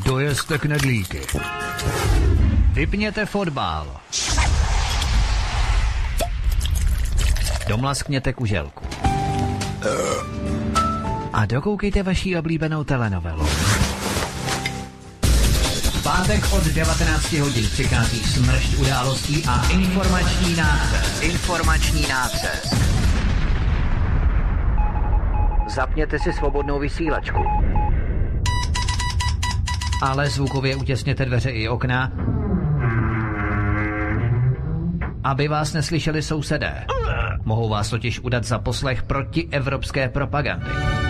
Dojezte knedlíky. Vypněte fotbal. Domlaskněte kuželku. A dokoukejte vaši oblíbenou telenovelu. V pátek od 19 hodin přichází smršť událostí a informační nácest. Zapněte si svobodnou vysílačku. Ale zvukově utěsněte dveře i okna, aby vás neslyšeli sousedé. Mohou vás totiž udat za poslech protievropské propagandy.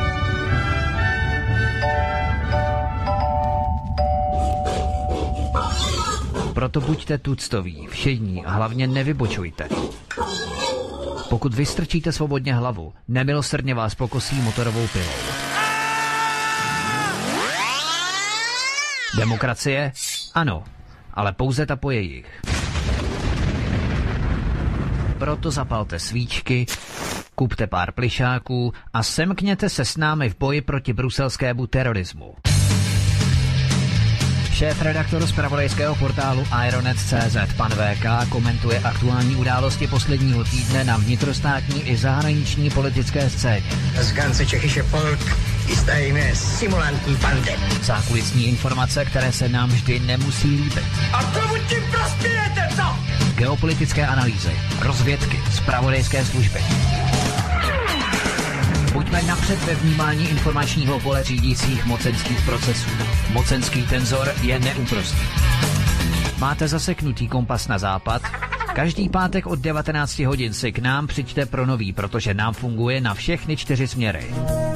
Proto buďte tuctoví, všední a hlavně nevybočujte. Pokud vystrčíte svobodně hlavu, nemilosrdně vás pokosí motorovou pilou. Demokracie? Ano, ale pouze ta po jejich. Proto zapalte svíčky, kupte pár plišáků a semkněte se s námi v boji proti bruselskému terorismu. Šéf-redaktor zpravodajského portálu Ironet.cz pan VK komentuje aktuální události posledního týdne na vnitrostátní i zahraniční politické scéně. Z ganze Čechische Volk ist eine simulantní bande. Zákulisní informace, které se nám vždy nemusí líbit. A komu tím prospějete, co? Geopolitické analýzy, rozvědky, zpravodajské služby. Buďme napřed ve vnímání informačního pole řídících mocenských procesů. Mocenský tenzor je neúprostný. Máte zaseknutý kompas na západ? Každý pátek od 19 hodin si k nám přijďte pro nový, protože nám funguje na všechny 4 směry.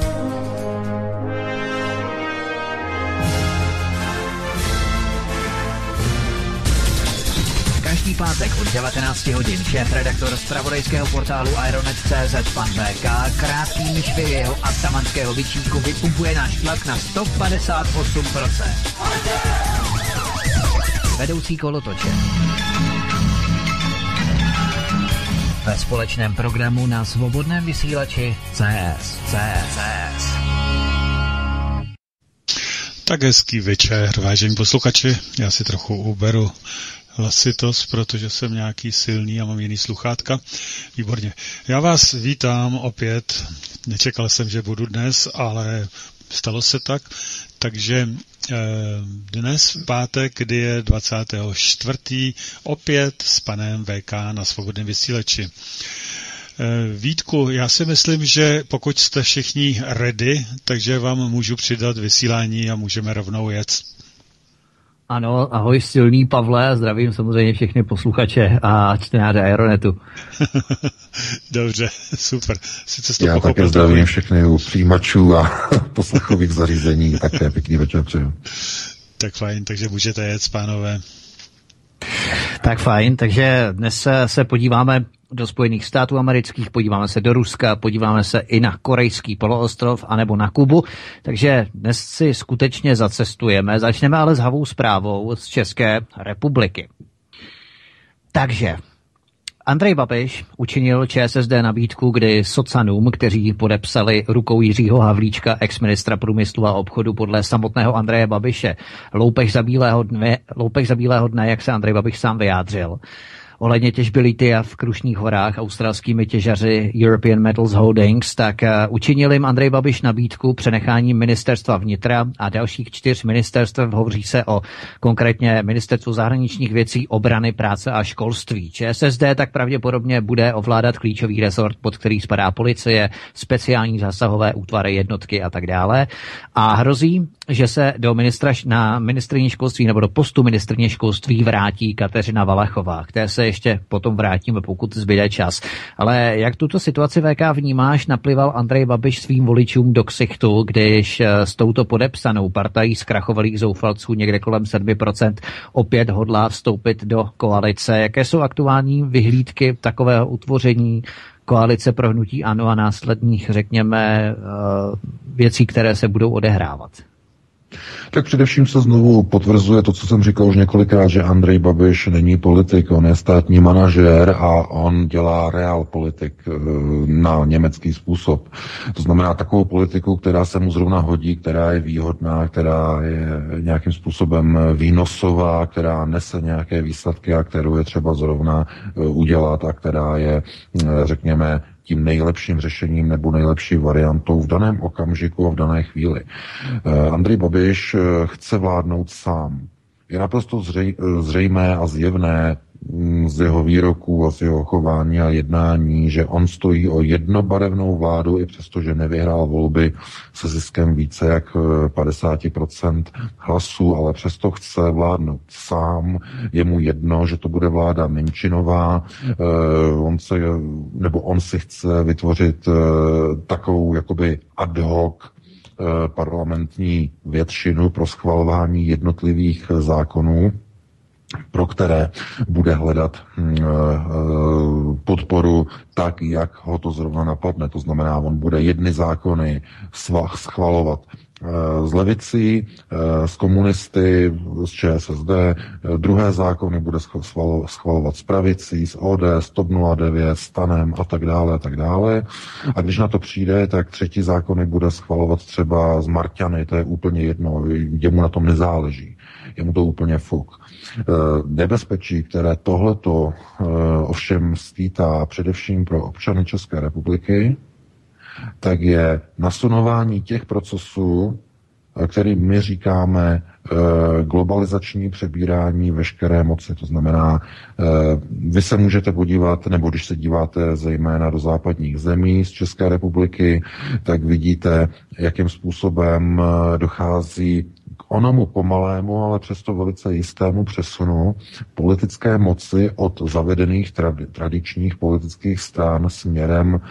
Každý pátek od 19 hodin šéf-redaktor zpravodajského portálu Ironet.cz pan VK krátkými švy jeho atamanského bičíku vypumpuje náš tlak na 158%. Vedoucí kolotoče. Ve společném programu na svobodném vysílači CS. Tak hezký večer, vážení posluchači. Já si trochu uberu hlasitost, protože jsem nějaký silný a mám jiný sluchátka. Výborně. Já vás vítám opět. Nečekal jsem, že budu dnes, ale stalo se tak. Takže dnes v pátek, kdy je 24. opět s panem VK na svobodném vysílači. Vítku, já si myslím, že pokud jste všichni ready, takže vám můžu přidat vysílání a můžeme rovnou jet. Ano, ahoj silný Pavle, zdravím samozřejmě všechny posluchače a čtenáře Aeronetu. Dobře, super. Sice jsi to já pochopil, také zdravím všechny u přijímačů a poslechových zařízení. Také pěkný večer přeju. Tak fajn, takže můžete jet, pánové. Tak fajn, takže dnes se podíváme do Spojených států amerických, podíváme se do Ruska, podíváme se i na korejský poloostrov anebo na Kubu, takže dnes si skutečně zacestujeme. Začneme ale s havou zprávou z České republiky. Takže Andrej Babiš učinil ČSSD nabídku, kdy socanům, kteří podepsali rukou Jiřího Havlíčka, ex-ministra průmyslu a obchodu podle samotného Andreje Babiše, loupež za bílého dne, jak se Andrej Babiš sám vyjádřil, ohledně těžby litia v Krušných horách australskými těžaři European Metals Holdings, tak učinil jim Andrej Babiš nabídku přenechání ministerstva vnitra a dalších 4 ministerstev. Hovoří se o konkrétně ministerstvu zahraničních věcí, obrany, práce a školství. ČSSD tak pravděpodobně bude ovládat klíčový rezort, pod který spadá policie, speciální zásahové útvary, jednotky a tak dále. A hrozí, že se na ministryni školství nebo do postu ministryně školství vrátí Kateřina Valachová, které se ještě potom vrátíme, pokud zbyde čas. Ale jak tuto situaci VK vnímáš, naplival Andrej Babiš svým voličům do ksichtu, když s touto podepsanou partají zkrachovalých zoufalců někde kolem 7% opět hodlá vstoupit do koalice. Jaké jsou aktuální vyhlídky takového utvoření koalice pro hnutí ANO a následných, řekněme, věcí, které se budou odehrávat? Tak především se znovu potvrzuje to, co jsem říkal už několikrát, že Andrej Babiš není politik, on je státní manažér a on dělá realpolitik na německý způsob. To znamená takovou politiku, která se mu zrovna hodí, která je výhodná, která je nějakým způsobem výnosová, která nese nějaké výsledky a kterou je třeba zrovna udělat a která je, řekněme, tím nejlepším řešením nebo nejlepší variantou v daném okamžiku a v dané chvíli. Andrej Babiš chce vládnout sám. Je naprosto zřejmé a zjevné z jeho výroků a z jeho chování a jednání, že on stojí o jednobarevnou vládu, i přesto, že nevyhrál volby se ziskem více jak 50% hlasů, ale přesto chce vládnout sám. Je mu jedno, že to bude vláda menšinová. On si chce vytvořit takovou jakoby ad hoc parlamentní většinu pro schvalování jednotlivých zákonů, pro které bude hledat podporu tak, jak ho to zrovna napadne. To znamená, on bude jedny zákony schvalovat s levicí, s komunisty, s ČSSD, druhé zákony bude schvalovat s pravicí, s ODS, TOP 09, STANem a tak dále, a tak dále. A když na to přijde, tak třetí zákony bude schvalovat třeba s Marťany, to je úplně jedno, jemu na tom nezáleží. Je mu to úplně fuk. Nebezpečí, které tohleto ovšem skýtá především pro občany České republiky, tak je nasunování těch procesů, kterým my říkáme globalizační přebírání veškeré moci. To znamená, vy se můžete podívat, nebo když se díváte zejména do západních zemí z České republiky, tak vidíte, jakým způsobem dochází k onomu pomalému, ale přesto velice jistému přesunu politické moci od zavedených tradičních politických stran směrem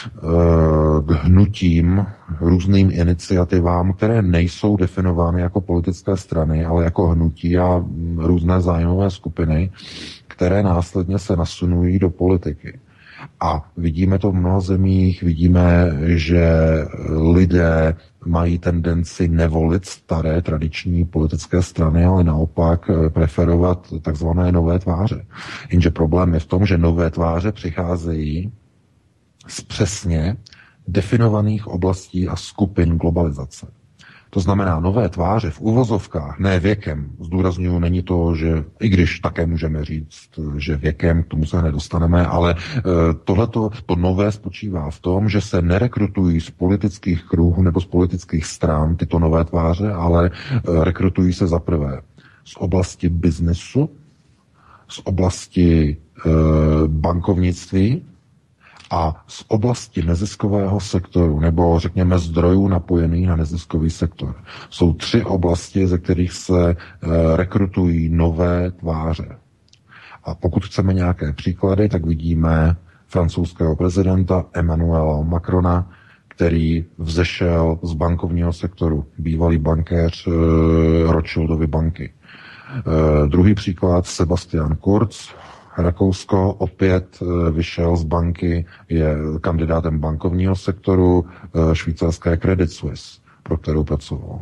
k hnutím, různým iniciativám, které nejsou definovány jako politické strany, ale jako hnutí a různé zájmové skupiny, které následně se nasunují do politiky. A vidíme to v mnoha zemích, vidíme, že lidé mají tendenci nevolit staré tradiční politické strany, ale naopak preferovat takzvané nové tváře. Jenže problém je v tom, že nové tváře přicházejí z přesně definovaných oblastí a skupin globalizace. To znamená nové tváře v uvozovkách, ne věkem. Zdůrazňuji, není to, že i když také můžeme říct, že věkem, k tomu se nedostaneme, ale tohleto, to nové spočívá v tom, že se nerekrutují z politických kruhů nebo z politických stran tyto nové tváře, ale rekrutují se zaprvé z oblasti biznesu, z oblasti bankovnictví, a z oblasti neziskového sektoru, nebo řekněme zdrojů napojených na neziskový sektor. Jsou 3 oblasti, ze kterých se rekrutují nové tváře. A pokud chceme nějaké příklady, tak vidíme francouzského prezidenta Emmanuela Macrona, který vzešel z bankovního sektoru, bývalý bankéř Rothschildovy banky. Druhý příklad, Sebastian Kurz, Rakousko opět vyšel z banky, je kandidátem bankovního sektoru švýcarské Credit Suisse, pro kterou pracoval.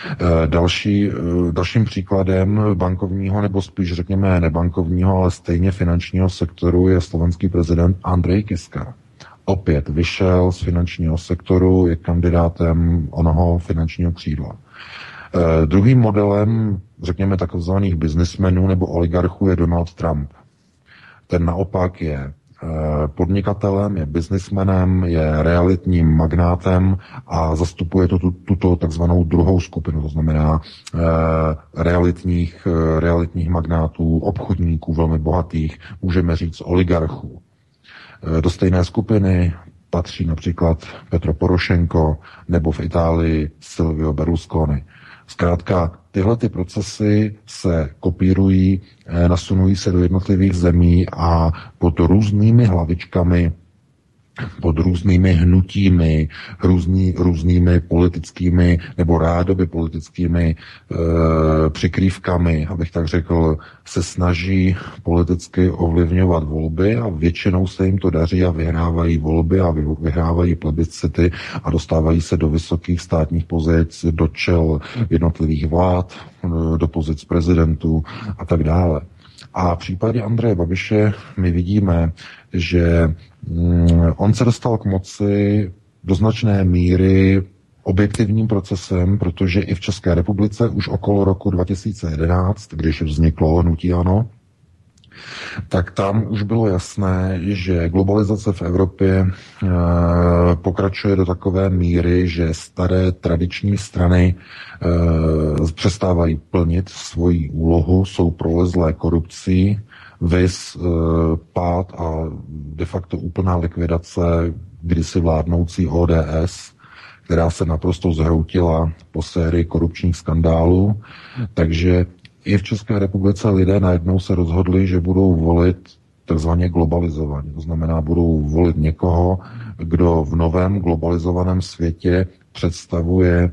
Dalším příkladem bankovního, nebo spíš řekněme nebankovního, ale stejně finančního sektoru je slovenský prezident Andrej Kiska. Opět vyšel z finančního sektoru, je kandidátem onoho finančního křídla. Druhým modelem, řekněme takzvaných biznismenů nebo oligarchů je Donald Trump. Ten naopak je podnikatelem, je biznismenem, je realitním magnátem a zastupuje tuto takzvanou druhou skupinu, to znamená realitních magnátů, obchodníků velmi bohatých, můžeme říct oligarchů. Do stejné skupiny patří například Petro Porošenko nebo v Itálii Silvio Berlusconi. Zkrátka, tyhle ty procesy se kopírují, nasunují se do jednotlivých zemí a pod různými hlavičkami pod různými hnutími, různými politickými nebo rádoby politickými přikrývkami, abych tak řekl, se snaží politicky ovlivňovat volby a většinou se jim to daří a vyhrávají volby a vyhrávají plebiscity a dostávají se do vysokých státních pozic, do čel jednotlivých vlád, do pozic prezidentů a tak dále. A v případě Andreje Babiše my vidíme, že on se dostal k moci do značné míry objektivním procesem, protože i v České republice už okolo roku 2011, když vzniklo hnutí ANO, tak tam už bylo jasné, že globalizace v Evropě pokračuje do takové míry, že staré tradiční strany přestávají plnit svoji úlohu, jsou prolezlé korupcí, viz pád a de facto úplná likvidace kdysi vládnoucí ODS, která se naprosto zhroutila po sérii korupčních skandálů. Takže i v České republice lidé najednou se rozhodli, že budou volit takzvaně globalizovaně. To znamená, budou volit někoho, kdo v novém globalizovaném světě představuje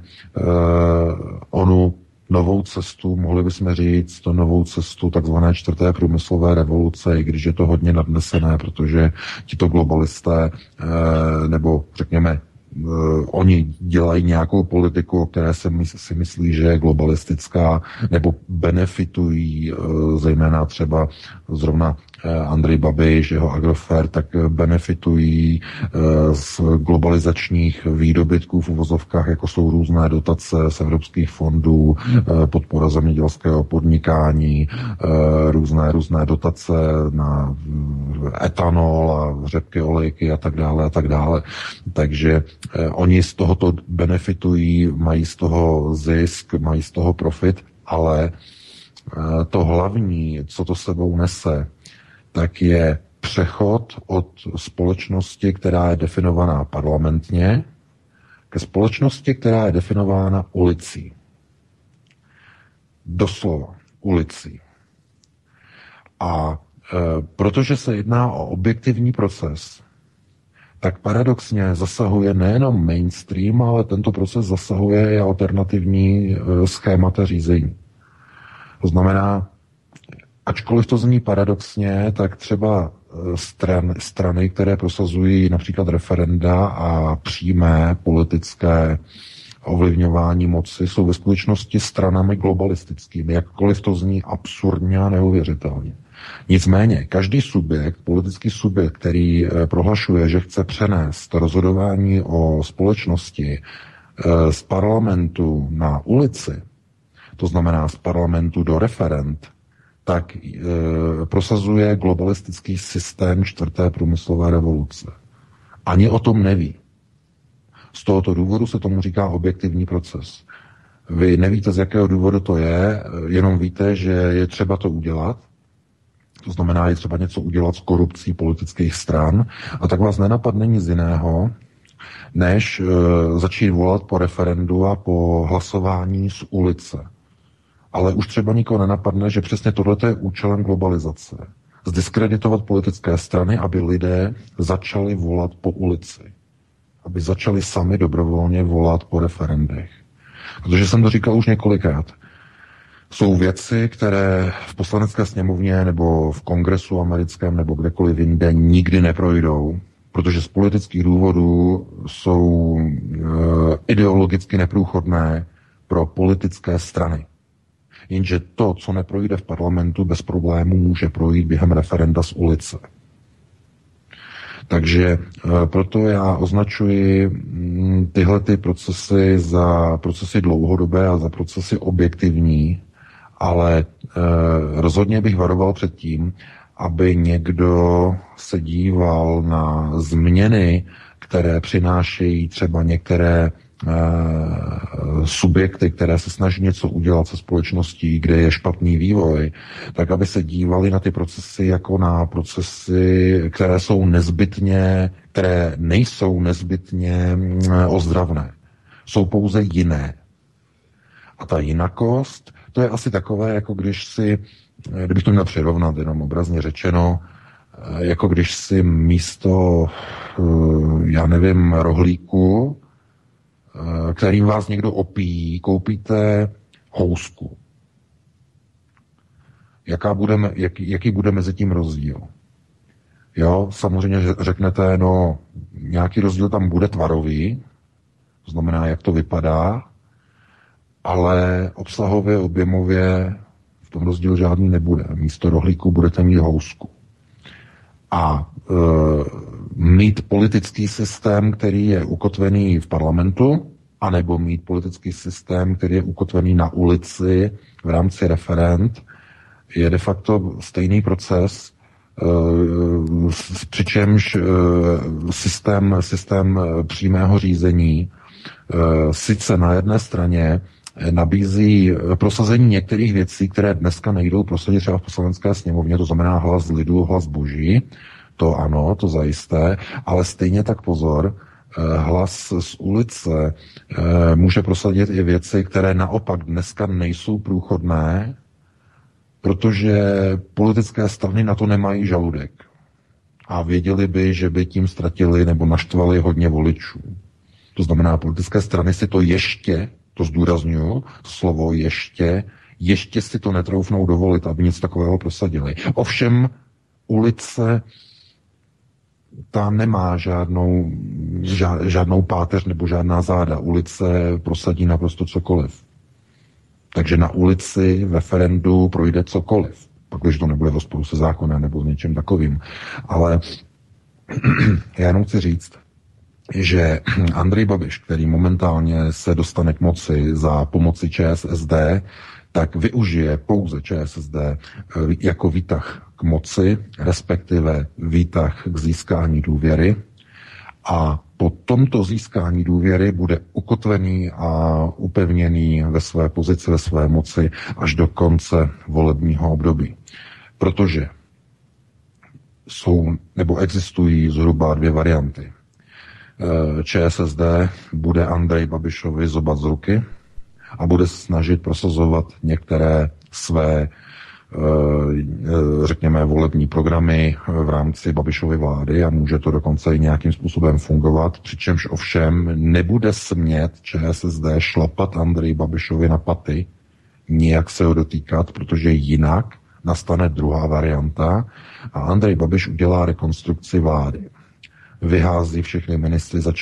onu novou cestu, mohli bychom říct, to novou cestu takzvané čtvrté průmyslové revoluce, i když je to hodně nadnesené, protože tito globalisté, nebo řekněme, oni dělají nějakou politiku, o které si myslí, že je globalistická, nebo benefitují, zejména třeba zrovna Andrej Babiš, jeho Agrofert, tak benefitují z globalizačních výdobytků v uvozovkách, jako jsou různé dotace z evropských fondů, podpora zemědělského podnikání, různé dotace na etanol a řepky, olejky a tak dále a tak dále. Takže oni z tohoto benefitují, mají z toho zisk, mají z toho profit, ale to hlavní, co to sebou nese, tak je přechod od společnosti, která je definovaná parlamentně, ke společnosti, která je definována ulicí. Doslova ulicí. A protože se jedná o objektivní proces, tak paradoxně zasahuje nejenom mainstream, ale tento proces zasahuje i alternativní schémata řízení. To znamená, ačkoliv to zní paradoxně, tak třeba strany, které prosazují například referenda a přímé politické ovlivňování moci, jsou ve skutečnosti stranami globalistickými, jakkoliv to zní absurdně a neuvěřitelně. Nicméně, každý subjekt, politický subjekt, který prohlašuje, že chce přenést rozhodování o společnosti z parlamentu na ulici, to znamená z parlamentu do referend, tak prosazuje globalistický systém čtvrté průmyslové revoluce. Ani o tom neví. Z tohoto důvodu se tomu říká objektivní proces. Vy nevíte, z jakého důvodu to je, jenom víte, že je třeba to udělat. To znamená, je třeba něco udělat s korupcí politických stran a tak vás nenapadne nic jiného, než začít volat po referendu a po hlasování z ulice. Ale už třeba nikoho nenapadne, že přesně tohle je účelem globalizace. Zdiskreditovat politické strany, aby lidé začali volat po ulici. Aby začali sami dobrovolně volat po referendech. Protože jsem to říkal už několikrát. Jsou věci, které v poslanecké sněmovně nebo v kongresu americkém nebo kdekoliv jinde nikdy neprojdou, protože z politických důvodů jsou ideologicky neprůchodné pro politické strany. Jenže to, co neprojde v parlamentu, bez problémů může projít během referenda z ulice. Takže proto já označuji tyhle ty procesy za procesy dlouhodobé a za procesy objektivní, ale rozhodně bych varoval před tím, aby někdo se díval na změny, které přinášejí třeba některé subjekty, které se snaží něco udělat se společností, kde je špatný vývoj, tak aby se dívali na ty procesy jako na procesy, které nejsou nezbytně ozdravné. Jsou pouze jiné. A ta jinakost, to je asi takové, jako kdybych to měl přirovnat, jenom obrazně řečeno, jako když si místo, já nevím, rohlíku, kterým vás někdo opíjí, koupíte housku. Jaký bude mezi tím rozdíl? Jo, samozřejmě řeknete, no, nějaký rozdíl tam bude tvarový, to znamená, jak to vypadá, ale obsahově, objemově v tom rozdíl žádný nebude. Místo rohlíku budete mít housku. A mít politický systém, který je ukotvený v parlamentu, anebo mít politický systém, který je ukotvený na ulici v rámci referend, je de facto stejný proces, přičemž systém přímého řízení sice na jedné straně nabízí prosazení některých věcí, které dneska nejdou prosadit třeba v Poslanecké sněmovně, to znamená hlas lidu, hlas boží, to ano, to zajisté, ale stejně tak pozor, hlas z ulice může prosadit i věci, které naopak dneska nejsou průchodné, protože politické strany na to nemají žaludek. A věděli by, že by tím ztratili nebo naštvali hodně voličů. To znamená, politické strany si to ještě, to zdůrazňuju, to slovo ještě si to netroufnou dovolit, aby něco takového prosadili. Ovšem, ulice ta nemá žádnou páteř nebo žádná záda. Ulice prosadí naprosto cokoliv. Takže na ulici v referendu projde cokoliv. Pak, když to nebude v rozporu se zákonem nebo s něčím takovým. Ale já jenom chci říct, že Andrej Babiš, který momentálně se dostane k moci za pomoci ČSSD, tak využije pouze ČSSD jako výtah k moci, respektive výtah k získání důvěry. A po tomto získání důvěry bude ukotvený a upevněný ve své pozici, ve své moci až do konce volebního období. Protože existují zhruba dvě varianty. ČSSD bude Andrej Babišovi zobat z ruky a bude snažit prosazovat některé své, řekněme, volební programy v rámci Babišovy vlády a může to dokonce i nějakým způsobem fungovat, přičemž ovšem nebude smět ČSSD šlapat Andrej Babišovi na paty, nijak se ho dotýkat, protože jinak nastane druhá varianta a Andrej Babiš udělá rekonstrukci vlády. Vyhází všechny ministry za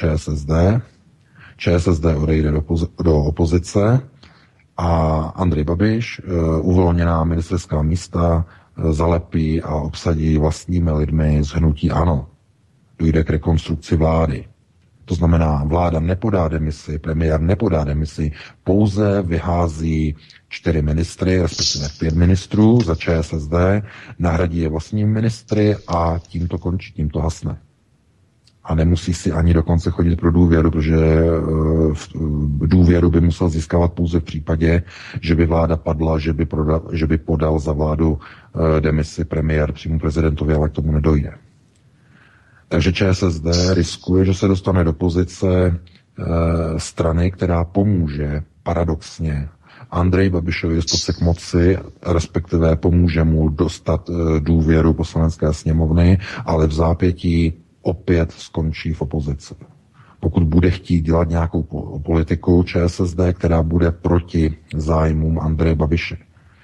ČSSD odejde do opozice a Andrej Babiš uvolněná ministerská místa zalepí a obsadí vlastními lidmi z hnutí ANO. Dojde k rekonstrukci vlády. To znamená, vláda nepodá demisi, premiér nepodá demisi, pouze vyhází 4 ministry, respektive 5 ministrů za ČSSD, nahradí je vlastními ministry a tím to končí, tím to hasne. A nemusí si ani dokonce chodit pro důvěru, protože důvěru by musel získávat pouze v případě, že by vláda padla, že by podal za vládu demisi premiér přímo prezidentovi, ale k tomu nedojde. Takže ČSSD riskuje, že se dostane do pozice strany, která pomůže paradoxně Andrej Babišovi dostat se k moci, respektive pomůže mu dostat důvěru Poslanecké sněmovny, ale v zápětí opět skončí v opozici. Pokud bude chtít dělat nějakou politiku ČSSD, která bude proti zájmům Andreje Babiše.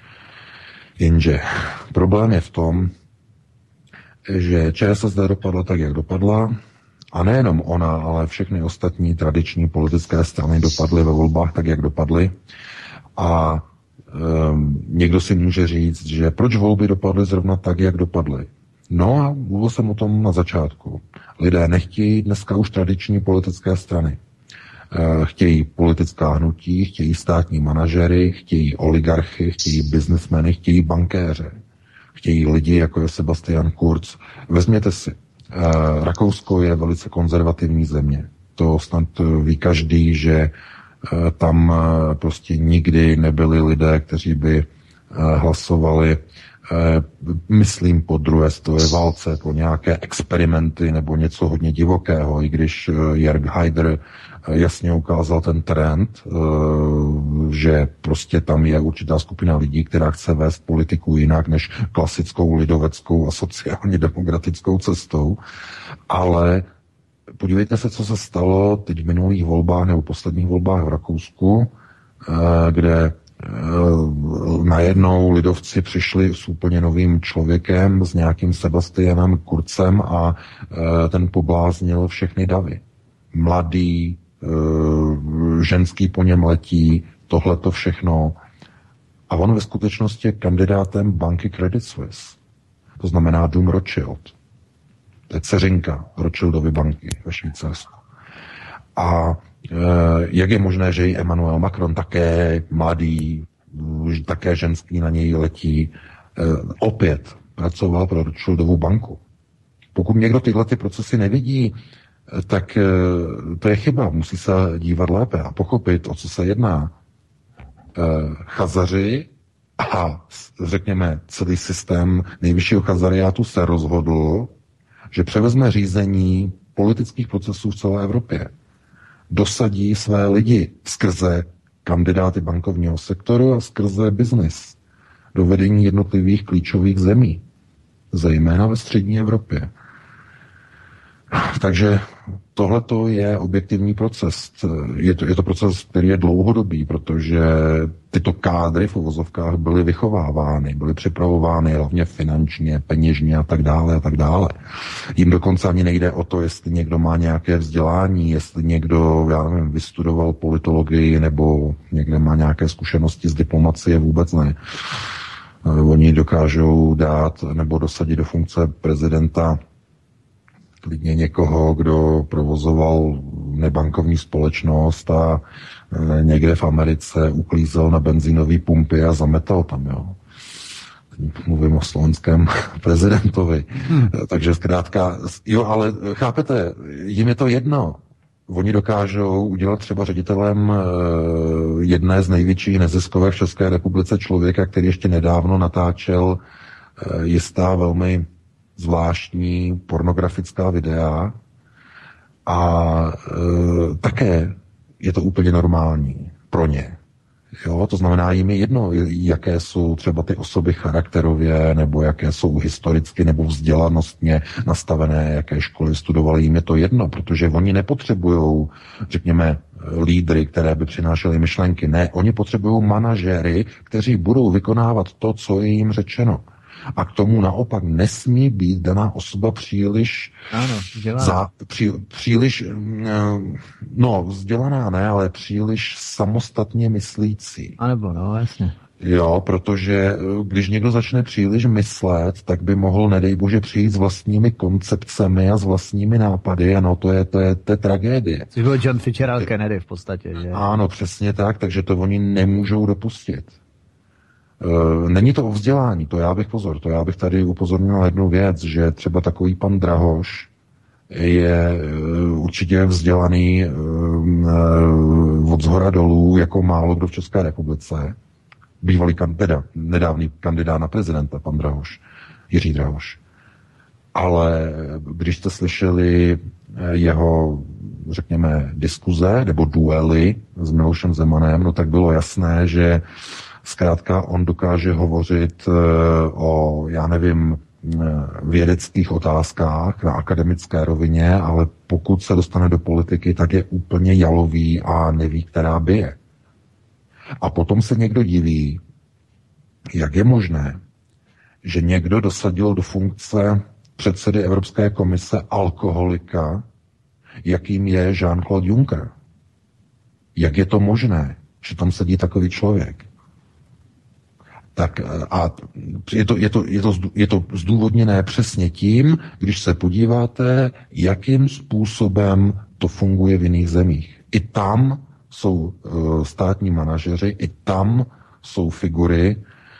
Jenže problém je v tom, že ČSSD dopadla tak, jak dopadla, a nejenom ona, ale všechny ostatní tradiční politické strany dopadly ve volbách tak, jak dopadly. A někdo si může říct, že proč volby dopadly zrovna tak, jak dopadly. No a mluvil jsem o tom na začátku. Lidé nechtějí dneska už tradiční politické strany. Chtějí politická hnutí, chtějí státní manažery, chtějí oligarchy, chtějí biznesmeny, chtějí bankéře. Chtějí lidi, jako je Sebastian Kurz. Vezměte si, Rakousko je velice konzervativní země. To snad ví každý, že tam prostě nikdy nebyli lidé, kteří by hlasovali, myslím, po druhé světové válce, po nějaké experimenty nebo něco hodně divokého, i když Jörg Haider jasně ukázal ten trend, že prostě tam je určitá skupina lidí, která chce vést politiku jinak než klasickou lidoveckou a sociálně demokratickou cestou, ale podívejte se, co se stalo teď v minulých volbách nebo posledních volbách v Rakousku, kde najednou lidovci přišli s úplně novým člověkem, s nějakým Sebastianem Kurzem a ten pobláznil všechny davy. Mladý, ženský po něm letí, tohleto všechno. A on ve skutečnosti je kandidátem banky Credit Suisse. To znamená Dům Rothschild. To je dceřinka Rothschildovy banky ve Švýcarsku. A jak je možné, že i Emmanuel Macron, také mladý, také ženský na něj letí, opět pracoval pro Rothschildovu banku. Pokud někdo tyhle ty procesy nevidí, tak to je chyba. Musí se dívat lépe a pochopit, o co se jedná. Chazaři a řekněme celý systém nejvyššího chazariátu se rozhodl, že převezme řízení politických procesů v celé Evropě. Dosadí své lidi skrze kandidáty bankovního sektoru a skrze biznis do vedení jednotlivých klíčových zemí, zejména ve střední Evropě. Takže tohleto je objektivní proces. Je to proces, který je dlouhodobý, protože tyto kádry v uvozovkách byly vychovávány, byly připravovány hlavně finančně, peněžně a tak dále a tak dále. Jim dokonce ani nejde o to, jestli někdo má nějaké vzdělání, jestli někdo, já nevím, vystudoval politologii nebo někde má nějaké zkušenosti z diplomacie, vůbec ne. Oni dokážou dát nebo dosadit do funkce prezidenta klidně někoho, kdo provozoval nebankovní společnost a někde v Americe uklízel na benzínové pumpy a zametal tam, jo. Mluvím o slovenském prezidentovi. Takže zkrátka, jo, ale chápete, jim je to jedno. Oni dokážou udělat třeba ředitelem jedné z největších neziskovek v České republice člověka, který ještě nedávno natáčel jistá velmi zvláštní pornografická videa a také je to úplně normální pro ně. Jo, to znamená, jim je jedno, jaké jsou třeba ty osoby charakterově, nebo jaké jsou historicky nebo vzdělanostně nastavené, jaké školy studovali, jim je to jedno, protože oni nepotřebují, řekněme, lídry, které by přinášely myšlenky. Ne, oni potřebují manažéry, kteří budou vykonávat to, co je jim řečeno. A k tomu naopak nesmí být daná osoba příliš příliš vzdělaná ne, ale příliš samostatně myslící. Anebo, jasně. Jo, protože když někdo začne příliš myslet, tak by mohl, nedej bože, přijít s vlastními koncepcemi a s vlastními nápady, ano, to je tragédie. Což byl John Fitzgerald Kennedy v podstatě, že? Ano, přesně tak, takže to oni nemůžou dopustit. Není to o vzdělání, to já bych tady upozornil na jednu věc, že třeba takový pan Drahoš je určitě vzdělaný od zhora dolů jako málo kdo v České republice. Bývalý nedávný kandidát na prezidenta, pan Drahoš, Jiří Drahoš. Ale když jste slyšeli jeho, řekněme, diskuze nebo duely s Milošem Zemanem, no tak bylo jasné, že zkrátka on dokáže hovořit o, já nevím, vědeckých otázkách na akademické rovině, ale pokud se dostane do politiky, tak je úplně jalový a neví, která bije. A potom se někdo diví, jak je možné, že někdo dosadil do funkce předsedy Evropské komise alkoholika, jakým je Jean-Claude Juncker. Jak je to možné, že tam sedí takový člověk? Tak a je to zdůvodněné přesně tím, když se podíváte, jakým způsobem to funguje v jiných zemích. I tam jsou státní manažeři, i tam jsou figury,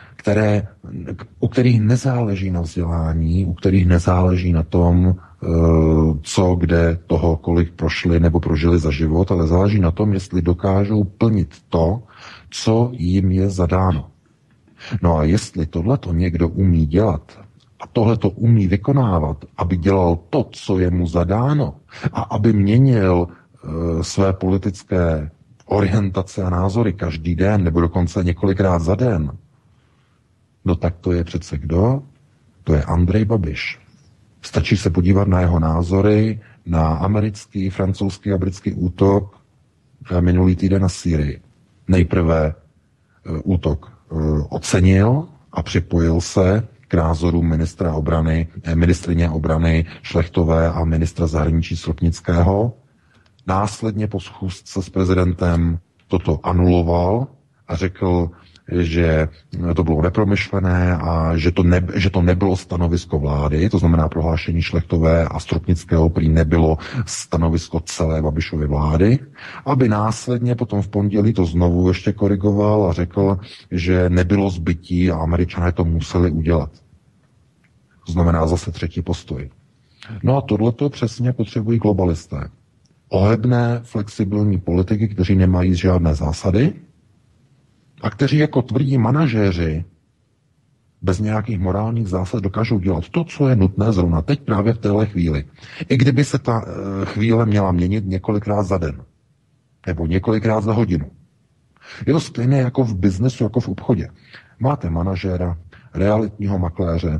u kterých nezáleží na vzdělání, u kterých nezáleží na tom, co, kde, toho, kolik prošli nebo prožili za život, ale záleží na tom, jestli dokážou plnit to, co jim je zadáno. No a jestli tohleto někdo umí dělat a tohleto umí vykonávat, aby dělal to, co je mu zadáno a aby měnil své politické orientace a názory každý den, nebo dokonce několikrát za den, no tak to je přece kdo? To je Andrej Babiš. Stačí se podívat na jeho názory na americký, francouzský a britský útok minulý týden na Sýrii. Nejprve útok ocenil a připojil se k názoru ministryně obrany Šlechtové a ministra zahraničí Stropnického. Následně po schůzce s prezidentem toto anuloval a řekl, že to bylo nepromyšlené a že to nebylo stanovisko vlády, to znamená prohlášení Šlechtové a Stropnického prý nebylo stanovisko celé Babišovy vlády, aby následně potom v pondělí to znovu ještě korigoval a řekl, že nebylo zbytí a Američané to museli udělat. To znamená zase třetí postoj. No a tohleto přesně potřebují globalisté. Ohebné, flexibilní politiky, kteří nemají žádné zásady a kteří jako tvrdí manažéři bez nějakých morálních zásad dokážou dělat to, co je nutné zrovna teď právě v téhle chvíli. I kdyby se ta chvíle měla měnit několikrát za den nebo několikrát za hodinu. Je to stejné jako v biznesu, jako v obchodě. Máte manažéra, realitního makléře,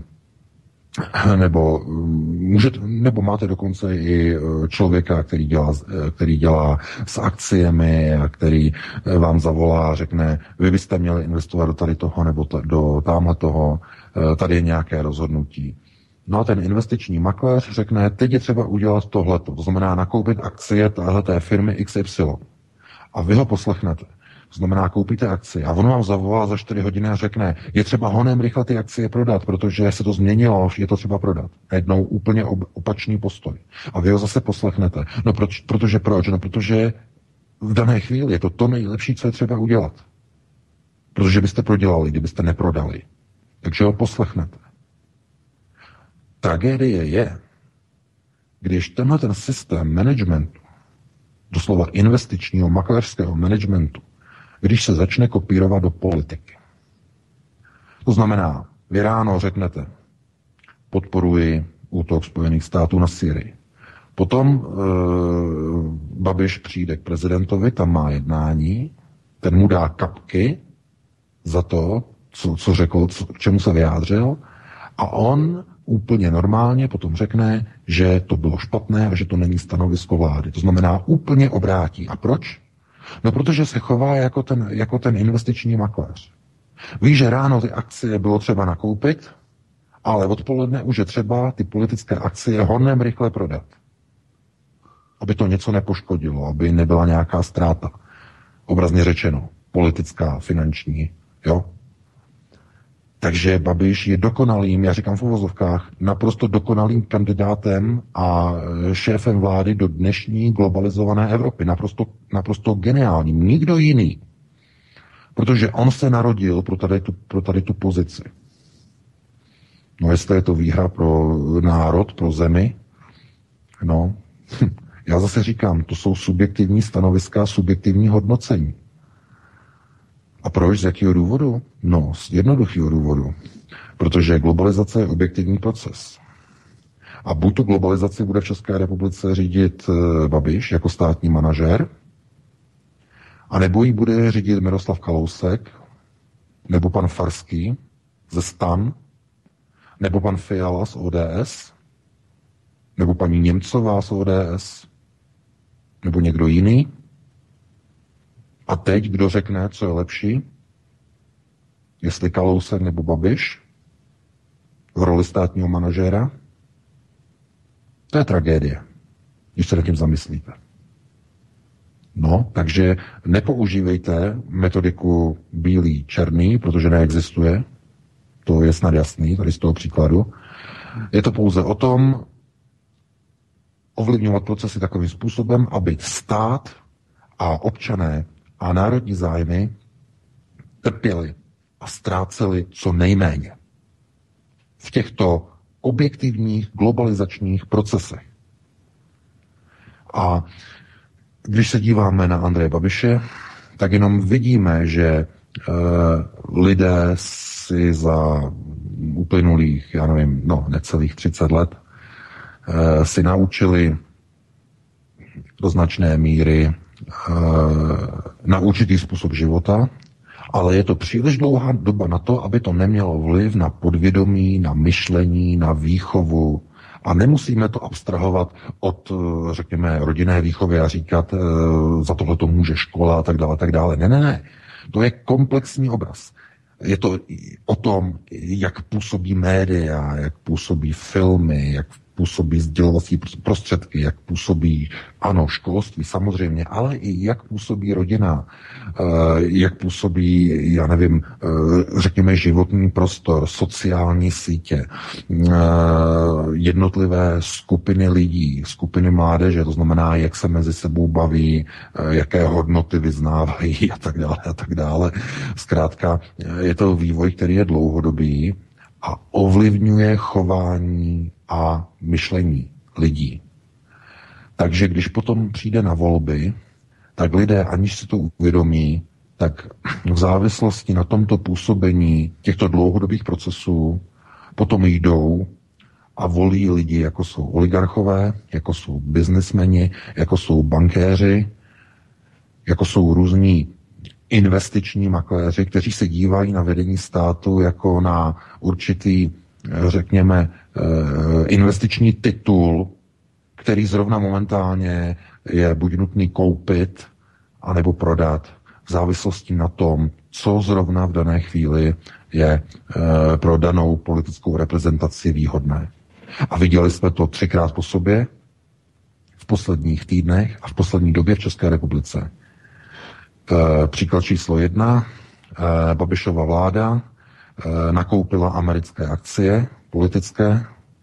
nebo máte dokonce i člověka, který dělá s akciemi a který vám zavolá a řekne, vy byste měli investovat do tady toho nebo do tamhle toho, tady je nějaké rozhodnutí. No a ten investiční makléř řekne, teď je třeba udělat tohleto, to znamená nakoupit akcie téhleté firmy XY. A vy ho poslechnete. To znamená, koupíte akcie a on vám zavolá za 4 hodiny a řekne, je třeba honem rychle ty akcie prodat, protože se to změnilo, je to třeba prodat. Jednou úplně opačný postoj. A vy ho zase poslechnete. No protože proč? No protože v dané chvíli je to nejlepší, co je třeba udělat. Protože byste prodělali, kdybyste neprodali. Takže ho poslechnete. Tragédie je, když tenhle ten systém managementu, doslova investičního makléřského managementu, když se začne kopírovat do politiky. To znamená, vy ráno řeknete, podporuji útok Spojených států na Sýrii. Potom Babiš přijde k prezidentovi, tam má jednání, ten mu dá kapky za to, co řekl, k čemu se vyjádřil, a on úplně normálně potom řekne, že to bylo špatné a že to není stanovisko vlády. To znamená, úplně obrátí. A proč? No, protože se chová jako ten investiční makléř. Ví, že ráno ty akcie bylo třeba nakoupit, ale odpoledne už je třeba ty politické akcie honem rychle prodat. Aby to něco nepoškodilo, aby nebyla nějaká ztráta. Obrazně řečeno, politická, finanční, jo? Takže Babiš je dokonalým, já říkám v uvozovkách, naprosto dokonalým kandidátem a šéfem vlády do dnešní globalizované Evropy. Naprosto geniálním. Nikdo jiný. Protože on se narodil pro tady tu pozici. No jestli je to výhra pro národ, pro zemi, no, já zase říkám, to jsou subjektivní stanoviska, subjektivní hodnocení. A proč? Z jakého důvodu? No, z jednoduchého důvodu. Protože globalizace je objektivní proces. A buď tu globalizaci bude v České republice řídit Babiš jako státní manažér, anebo ji bude řídit Miroslav Kalousek, nebo pan Farský ze STAN, nebo pan Fiala z ODS, nebo paní Němcová z ODS, nebo někdo jiný. A teď kdo řekne, co je lepší? Jestli Kalousek nebo Babiš v roli státního manažéra? To je tragédie, když se nad tím zamyslíte. No, takže nepoužívejte metodiku bílý, černý, protože neexistuje. To je snad jasný, tady z toho příkladu. Je to pouze o tom ovlivňovat procesy takovým způsobem, aby stát a občané a národní zájmy trpěli a ztráceli co nejméně v těchto objektivních globalizačních procesech. A když se díváme na Andreje Babiše, tak jenom vidíme, že lidé si za uplynulých, já nevím, necelých 30 let si naučili do značné míry na určitý způsob života, ale je to příliš dlouhá doba na to, aby to nemělo vliv na podvědomí, na myšlení, na výchovu. A nemusíme to abstrahovat od, řekněme, rodinné výchovy a říkat, za tohle to může škola a tak dále, tak dále. Ne. To je komplexní obraz. Je to o tom, jak působí média, jak působí filmy, jak působí sdělovací prostředky, jak působí, ano, školství samozřejmě, ale i jak působí rodina, jak působí, já nevím, řekněme, životní prostor, sociální sítě, jednotlivé skupiny lidí, skupiny mládeže, to znamená, jak se mezi sebou baví, jaké hodnoty vyznávají a tak dále a tak dále. Zkrátka, je to vývoj, který je dlouhodobý a ovlivňuje chování a myšlení lidí. Takže když potom přijde na volby, tak lidé, aniž si to uvědomí, tak v závislosti na tomto působení těchto dlouhodobých procesů potom jdou a volí lidi, jako jsou oligarchové, jako jsou biznismeni, jako jsou bankéři, jako jsou různí investiční makléři, kteří se dívají na vedení státu jako na určitý, řekněme, investiční titul, který zrovna momentálně je buď nutný koupit, anebo prodat v závislosti na tom, co zrovna v dané chvíli je pro danou politickou reprezentaci výhodné. A viděli jsme to 3krát po sobě v posledních týdnech a v poslední době v České republice. Příklad číslo 1. Babišova vláda nakoupila americké akcie politické,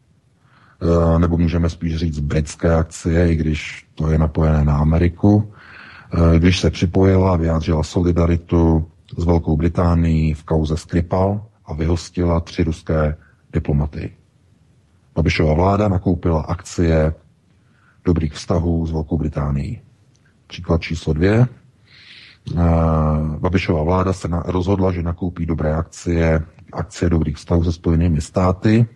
nebo můžeme spíš říct britské akcie, i když to je napojené na Ameriku, když se připojila, vyjádřila solidaritu s Velkou Británií v kauze Skripal a vyhostila 3 ruské diplomaty. Babišova vláda nakoupila akcie dobrých vztahů s Velkou Británií. Příklad číslo 2. Babišova vláda se rozhodla, že nakoupí dobré akcie dobrých vztahů se Spojenými státy,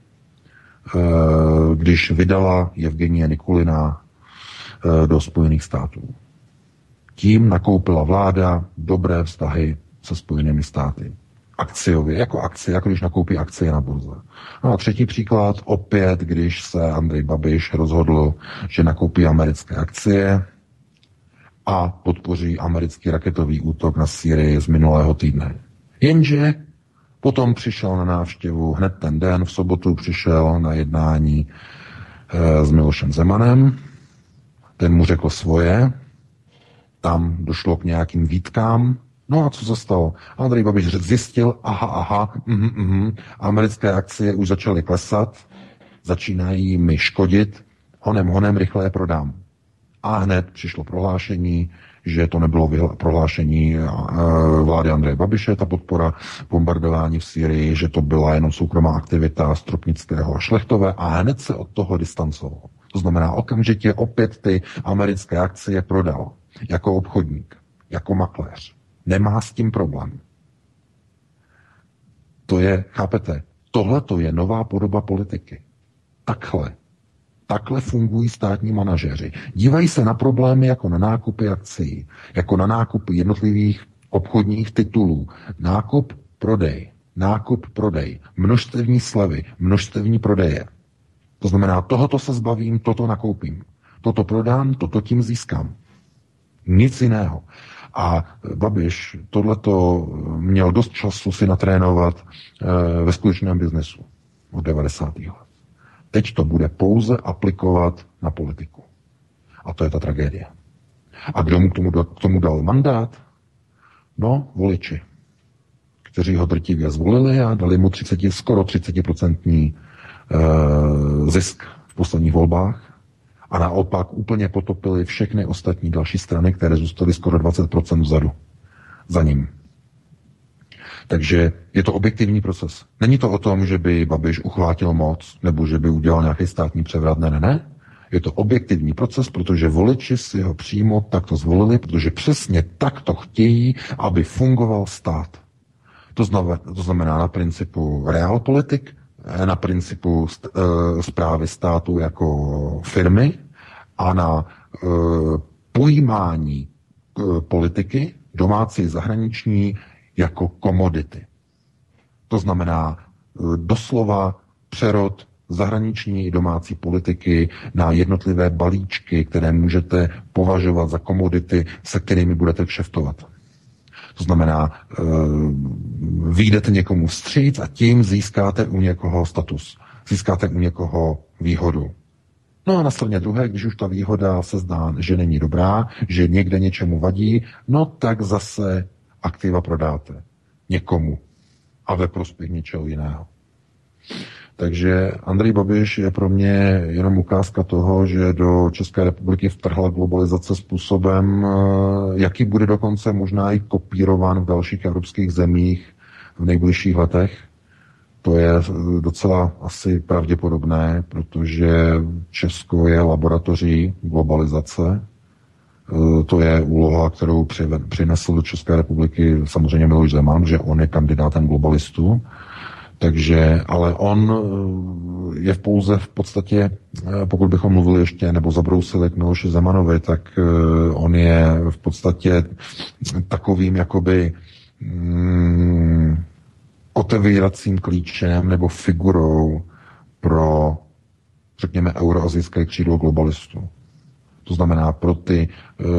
když vydala Jevgenie Nikulina do Spojených států. Tím nakoupila vláda dobré vztahy se Spojenými státy. Akciově, jako akcie, jako když nakoupí akcie na burze. No a 3. příklad, opět, když se Andrej Babiš rozhodl, že nakoupí americké akcie a podpoří americký raketový útok na Sýrii z minulého týdne. Jenže potom přišel na návštěvu hned ten den, v sobotu přišel na jednání s Milošem Zemanem, ten mu řekl svoje, tam došlo k nějakým výtkám, no a co se stalo? Andrej Babiš zjistil, americké akcie už začaly klesat, začínají mi škodit, honem, rychle je prodám. A hned přišlo prohlášení, že to nebylo prohlášení vlády Andreje Babiše, ta podpora bombardování v Sýrii, že to byla jenom soukromá aktivita Stropnického a Šlechtové a hned se od toho distancoval. To znamená, okamžitě opět ty americké akcie prodal jako obchodník, jako makléř. Nemá s tím problém. To je, chápete, tohle to je nová podoba politiky. Takhle fungují státní manažeři. Dívají se na problémy jako na nákupy akcií, jako na nákupy jednotlivých obchodních titulů. Nákup, prodej, množstevní slevy, množstevní prodeje. To znamená, tohoto se zbavím, toto nakoupím. Toto prodám, toto tím získám. Nic jiného. A Babiš tohleto měl dost času si natrénovat ve skutečném biznesu od 90. let. Teď to bude pouze aplikovat na politiku. A to je ta tragédie. A kdo mu k tomu dal mandát? No, voliči, kteří ho drtivě zvolili a dali mu skoro 30% zisk v posledních volbách a naopak úplně potopili všechny ostatní další strany, které zůstaly skoro 20% vzadu za ním. Takže je to objektivní proces. Není to o tom, že by Babiš uchvátil moc, nebo že by udělal nějaký státní převrat. Ne. Je to objektivní proces, protože voliči si ho přímo takto zvolili, protože přesně takto chtějí, aby fungoval stát. To znamená na principu realpolitik, na principu správy státu jako firmy a na pojímání politiky, domácí i zahraniční, jako komodity. To znamená doslova přerod zahraniční i domácí politiky na jednotlivé balíčky, které můžete považovat za komodity, se kterými budete kšeftovat. To znamená, vyjdete někomu vstříc a tím získáte u někoho status. Získáte u někoho výhodu. No a na straně druhé, když už ta výhoda se zdá, že není dobrá, že někde něčemu vadí, no tak zase aktiva prodáte někomu a ve prospěch něčeho jiného. Takže Andrej Babiš je pro mě jenom ukázka toho, že do České republiky vtrhla globalizace způsobem, jaký bude dokonce možná i kopírován v dalších evropských zemích v nejbližších letech. To je docela asi pravděpodobné, protože Česko je laboratoří globalizace. To je úloha, kterou přinesl do České republiky samozřejmě Miloš Zeman, že on je kandidátem globalistů. Takže, ale on je pouze v podstatě, pokud bychom mluvili ještě, nebo zabrousili k Miloši Zemanovi, tak on je v podstatě takovým jakoby otevíracím klíčem nebo figurou pro, řekněme, euroazijské křídlo globalistů. To znamená pro ty,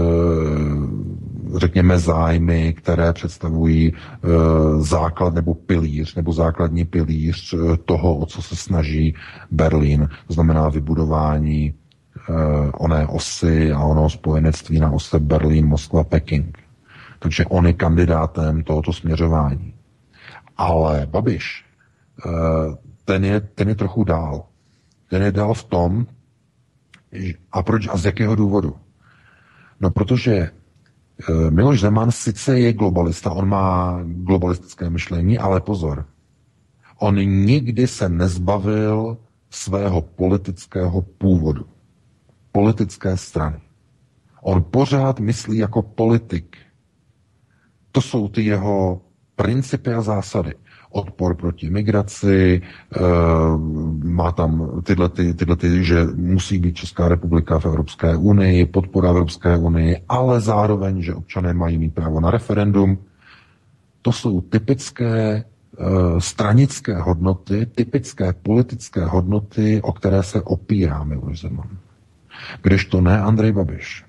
řekněme, zájmy, které představují základ nebo pilíř, nebo základní pilíř toho, o co se snaží Berlín. To znamená vybudování oné osy a onoho spojenectví na ose Berlín, Moskva, Peking. Takže on je kandidátem tohoto směřování. Ale Babiš, ten je trochu dál. Ten je dál v tom, a proč a z jakého důvodu? No, protože Miloš Zeman sice je globalista, on má globalistické myšlení, ale pozor, on nikdy se nezbavil svého politického původu, politické strany. On pořád myslí jako politik. To jsou ty jeho principy a zásady. Odpor proti migraci, má tam tyhle, že musí být Česká republika v Evropské unii, podpora Evropské unii, ale zároveň, že občané mají mít právo na referendum. To jsou typické stranické hodnoty, typické politické hodnoty, o které se opírá Miloš Zeman. Když to ne Andrej Babiš.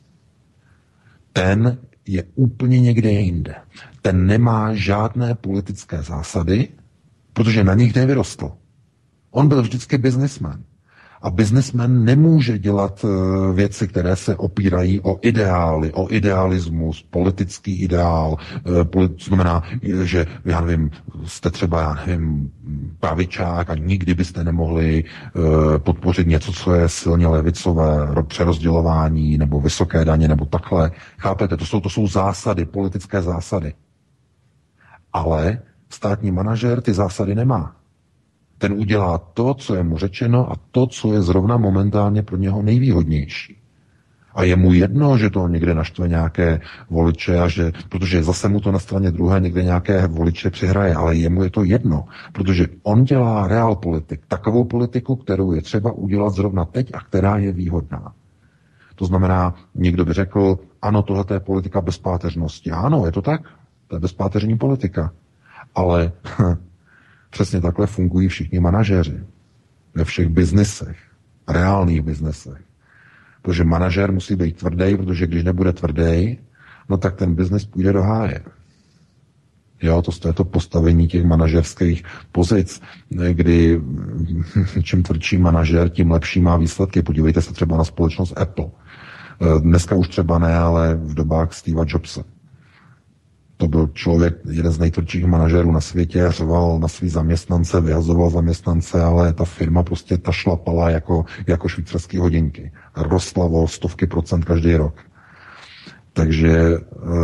Ten je úplně někde jinde. Ten nemá žádné politické zásady, protože na nich nevyrostl. On byl vždycky biznismen. A biznismen nemůže dělat věci, které se opírají o ideály, o idealismus, politický ideál. Znamená, že, já nevím, jste třeba, pravičák a nikdy byste nemohli podpořit něco, co je silně levicové, přerozdělování nebo vysoké daně nebo takhle. Chápete? To jsou zásady, politické zásady. Ale státní manažer ty zásady nemá. Ten udělá to, co je mu řečeno a to, co je zrovna momentálně pro něho nejvýhodnější. A je mu jedno, že to někde naštve nějaké voliče, protože zase mu to na straně druhé někde nějaké voliče přihraje, ale jemu je to jedno, protože on dělá realpolitik, takovou politiku, kterou je třeba udělat zrovna teď a která je výhodná. To znamená, někdo by řekl, ano, tohle je politika bezpáteřnosti. Ano, je to tak, to je bezpáteřní politika. Ale přesně takhle fungují všichni manažeři ve všech biznesech, reálných biznesech. Protože manažer musí být tvrdý, protože když nebude tvrdý, no tak ten biznes půjde do háje. Jo, to je to postavení těch manažerských pozic, kdy čím tvrdší manažer, tím lepší má výsledky. Podívejte se třeba na společnost Apple. Dneska už třeba ne, ale v dobách Steva Jobse. To byl člověk, jeden z nejtvrdších manažerů na světě, řval na svý zaměstnance, vyhazoval zaměstnance, ale ta firma prostě ta šlapala jako švýcarský hodinky. Rostla o 100% každý rok. Takže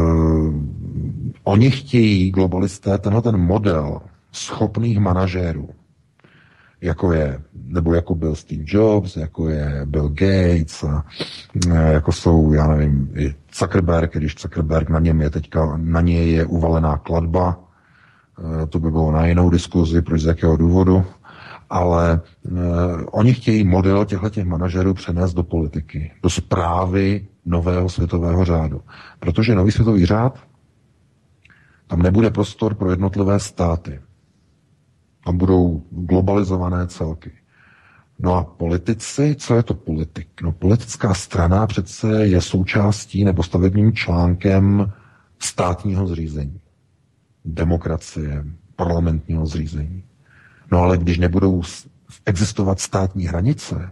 oni chtějí, globalisté, ten model schopných manažérů, jako byl Steve Jobs, jako je Bill Gates, jako jsou, já nevím, i Zuckerberg, když Zuckerberg na něj je uvalená kladba, to by bylo na jinou diskuzi, proč z jakého důvodu, Ale oni chtějí model těchto manažerů přenést do politiky, do správy nového světového řádu. Protože nový světový řád, tam nebude prostor pro jednotlivé státy. Tam budou globalizované celky. No a politici, co je to politik? No politická strana přece je součástí nebo stavebním článkem státního zřízení. Demokracie, parlamentního zřízení. No ale když nebudou existovat státní hranice,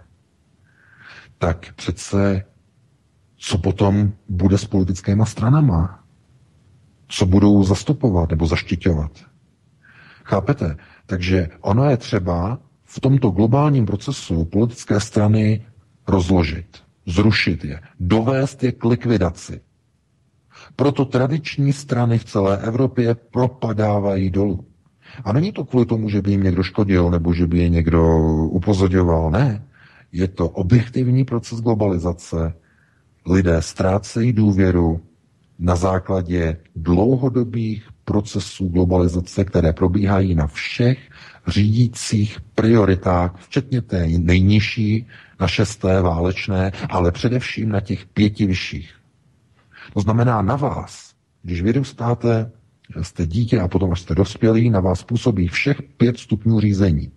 tak přece co potom bude s politickými stranama? Co budou zastupovat nebo zaštiťovat? Chápete? Takže ono je třeba v tomto globálním procesu politické strany rozložit, zrušit je, dovést je k likvidaci. Proto tradiční strany v celé Evropě propadávají dolů. A není to kvůli tomu, že by jim někdo škodil nebo že by je někdo upozorňoval. Ne. Je to objektivní proces globalizace. Lidé ztrácejí důvěru na základě dlouhodobých procesů globalizace, které probíhají na všech řídících prioritách, včetně té nejnižší, na 6. válečné, ale především na těch 5 vyšších. To znamená na vás, když vyrůstáte, jste dítě a potom, až jste dospělí, na vás působí všech 5 stupňů řízení.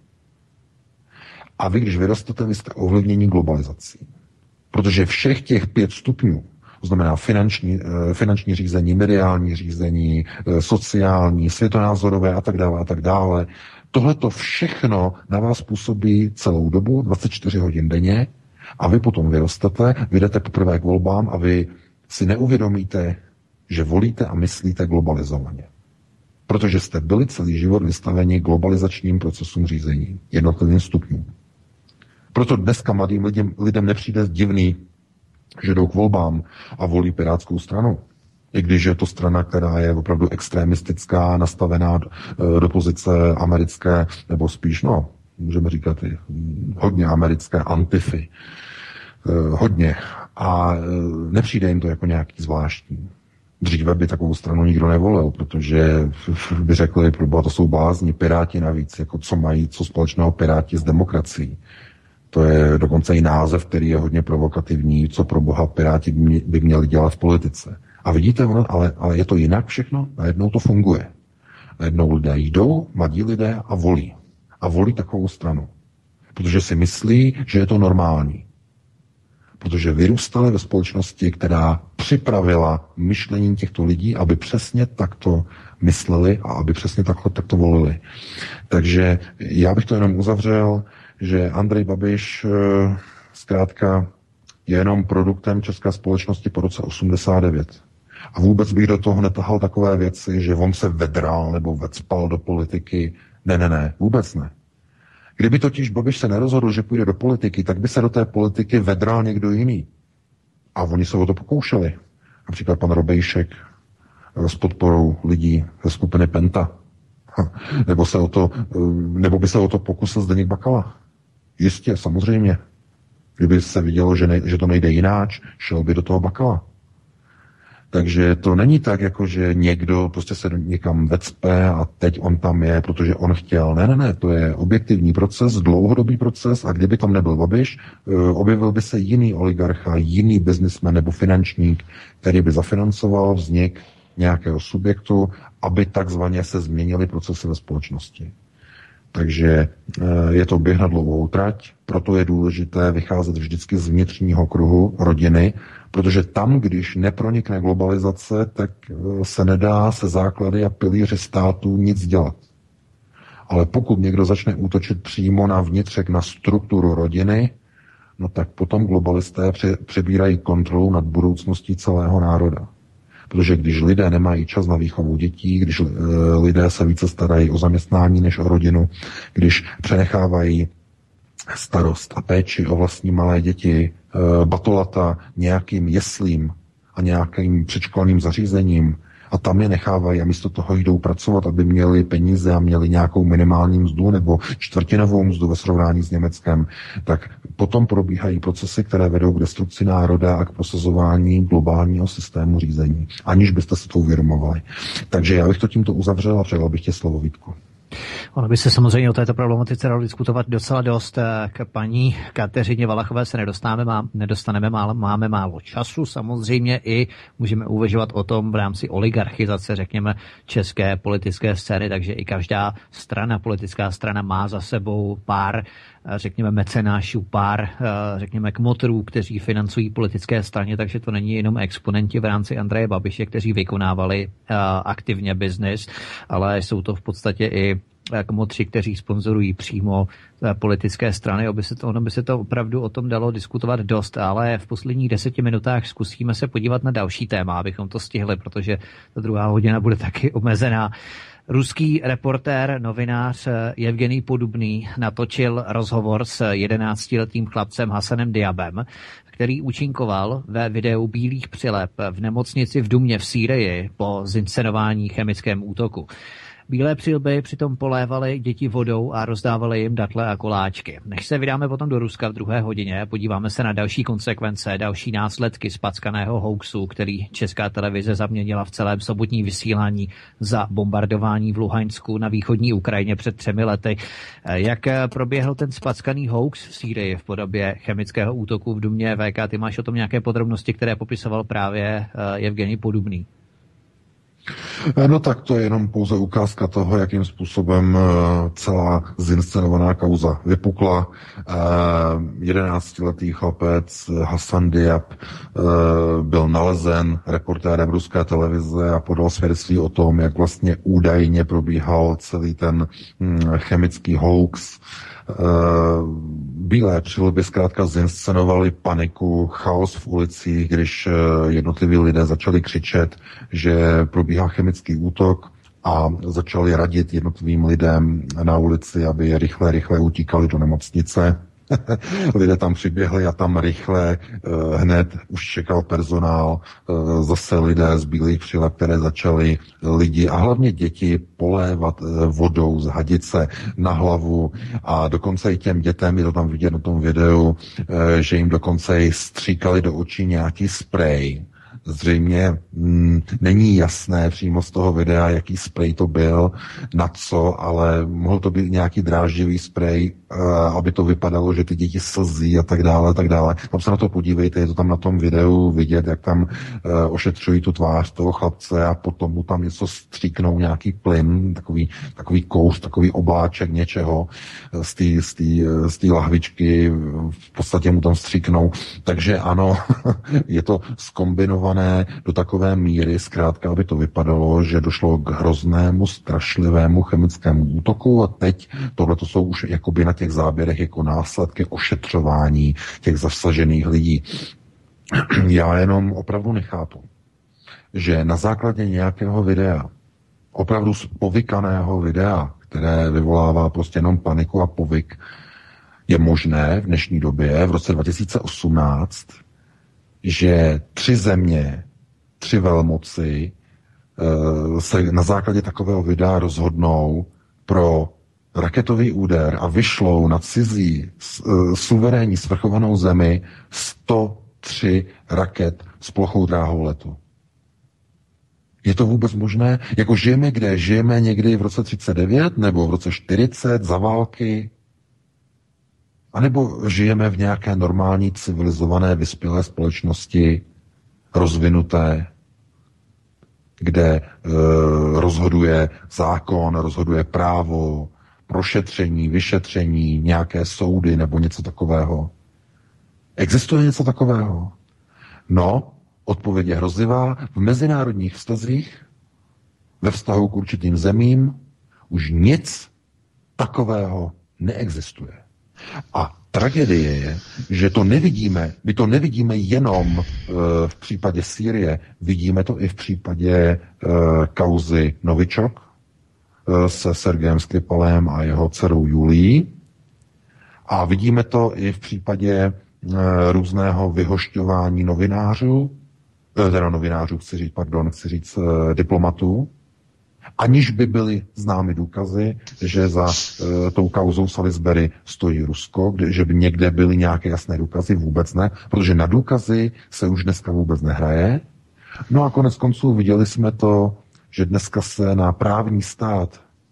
A vy, když vyrostete, vy jste ovlivněni globalizací. Protože všech těch 5 stupňů, to znamená finanční řízení, mediální řízení, sociální, světonázorové a tak dále, tohle to všechno na vás působí celou dobu, 24 hodin denně, a vy potom vyrostete, vyjdete poprvé k volbám a vy si neuvědomíte, že volíte a myslíte globalizovaně. Protože jste byli celý život vystaveni globalizačním procesům řízení, jednotlivým stupňům. Proto dneska mladým lidem nepřijde divný, že jdou k volbám a volí Pirátskou stranu. I když je to strana, která je opravdu extremistická, nastavená do pozice americké, nebo spíš, můžeme říkat i hodně americké antify. Hodně. A nepřijde jim to jako nějaký zvláštní. Dříve by takovou stranu nikdo nevolil, protože by řekli, proboha, to jsou blázni, Piráti navíc, jako co společného Piráti s demokracií. To je dokonce i název, který je hodně provokativní, co pro boha Piráti by měli dělat v politice. A vidíte, ale je to jinak všechno, najednou to funguje. Najednou lidé jdou, mladí lidé a volí. A volí takovou stranu. Protože si myslí, že je to normální. Protože vyrůstali ve společnosti, která připravila myšlení těchto lidí, aby přesně takto mysleli a aby přesně takto volili. Takže já bych to jenom uzavřel, že Andrej Babiš zkrátka je jenom produktem české společnosti po roce 89. A vůbec bych do toho netahal takové věci, že on se vedral nebo vecpal do politiky. Ne, vůbec ne. Kdyby totiž Babiš se nerozhodl, že půjde do politiky, tak by se do té politiky vedral někdo jiný. A oni se o to pokoušeli. Například pan Robejšek s podporou lidí ze skupiny Penta. Nebo by se o to pokusil Zdeněk Bakala. Jistě, samozřejmě. Kdyby se vidělo, že to nejde jináč, šel by do toho Bakala. Takže to není tak, jako že někdo prostě se někam vecpe a teď on tam je, protože on chtěl. Ne, to je objektivní proces, dlouhodobý proces a kdyby tam nebyl Babiš, objevil by se jiný oligarcha, jiný biznismen nebo finančník, který by zafinancoval vznik nějakého subjektu, aby takzvaně se změnily procesy ve společnosti. Takže je to běh na dlouhou trať, proto je důležité vycházet vždycky z vnitřního kruhu rodiny, protože tam, když nepronikne globalizace, tak se nedá se základy a pilíři státu nic dělat. Ale pokud někdo začne útočit přímo na vnitřek, na strukturu rodiny, no tak potom globalisté přebírají kontrolu nad budoucností celého národa. Protože když lidé nemají čas na výchovu dětí, když lidé se více starají o zaměstnání než o rodinu, když přenechávají starost a péči o vlastní malé děti, batolata nějakým jeslím a nějakým předškolním zařízením a tam je nechávají a místo toho jdou pracovat, aby měli peníze a měli nějakou minimální mzdu nebo čtvrtinovou mzdu ve srovnání s Německem, tak potom probíhají procesy, které vedou k destrukci národa a k prosazování globálního systému řízení, aniž byste se to uvědomovali. Takže já bych to tímto uzavřel a předal bych tě slovo, Vítku. Ono by se samozřejmě o této problematice dalo diskutovat docela dost. K paní Kateřině Valachové se nedostaneme, máme málo času. Samozřejmě i můžeme uvažovat o tom v rámci oligarchizace, řekněme, české politické scény, takže i každá politická strana má za sebou pár, řekněme, mecenášů, pár, řekněme, kmotrů, kteří financují politické straně, takže to není jenom exponenti v rámci Andreje Babiše, kteří vykonávali aktivně biznis, ale jsou to v podstatě i kmotři, kteří sponzorují přímo politické strany. Ono by se to opravdu o tom dalo diskutovat dost, ale v posledních 10 minutách zkusíme se podívat na další téma, abychom to stihli, protože ta druhá hodina bude taky omezená. Ruský reportér, novinář Evgenij Podobný natočil rozhovor s 11letým chlapcem Hasanem Diabem, který účinkoval ve videu bílých přileb v nemocnici v Dumě v Sýrii po zinscenování chemickém útoku. Bílé přilby přitom polévaly děti vodou a rozdávaly jim datle a koláčky. Než se vydáme potom do Ruska v druhé hodině, podíváme se na další konsekvence, další následky spackaného hoaxu, který Česká televize zaměnila v celém sobotní vysílání za bombardování v Luhansku na východní Ukrajině před 3 lety. Jak proběhl ten spackaný hoax v Sýrii v podobě chemického útoku v Dumě VK? Ty máš o tom nějaké podrobnosti, které popisoval právě Evgenij Podobný? No tak to je jenom pouze ukázka toho, jakým způsobem celá zinscenovaná kauza vypukla. 11letý chlapec Hasan Diab byl nalezen reportérem ruské televize a podal svědectví o tom, jak vlastně údajně probíhal celý ten chemický hoax. Bílé přilby zkrátka zinscenovali paniku, chaos v ulicích, když jednotliví lidé začali křičet, že probíhá chemický útok a začali radit jednotlivým lidem na ulici, aby rychle utíkali do nemocnice. Lidé tam přiběhli a tam rychle hned už čekal personál, zase lidé z bílých přileb, které začaly lidi a hlavně děti polévat vodou z hadice na hlavu a dokonce i těm dětem, je to tam vidět na tom videu, že jim dokonce i stříkali do očí nějaký sprej. Zřejmě není jasné přímo z toho videa, jaký sprej to byl, na co, ale mohl to být nějaký dráždivý sprej, aby to vypadalo, že ty děti slzí a tak dále, tak dále. Tam se na to podívejte, je to tam na tom videu vidět, jak tam ošetřují tu tvář toho chlapce a potom mu tam něco stříknou, nějaký plyn, takový kouř, takový obláček něčeho z té lahvičky, v podstatě mu tam stříknou. Takže ano, je to zkombinované do takové míry, zkrátka, aby to vypadalo, že došlo k hroznému, strašlivému chemickému útoku a teď tohleto jsou už jakoby na těch záběrech jako následky ošetřování těch zasažených lidí. Já jenom opravdu nechápu, že na základě nějakého videa, opravdu povykaného videa, které vyvolává prostě jenom paniku a povyk, je možné v dnešní době, v roce 2018, že 3 země, 3 velmoci se na základě takového videa rozhodnou pro raketový úder a vyšlou na cizí suverénní svrchovanou zemi 103 raket s plochou dráhou letu. Je to vůbec možné? Jako žijeme kde? Žijeme někdy v roce 39 nebo v roce 40 za války? A nebo žijeme v nějaké normální, civilizované, vyspělé společnosti, rozvinuté, kde rozhoduje zákon, rozhoduje právo, prošetření, vyšetření, nějaké soudy nebo něco takového. Existuje něco takového? No, odpověď je hrozivá. V mezinárodních vztazích, ve vztahu k určitým zemím, už nic takového neexistuje. A tragédie je, že to nevidíme, my to nevidíme jenom v případě Sýrie, vidíme to i v případě kauzy Novičok se Sergejem Skripalem a jeho dcerou Julií a vidíme to i v případě různého vyhošťování novinářů, chci říct diplomatů, aniž by byly známy důkazy, že za tou kauzou Salisbury stojí Rusko, že by někde byly nějaké jasné důkazy, vůbec ne, protože na důkazy se už dneska vůbec nehraje. No a konec konců viděli jsme to, že dneska se na právní stát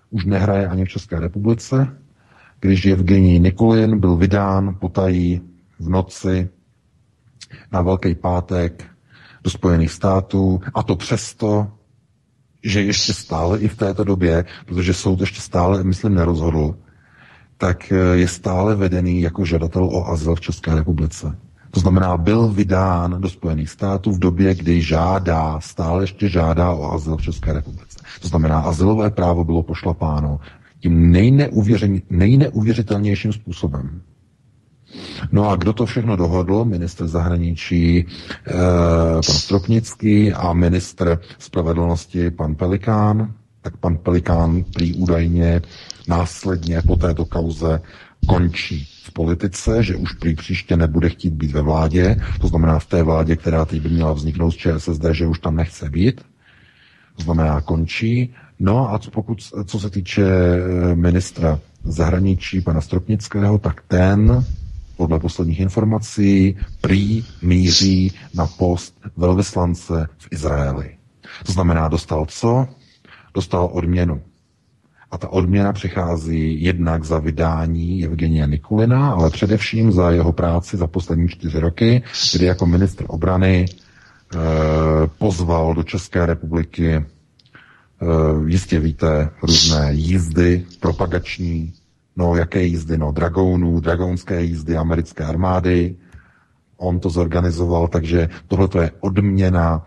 už nehraje ani v České republice, když Evgenij Nikulin byl vydán potají v noci na Velký pátek do Spojených států, a to přesto, že ještě stále i v této době, protože soud ještě stále, myslím, nerozhodl, tak je stále vedený jako žadatel o azyl v České republice. To znamená, byl vydán do Spojených států v době, kdy stále ještě žádá o azyl v České republice. To znamená, azylové právo bylo pošlapáno tím nejneuvěřitelnějším způsobem. No a kdo to všechno dohodl? Ministr zahraničí pan Stropnický a ministr spravedlnosti pan Pelikán. Tak pan Pelikán prý údajně následně po této kauze končí v politice, že už prý příště nebude chtít být ve vládě, to znamená v té vládě, která teď by měla vzniknout z ČSSD, že už tam nechce být, to znamená končí. No a co se týče ministra zahraničí pana Stropnického, tak ten podle posledních informací prý míří na post velvyslance v Izraeli. To znamená, dostal co? Dostal odměnu. A ta odměna přichází jednak za vydání Evgenije Nikulina, ale především za jeho práci za poslední 4 roky, kdy jako ministr obrany pozval do České republiky, jistě víte, různé jízdy propagační, no jaké jízdy, no dragounské jízdy americké armády. On to zorganizoval, takže tohle je odměna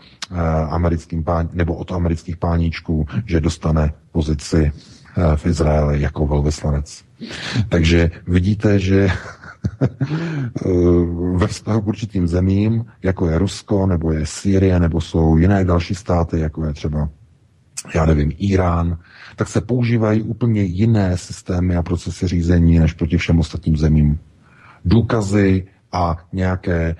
od amerických páníčků, že dostane pozici v Izraeli jako velvyslanec. Takže vidíte, že ve vztahu k určitým zemím, jako je Rusko, nebo je Sýrie, nebo jsou jiné další státy, jako je třeba, já nevím, Irán, tak se používají úplně jiné systémy a procesy řízení, než proti všem ostatním zemím. Důkazy a nějaké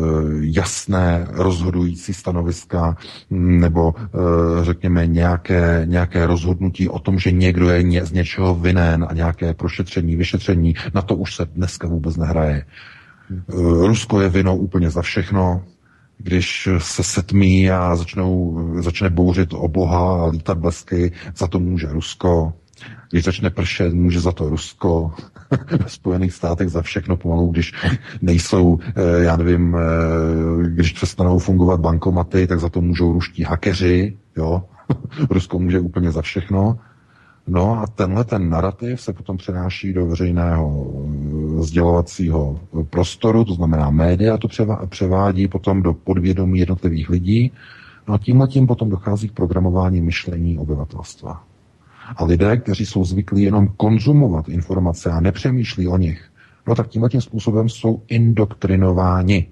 jasné rozhodující stanoviska nebo řekněme nějaké rozhodnutí o tom, že někdo je z něčeho vinen a nějaké prošetření, vyšetření, na to už se dneska vůbec nehraje. Rusko je vinou úplně za všechno. Když se setmí a začne bouřit obloha a lítat blesky, za to může Rusko. Když začne pršet, může za to Rusko. Ve Spojených státech za všechno pomalu, když nejsou, já nevím, když přestanou fungovat bankomaty, tak za to můžou ruští hackeři, jo. Rusko může úplně za všechno. No a ten narrativ se potom přenáší do veřejného sdělovacího prostoru, to znamená média to převádí potom do podvědomí jednotlivých lidí. No a tímhletím potom dochází k programování myšlení obyvatelstva. A lidé, kteří jsou zvyklí jenom konzumovat informace a nepřemýšlí o nich, no tak tímhletím způsobem jsou indoktrinováni.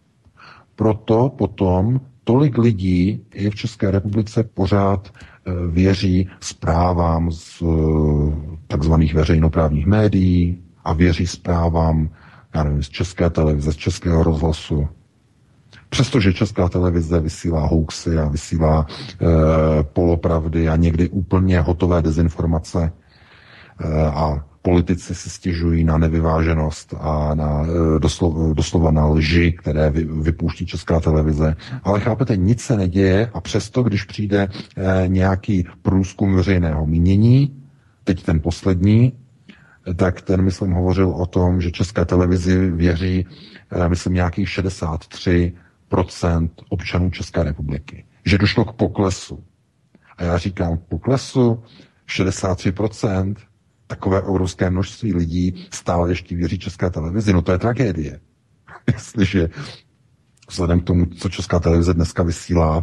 Proto potom tolik lidí i v České republice pořád věří zprávám z takzvaných veřejnoprávních médií a věří zprávám, já nevím, z České televize, z Českého rozhlasu. Přestože Česká televize vysílá hoaxy a vysílá polopravdy a někdy úplně hotové dezinformace a politici si stěžují na nevyváženost a na doslova na lži, které vypouští Česká televize. Ale chápete, nic se neděje a přesto, když přijde nějaký průzkum veřejného mínění, teď ten poslední, tak ten, myslím, hovořil o tom, že České televizi věří, myslím, nějakých 63% občanů České republiky. Že došlo k poklesu. A já říkám, k poklesu 63%, takové obrovské množství lidí stále ještě věří České televizi. No to je tragédie. Jestliže vzhledem k tomu, co Česká televize dneska vysílá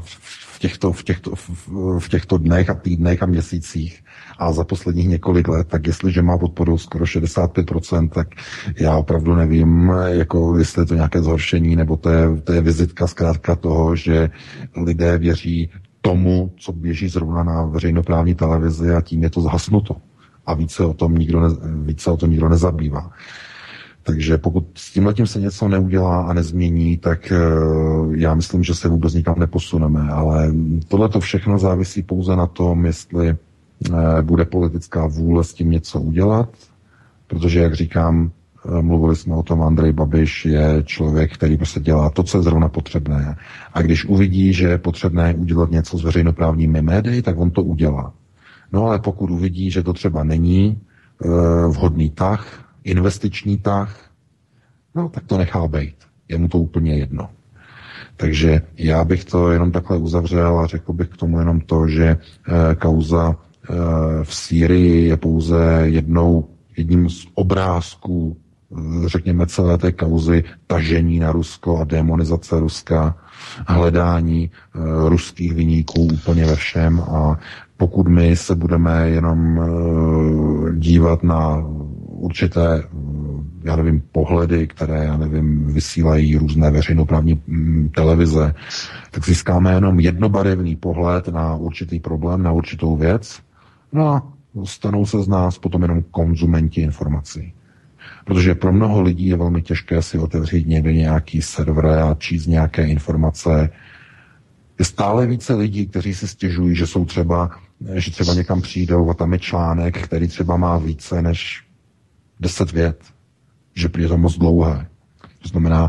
v těchto dnech a týdnech a měsících a za posledních několik let, tak jestliže má podporu skoro 65%, tak já opravdu nevím, jako jestli je to nějaké zhoršení, nebo to je vizitka zkrátka toho, že lidé věří tomu, co běží zrovna na veřejnoprávní televizi a tím je to zhasnuto. A více o tom nikdo nezabývá. Takže pokud s tímhletím se něco neudělá a nezmění, tak já myslím, že se vůbec nikam neposuneme. Ale tohleto všechno závisí pouze na tom, jestli bude politická vůle s tím něco udělat, protože, jak říkám, mluvili jsme o tom, Andrej Babiš je člověk, který prostě dělá to, co je zrovna potřebné. A když uvidí, že je potřebné udělat něco s veřejnoprávními médii, tak on to udělá. No ale pokud uvidí, že to třeba není vhodný tah, investiční tah, no tak to nechá bejt. Je mu to úplně jedno. Takže já bych to jenom takhle uzavřel a řekl bych k tomu jenom to, že kauza v Sýrii je pouze jedním z obrázků, řekněme, celé té kauzy tažení na Rusko a demonizace Ruska, hledání ruských viníků úplně ve všem. A pokud my se budeme jenom dívat na určité, já nevím, pohledy, které, já nevím, vysílají různé veřejnoprávní televize, tak získáme jenom jednobarevný pohled na určitý problém, na určitou věc. No a stanou se z nás potom jenom konzumenti informací. Protože pro mnoho lidí je velmi těžké si otevřít někde nějaký server a číst nějaké informace. Je stále více lidí, kteří si stěžují, že třeba někam přijdou a tam je článek, který třeba má více než 10 vět. Že je to moc dlouhé. To znamená,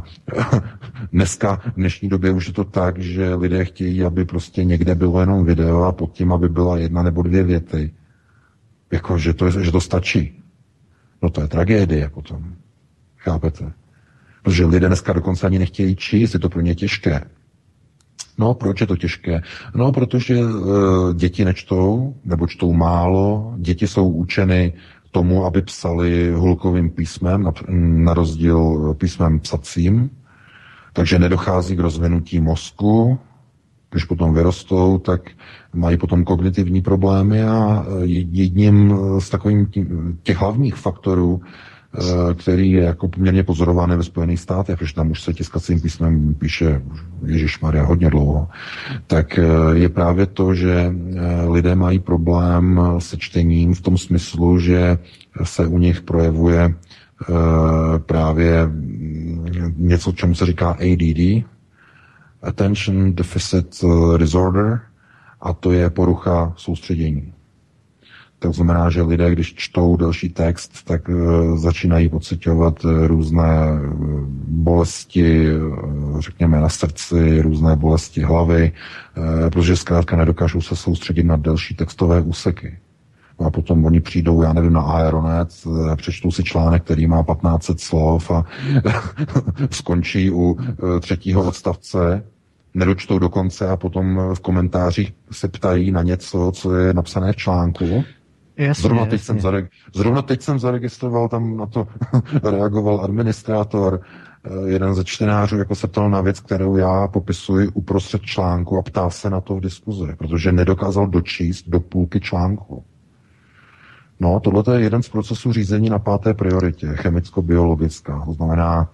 v dnešní době už je to tak, že lidé chtějí, aby prostě někde bylo jenom video a pod tím, aby byla 1 nebo 2 věty. Jako, že to stačí. No to je tragédie potom. Chápete? Protože lidé dneska dokonce ani nechtějí číst, je to pro ně těžké. No, proč je to těžké? No, protože děti nečtou, nebo čtou málo, děti jsou učeny tomu, aby psali hulkovým písmem, na rozdíl písmem psacím, takže nedochází k rozvinutí mozku. Když potom vyrostou, tak mají potom kognitivní problémy a jedním z takových těch hlavních faktorů, který je jako poměrně pozorovaný ve Spojených státech, protože tam už se tiskacím písmem píše ježišmarja hodně dlouho, tak je právě to, že lidé mají problém se čtením v tom smyslu, že se u nich projevuje právě něco, čemu se říká ADD, Attention Deficit Disorder, a to je porucha soustředění. To znamená, že lidé, když čtou další text, tak začínají pociťovat různé bolesti, řekněme na srdci, různé bolesti hlavy, protože zkrátka nedokážou se soustředit na delší textové úseky. A potom oni přijdou, já nevím, na Aeronet, přečtou si článek, který má 1500 slov a skončí u 3. odstavce, nedočtou do konce a potom v komentářích se ptají na něco, co je napsané v článku. Jasně, Zrovna teď jsem zaregistroval, tam na to reagoval administrátor, jeden ze čtenářů jako se ptal na věc, kterou já popisuji uprostřed článku a ptá se na to v diskuzi, protože nedokázal dočíst do půlky článku. No, tohle je jeden z procesů řízení na 5. prioritě, chemicko-biologická. To znamená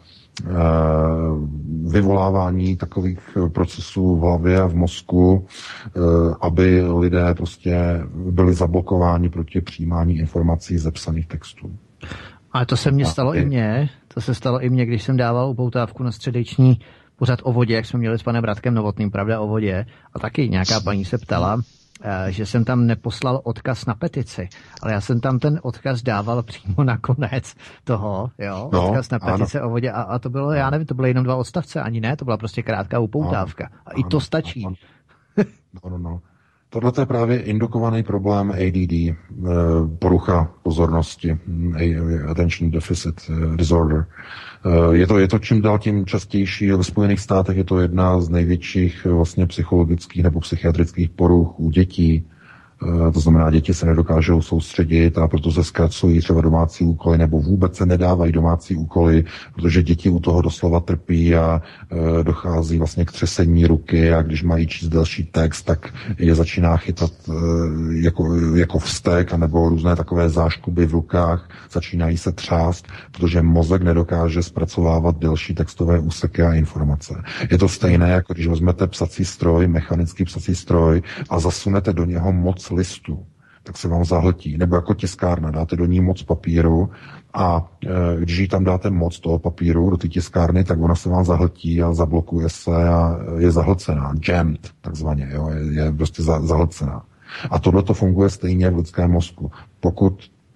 vyvolávání takových procesů v hlavě a v mozku, aby lidé prostě byli zablokováni proti přijímání informací ze psaných textů. Ale to se mně stalo i mně. To se stalo i mně, když jsem dával upoutávku na středeční pořad o vodě, jak jsme měli s panem Radkem Novotným, pravda, o vodě. A taky nějaká paní se ptala, že jsem tam neposlal odkaz na petici, ale já jsem tam ten odkaz dával přímo na konec toho, jo, odkaz na petice o vodě a to bylo, já nevím, to byly jenom 2 odstavce, ani ne, to byla prostě krátká upoutávka. A i to stačí. No. Tohle je právě indukovaný problém ADD, porucha pozornosti, Attention Deficit Disorder. Je to čím dál tím častější. Ve Spojených státech je to jedna z největších vlastně psychologických nebo psychiatrických poruch u dětí. To znamená, děti se nedokážou soustředit a proto se zkracují třeba domácí úkoly nebo vůbec se nedávají domácí úkoly, protože děti u toho doslova trpí a dochází vlastně k třesení ruky a když mají číst další text, tak je začíná chytat jako vztek anebo různé takové záškuby v rukách, začínají se třást, protože mozek nedokáže zpracovávat delší textové úseky a informace. Je to stejné, jako když vezmete psací stroj, mechanický psací stroj a zasunete do něho moc listu, tak se vám zahltí. Nebo jako tiskárna, dáte do ní moc papíru a když jí tam dáte moc toho papíru do té tiskárny, tak ona se vám zahltí a zablokuje se a je zahlcená. Jammed, takzvaně, je prostě zahlcená. A tohle to funguje stejně v lidském mozku. Pokud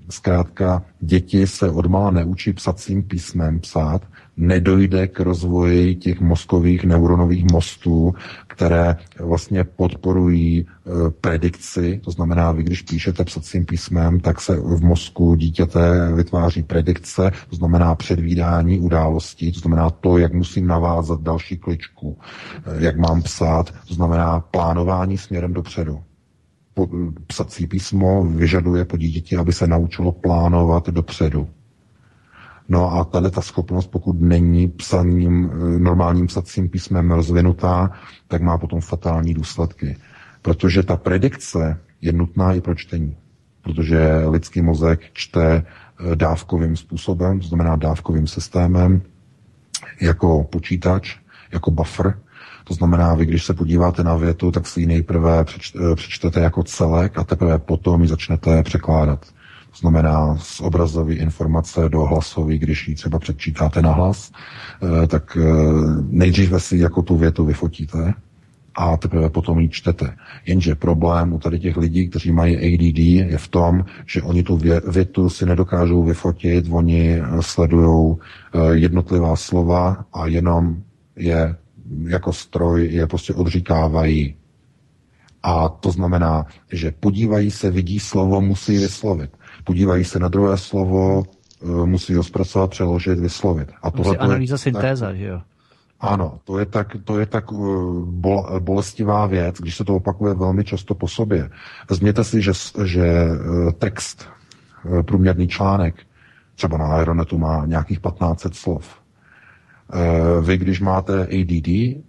Zkrátka, děti se odmala neučí psacím písmem psát, nedojde k rozvoji těch mozkových neuronových mostů, které vlastně podporují predikci. To znamená, vy když píšete psacím písmem, tak se v mozku dítěte vytváří predikce, to znamená předvídání událostí, to znamená to, jak musím navázat další kličku, jak mám psát, to znamená plánování směrem dopředu. Psací písmo vyžaduje po dítěti, aby se naučilo plánovat dopředu. No a tady ta schopnost, pokud není normálním psacím písmem rozvinutá, tak má potom fatální důsledky. Protože ta predikce je nutná i pro čtení. Protože lidský mozek čte dávkovým způsobem, to znamená dávkovým systémem, jako počítač, jako buffer. To znamená, vy když se podíváte na větu, tak si ji nejprve přečtete jako celek a teprve potom ji začnete překládat. To znamená z obrazové informace do hlasové, když ji třeba předčítáte na hlas, tak nejdříve si jako tu větu vyfotíte a teprve potom ji čtete. Jenže problém u tady těch lidí, kteří mají ADD, je v tom, že oni tu větu si nedokážou vyfotit, oni sledují jednotlivá slova a jenom je jako stroj je prostě odříkávají. A to znamená, že podívají se, vidí slovo, musí vyslovit. Podívají se na druhé slovo, musí ho zpracovat, přeložit, vyslovit. A tohle analýza syntéza, že jo? Ano, to je tak bolestivá věc, když se to opakuje velmi často po sobě. Vezměte si, že text, průměrný článek, třeba na Aeronetu má nějakých 1500 slov. Vy, když máte ADD,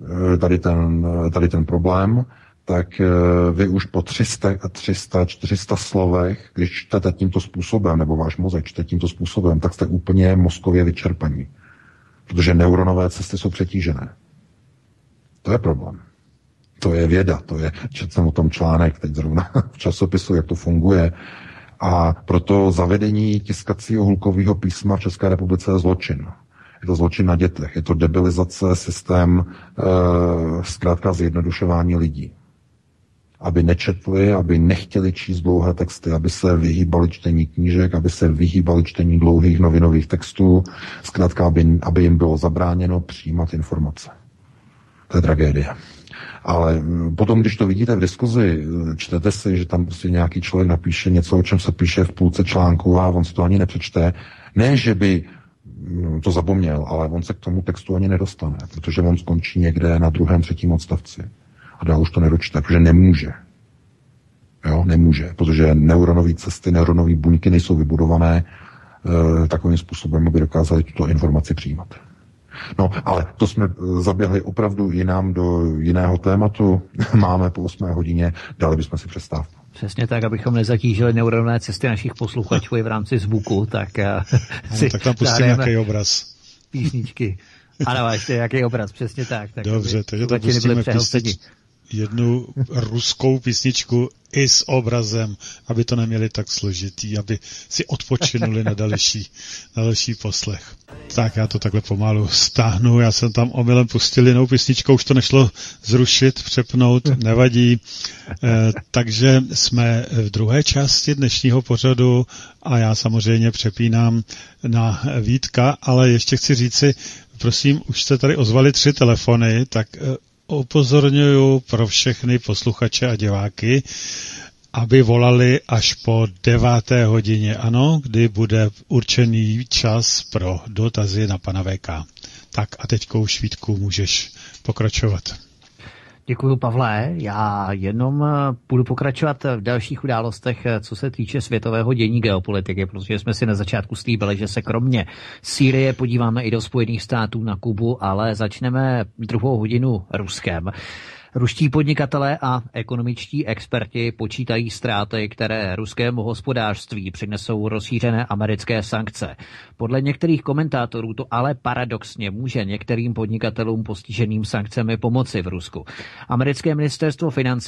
tady ten problém, tak vy už po 300-400 slovech, když čtete tímto způsobem, nebo váš mozek čte tímto způsobem, tak jste úplně mozkově vyčerpaní. Protože neuronové cesty jsou přetížené. To je problém. To je věda. Četl jsem o tom článek teď zrovna v časopisu, jak to funguje. A proto zavedení tiskacího hulkového písma v České republice je zločin. Je to zločin na dětech. Je to debilizace, systém zkrátka zjednodušování lidí. Aby nečetli, aby nechtěli číst dlouhé texty, aby se vyhýbali čtení knížek, aby se vyhýbali čtení dlouhých novinových textů, zkrátka, aby jim bylo zabráněno přijímat informace. To je tragédie. Ale potom, když to vidíte v diskuzi, čtete si, že tam prostě nějaký člověk napíše něco, o čem se píše v půlce článku a on si to ani nepřečte. Ne, že by to zapomněl, ale on se k tomu textu ani nedostane, protože on skončí někde na 2., 3. odstavci. A dál už to nedočte, protože nemůže. Jo, nemůže, protože neuronové cesty, neuronové buňky nejsou vybudované takovým způsobem, aby dokázali tuto informaci přijímat. No, ale to jsme zaběhli opravdu jinam do jiného tématu. Máme po 8 hodině, dali bychom si přestávku. Přesně tak, abychom nezatížili neuronové cesty našich posluchačů i v rámci zvuku, tak si tak tam pustím nějaký obraz. Písničky. Ano, ještě jaký obraz, přesně tak. Dobře, takže to pustíme jednu ruskou písničku i s obrazem, aby to neměli tak složitý, aby si odpočinuli na další poslech. Tak já to takhle pomalu stáhnu, já jsem tam omylem pustil jinou písničku, už to nešlo zrušit, přepnout, nevadí. Takže jsme v druhé části dnešního pořadu a já samozřejmě přepínám na Vítka, ale ještě chci říci, prosím, už jste tady ozvali 3 telefony, tak upozorňuju pro všechny posluchače a diváky, aby volali až po 9. hodině, ano, kdy bude určený čas pro dotazy na pana VK. Tak a teďko už, Vítku, můžeš pokračovat. Děkuji, Pavle. Já jenom budu pokračovat v dalších událostech, co se týče světového dění geopolitiky, protože jsme si na začátku slíbili, že se kromě Sýrie podíváme i do Spojených států, na Kubu, ale začneme 2. hodinu Ruskem. Ruští podnikatelé a ekonomičtí experti počítají ztráty, které ruskému hospodářství přinesou rozšířené americké sankce. Podle některých komentátorů to ale paradoxně může některým podnikatelům postiženým sankcemi pomoci v Rusku. Americké ministerstvo financí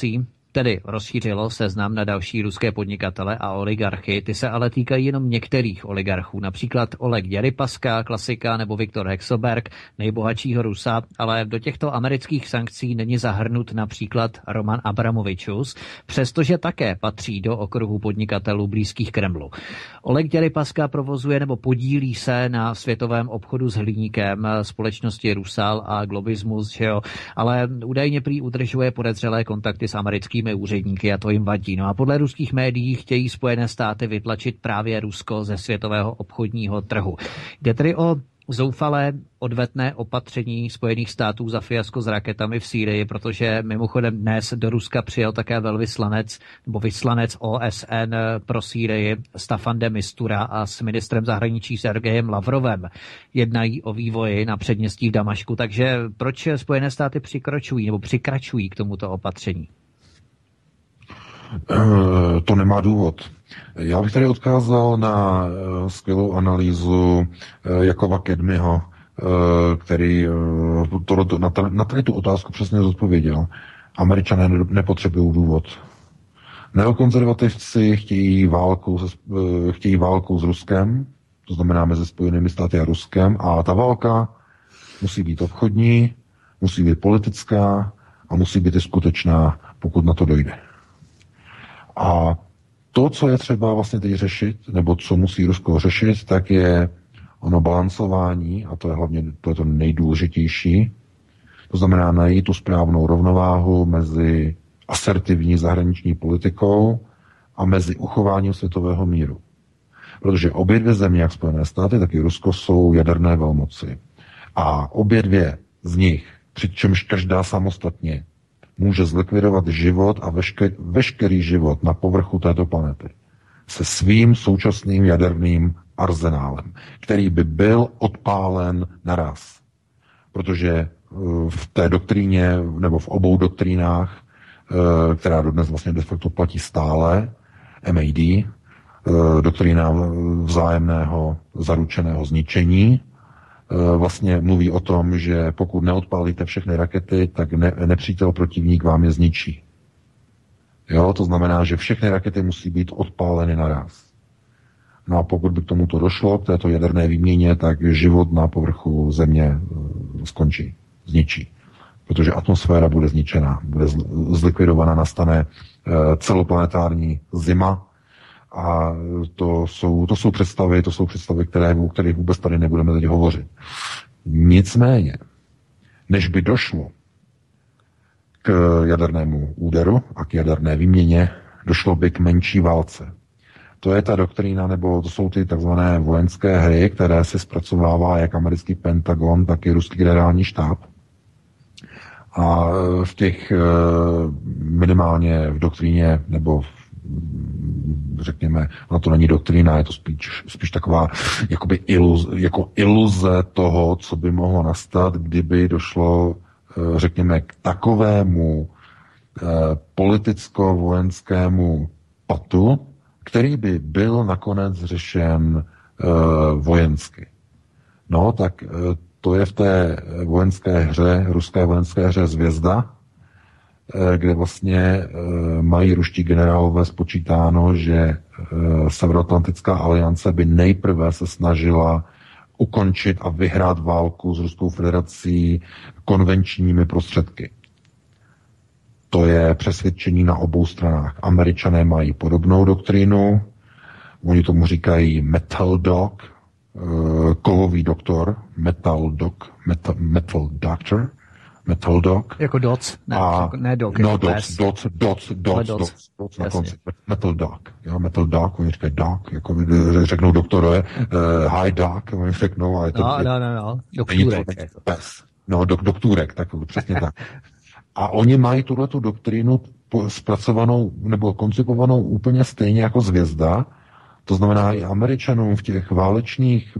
Tedy rozšířilo seznam na další ruské podnikatele a oligarchy, ty se ale týkají jenom některých oligarchů, například Oleg Děripaska, klasika, nebo Viktor Hexelberg, nejbohatšího Rusa, ale do těchto amerických sankcí není zahrnut například Roman Abramovičus, přestože také patří do okruhu podnikatelů blízkých Kremlu. Oleg Děripaska provozuje nebo podílí se na světovém obchodu s hliníkem společnosti Rusal a Globismus, že jo? Ale údajně prý udržuje podezřelé kontakty s americkými úředníky a to jim vadí. No a podle ruských médií chtějí Spojené státy vytlačit právě Rusko ze světového obchodního trhu. Jde tedy o zoufalé odvetné opatření Spojených států za fiasko s raketami v Sýrii, protože mimochodem dnes do Ruska přijel také velvyslanec nebo vyslanec OSN pro Sýrii Staffan de Mistura a s ministrem zahraničí Sergejem Lavrovem jednají o vývoji na předměstí v Damašku. Takže proč Spojené státy přikračují k tomuto opatření? To nemá důvod. Já bych tady odkázal na skvělou analýzu Jakova Kedmiho, který na tady tu otázku přesně zodpověděl. Američané nepotřebují důvod. Neokonzervativci chtějí válku s Ruskem, to znamená mezi Spojenými státy a Ruskem, a ta válka musí být obchodní, musí být politická a musí být i skutečná, pokud na to dojde. A to, co je třeba vlastně teď řešit, nebo co musí Rusko řešit, tak je ono balancování, a to je hlavně to nejdůležitější. To znamená najít tu správnou rovnováhu mezi asertivní zahraniční politikou a mezi uchováním světového míru. Protože obě dvě země, jak Spojené státy, tak i Rusko, jsou jaderné velmoci. A obě dvě z nich, přičemž každá samostatně, může zlikvidovat život a veškerý život na povrchu této planety se svým současným jaderným arzenálem, který by byl odpálen naraz. Protože v té doktríně, nebo v obou doktrínách, která dodnes vlastně de facto platí stále, MAD, doktrína vzájemného zaručeného zničení, vlastně mluví o tom, že pokud neodpálíte všechny rakety, tak nepřítel protivník vám je zničí. Jo, to znamená, že všechny rakety musí být odpáleny naraz. No a pokud by k tomuto došlo, k této jaderné výměně, tak život na povrchu Země skončí, zničí. Protože atmosféra bude zničená, bude zlikvidovaná, nastane celoplanetární zima. A to jsou představy, o kterých vůbec tady nebudeme teď hovořit. Nicméně, než by došlo k jadernému úderu a k jaderné výměně, došlo by k menší válce. To je ta doktrína, nebo to jsou ty takzvané vojenské hry, které se zpracovává jak americký Pentagon, tak i ruský generální štáb. A v těch minimálně v doktríně, nebo řekněme, ona to není doktrína, je to spíš taková jakoby iluze toho, co by mohlo nastat, kdyby došlo, řekněme, k takovému politicko-vojenskému patu, který by byl nakonec řešen vojensky. No, tak to je v té vojenské hře, ruské vojenské hře Zvězda, kde vlastně mají ruští generálové spočítáno, že Severoatlantická aliance by nejprve se snažila ukončit a vyhrát válku s Ruskou federací konvenčními prostředky. To je přesvědčení na obou stranách. Američané mají podobnou doktrínu, oni tomu říkají metal dog, kovový doktor, metal doctor, Metal Dog. Jako doc? Ne dog. No, doc na konci. Metal Dog. Jo, Metal Dog, oni říkají dog, jako řeknou doktorové, hi dog, oni řeknou, ale to... No, doktůrek. No, doktůrek, tak přesně tak. A oni mají tuhletu doktrínu zpracovanou, nebo koncipovanou úplně stejně jako Zvězda, to znamená i Američanům v těch válečných,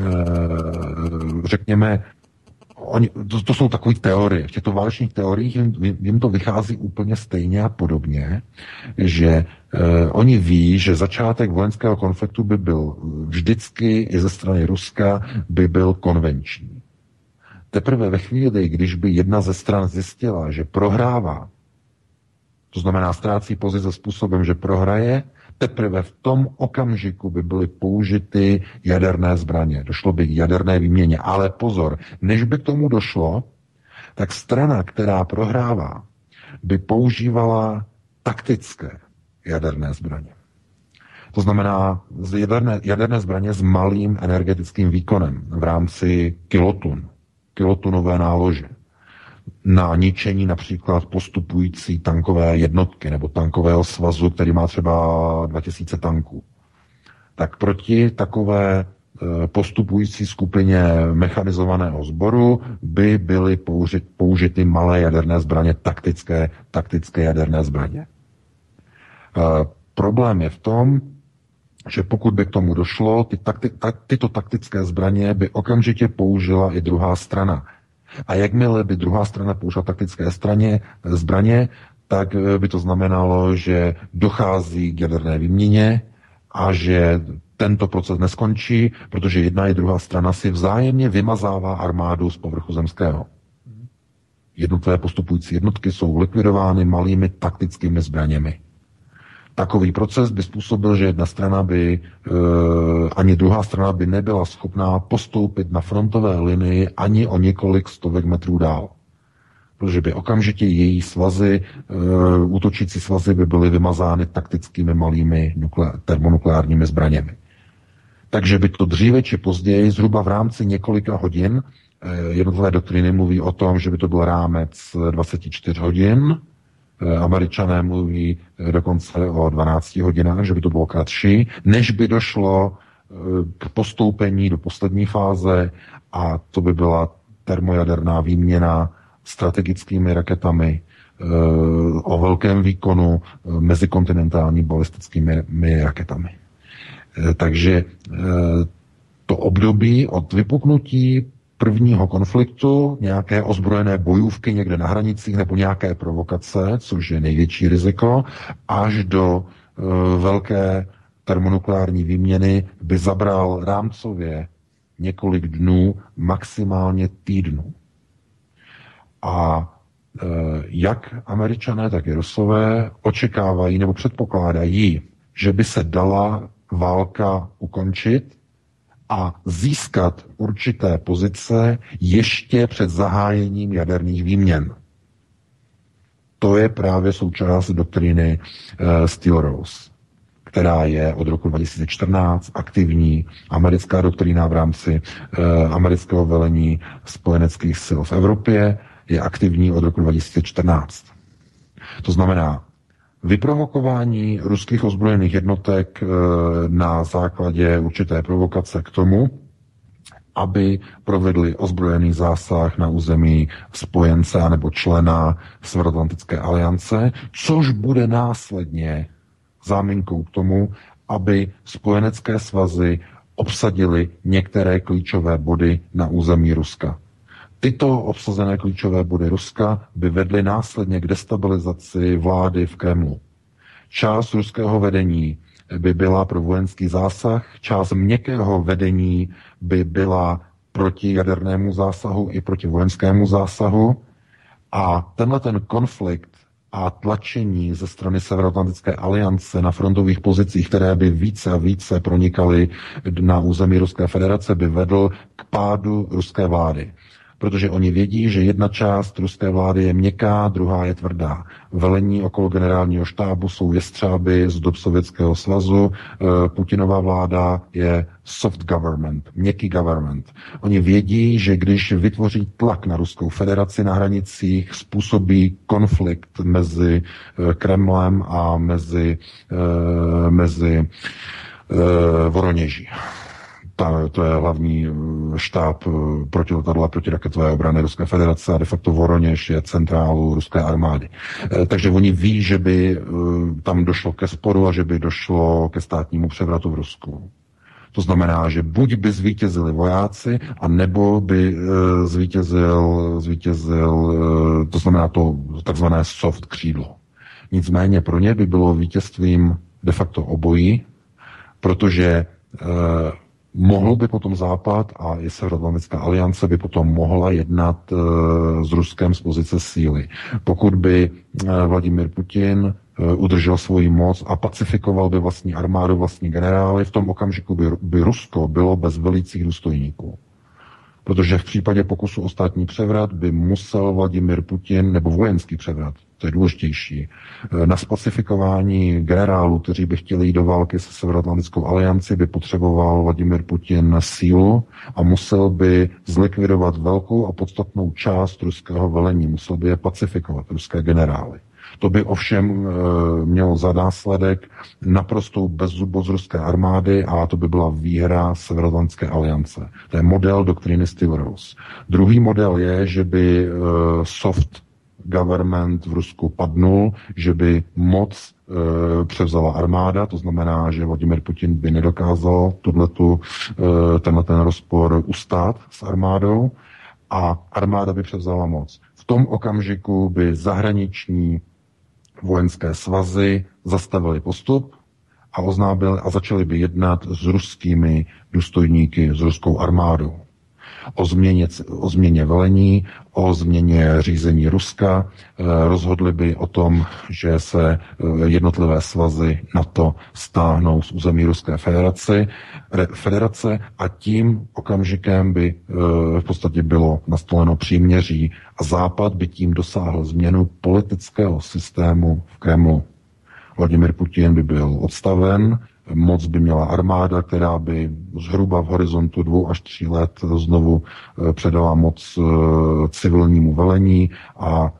řekněme, to jsou takové teorie. V těchto válečných teoriích jim to vychází úplně stejně a podobně, že oni ví, že začátek vojenského konfliktu by byl vždycky i ze strany Ruska by byl konvenční. Teprve ve chvíli, když by jedna ze stran zjistila, že prohrává, To znamená, ztrácí pozice způsobem, že prohraje, teprve v tom okamžiku by byly použity jaderné zbraně. Došlo by k jaderné výměně. Ale pozor, než by k tomu došlo, tak strana, která prohrává, by používala taktické jaderné zbraně. To znamená jaderné zbraně s malým energetickým výkonem v rámci kilotunové nálože. Na ničení například postupující tankové jednotky nebo tankového svazu, který má třeba 2000 tanků. Tak proti takové postupující skupině mechanizovaného sboru by byly použity malé jaderné zbraně, taktické jaderné zbraně. Problém je v tom, že pokud by k tomu došlo, tyto taktické zbraně by okamžitě použila i druhá strana. A jakmile by druhá strana použila taktické zbraně, tak by to znamenalo, že dochází k jaderné výměně a že tento proces neskončí, protože jedna i druhá strana si vzájemně vymazává armádu z povrchu zemského. Jednotlivé postupující jednotky jsou likvidovány malými taktickými zbraněmi. Takový proces by způsobil, že jedna strana by, ani druhá strana by nebyla schopná postoupit na frontové linii ani o několik stovek metrů dál. Protože by okamžitě její svazy, útočící svazy by byly vymazány taktickými malými termonukleárními zbraněmi. Takže by to dříve či později, zhruba v rámci několika hodin, jednotlivé doktriny mluví o tom, že by to byl rámec 24 hodin, Američané mluví dokonce o 12 hodinách, že by to bylo kratší, než by došlo k postoupení do poslední fáze a to by byla termojaderná výměna strategickými raketami o velkém výkonu mezikontinentální balistickými raketami. Takže to období od vypuknutí prvního konfliktu, nějaké ozbrojené bojůvky někde na hranicích nebo nějaké provokace, což je největší riziko, až do velké termonukleární výměny by zabral rámcově několik dnů, maximálně týdnů. A jak Američané, tak i Rusové očekávají nebo předpokládají, že by se dala válka ukončit a získat určité pozice ještě před zahájením jaderných výměn. To je právě součást doktríny Steel Rose, která je od roku 2014 aktivní. Americká doktrína v rámci amerického velení spojeneckých sil v Evropě je aktivní od roku 2014. To znamená, vyprovokování ruských ozbrojených jednotek na základě určité provokace k tomu, aby provedli ozbrojený zásah na území spojence anebo člena Severoatlantické aliance, což bude následně záminkou k tomu, aby spojenecké svazy obsadily některé klíčové body na území Ruska. Tyto obsazené klíčové body Ruska by vedly následně k destabilizaci vlády v Kremlu. Část ruského vedení by byla pro vojenský zásah, část měkkého vedení by byla proti jadernému zásahu i proti vojenskému zásahu a tenhle ten konflikt a tlačení ze strany Severoatlantické aliance na frontových pozicích, které by více a více pronikaly na území Ruské federace, by vedl k pádu ruské vlády. Protože oni vědí, že jedna část ruské vlády je měkká, druhá je tvrdá. Velení okolo generálního štábu jsou jestřáby z dob Sovětského svazu, Putinova vláda je soft government, měkký government. Oni vědí, že když vytvoří tlak na Ruskou federaci na hranicích, způsobí konflikt mezi Kremlem a mezi Voroněží. To je hlavní štáb protiletadlové protiraketové obrany Ruské federace a de facto Voroněž je centrálu ruské armády. Takže oni ví, že by tam došlo ke sporu a že by došlo ke státnímu převratu v Rusku. To znamená, že buď by zvítězili vojáci, a nebo by zvítězil, to znamená to takzvané soft křídlo. Nicméně pro ně by bylo vítězstvím de facto obojí, protože mohl by potom Západ a i Severoatlantická aliance by potom mohla jednat s Ruskem z pozice síly. Pokud by Vladimír Putin udržel svoji moc a pacifikoval by vlastní armádu, vlastní generály, v tom okamžiku by Rusko bylo bez velících důstojníků. Protože v případě pokusu o státní převrat by musel Vladimír Putin, nebo vojenský převrat, to je důležitější, na spacifikování generálů, kteří by chtěli jít do války se Severoatlantickou alianci, by potřeboval Vladimír Putin sílu a musel by zlikvidovat velkou a podstatnou část ruského velení, musel by je pacifikovat, ruské generály. To by ovšem mělo za následek naprostou bezzubost ruské armády a to by byla výhra Severoatlantické aliance. To je model doktríny Steel-Rose. Druhý model je, že by soft government v Rusku padnul, že by moc převzala armáda, to znamená, že Vladimír Putin by nedokázal tenhle rozpor ustát s armádou a armáda by převzala moc. V tom okamžiku by zahraniční vojenské svazy zastavili postup a začali by jednat s ruskými důstojníky, s ruskou armádou. O změně velení, o změně řízení Ruska, rozhodli by o tom, že se jednotlivé svazy NATO stáhnou z území Ruské federace a tím okamžikem by v podstatě bylo nastoleno příměří a Západ by tím dosáhl změnu politického systému v Kremlu. Vladimír Putin by byl odstaven, moc by měla armáda, která by zhruba v horizontu 2 až 3 let znovu předala moc civilnímu velení a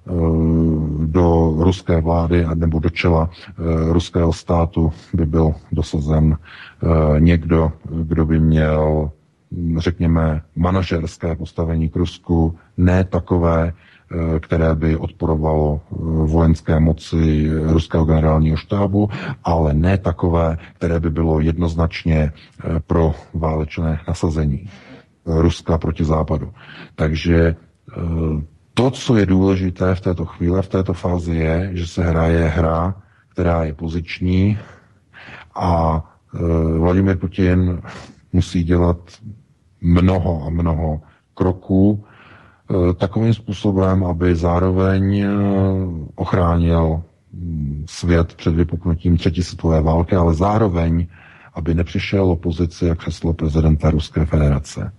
do ruské vlády nebo do čela ruského státu by byl dosazen někdo, kdo by měl, řekněme, manažerské postavení k Rusku, ne takové, které by odporovalo vojenské moci ruského generálního štábu, ale ne takové, které by bylo jednoznačně pro válečné nasazení Ruska proti Západu. Takže to, co je důležité v této chvíli, v této fázi je, že se hraje hra, která je poziční a Vladimír Putin musí dělat mnoho a mnoho kroků takovým způsobem, aby zároveň ochránil svět před vypuknutím třetí světové války, ale zároveň, aby nepřišel o pozici a křeslo prezidenta Ruské federace.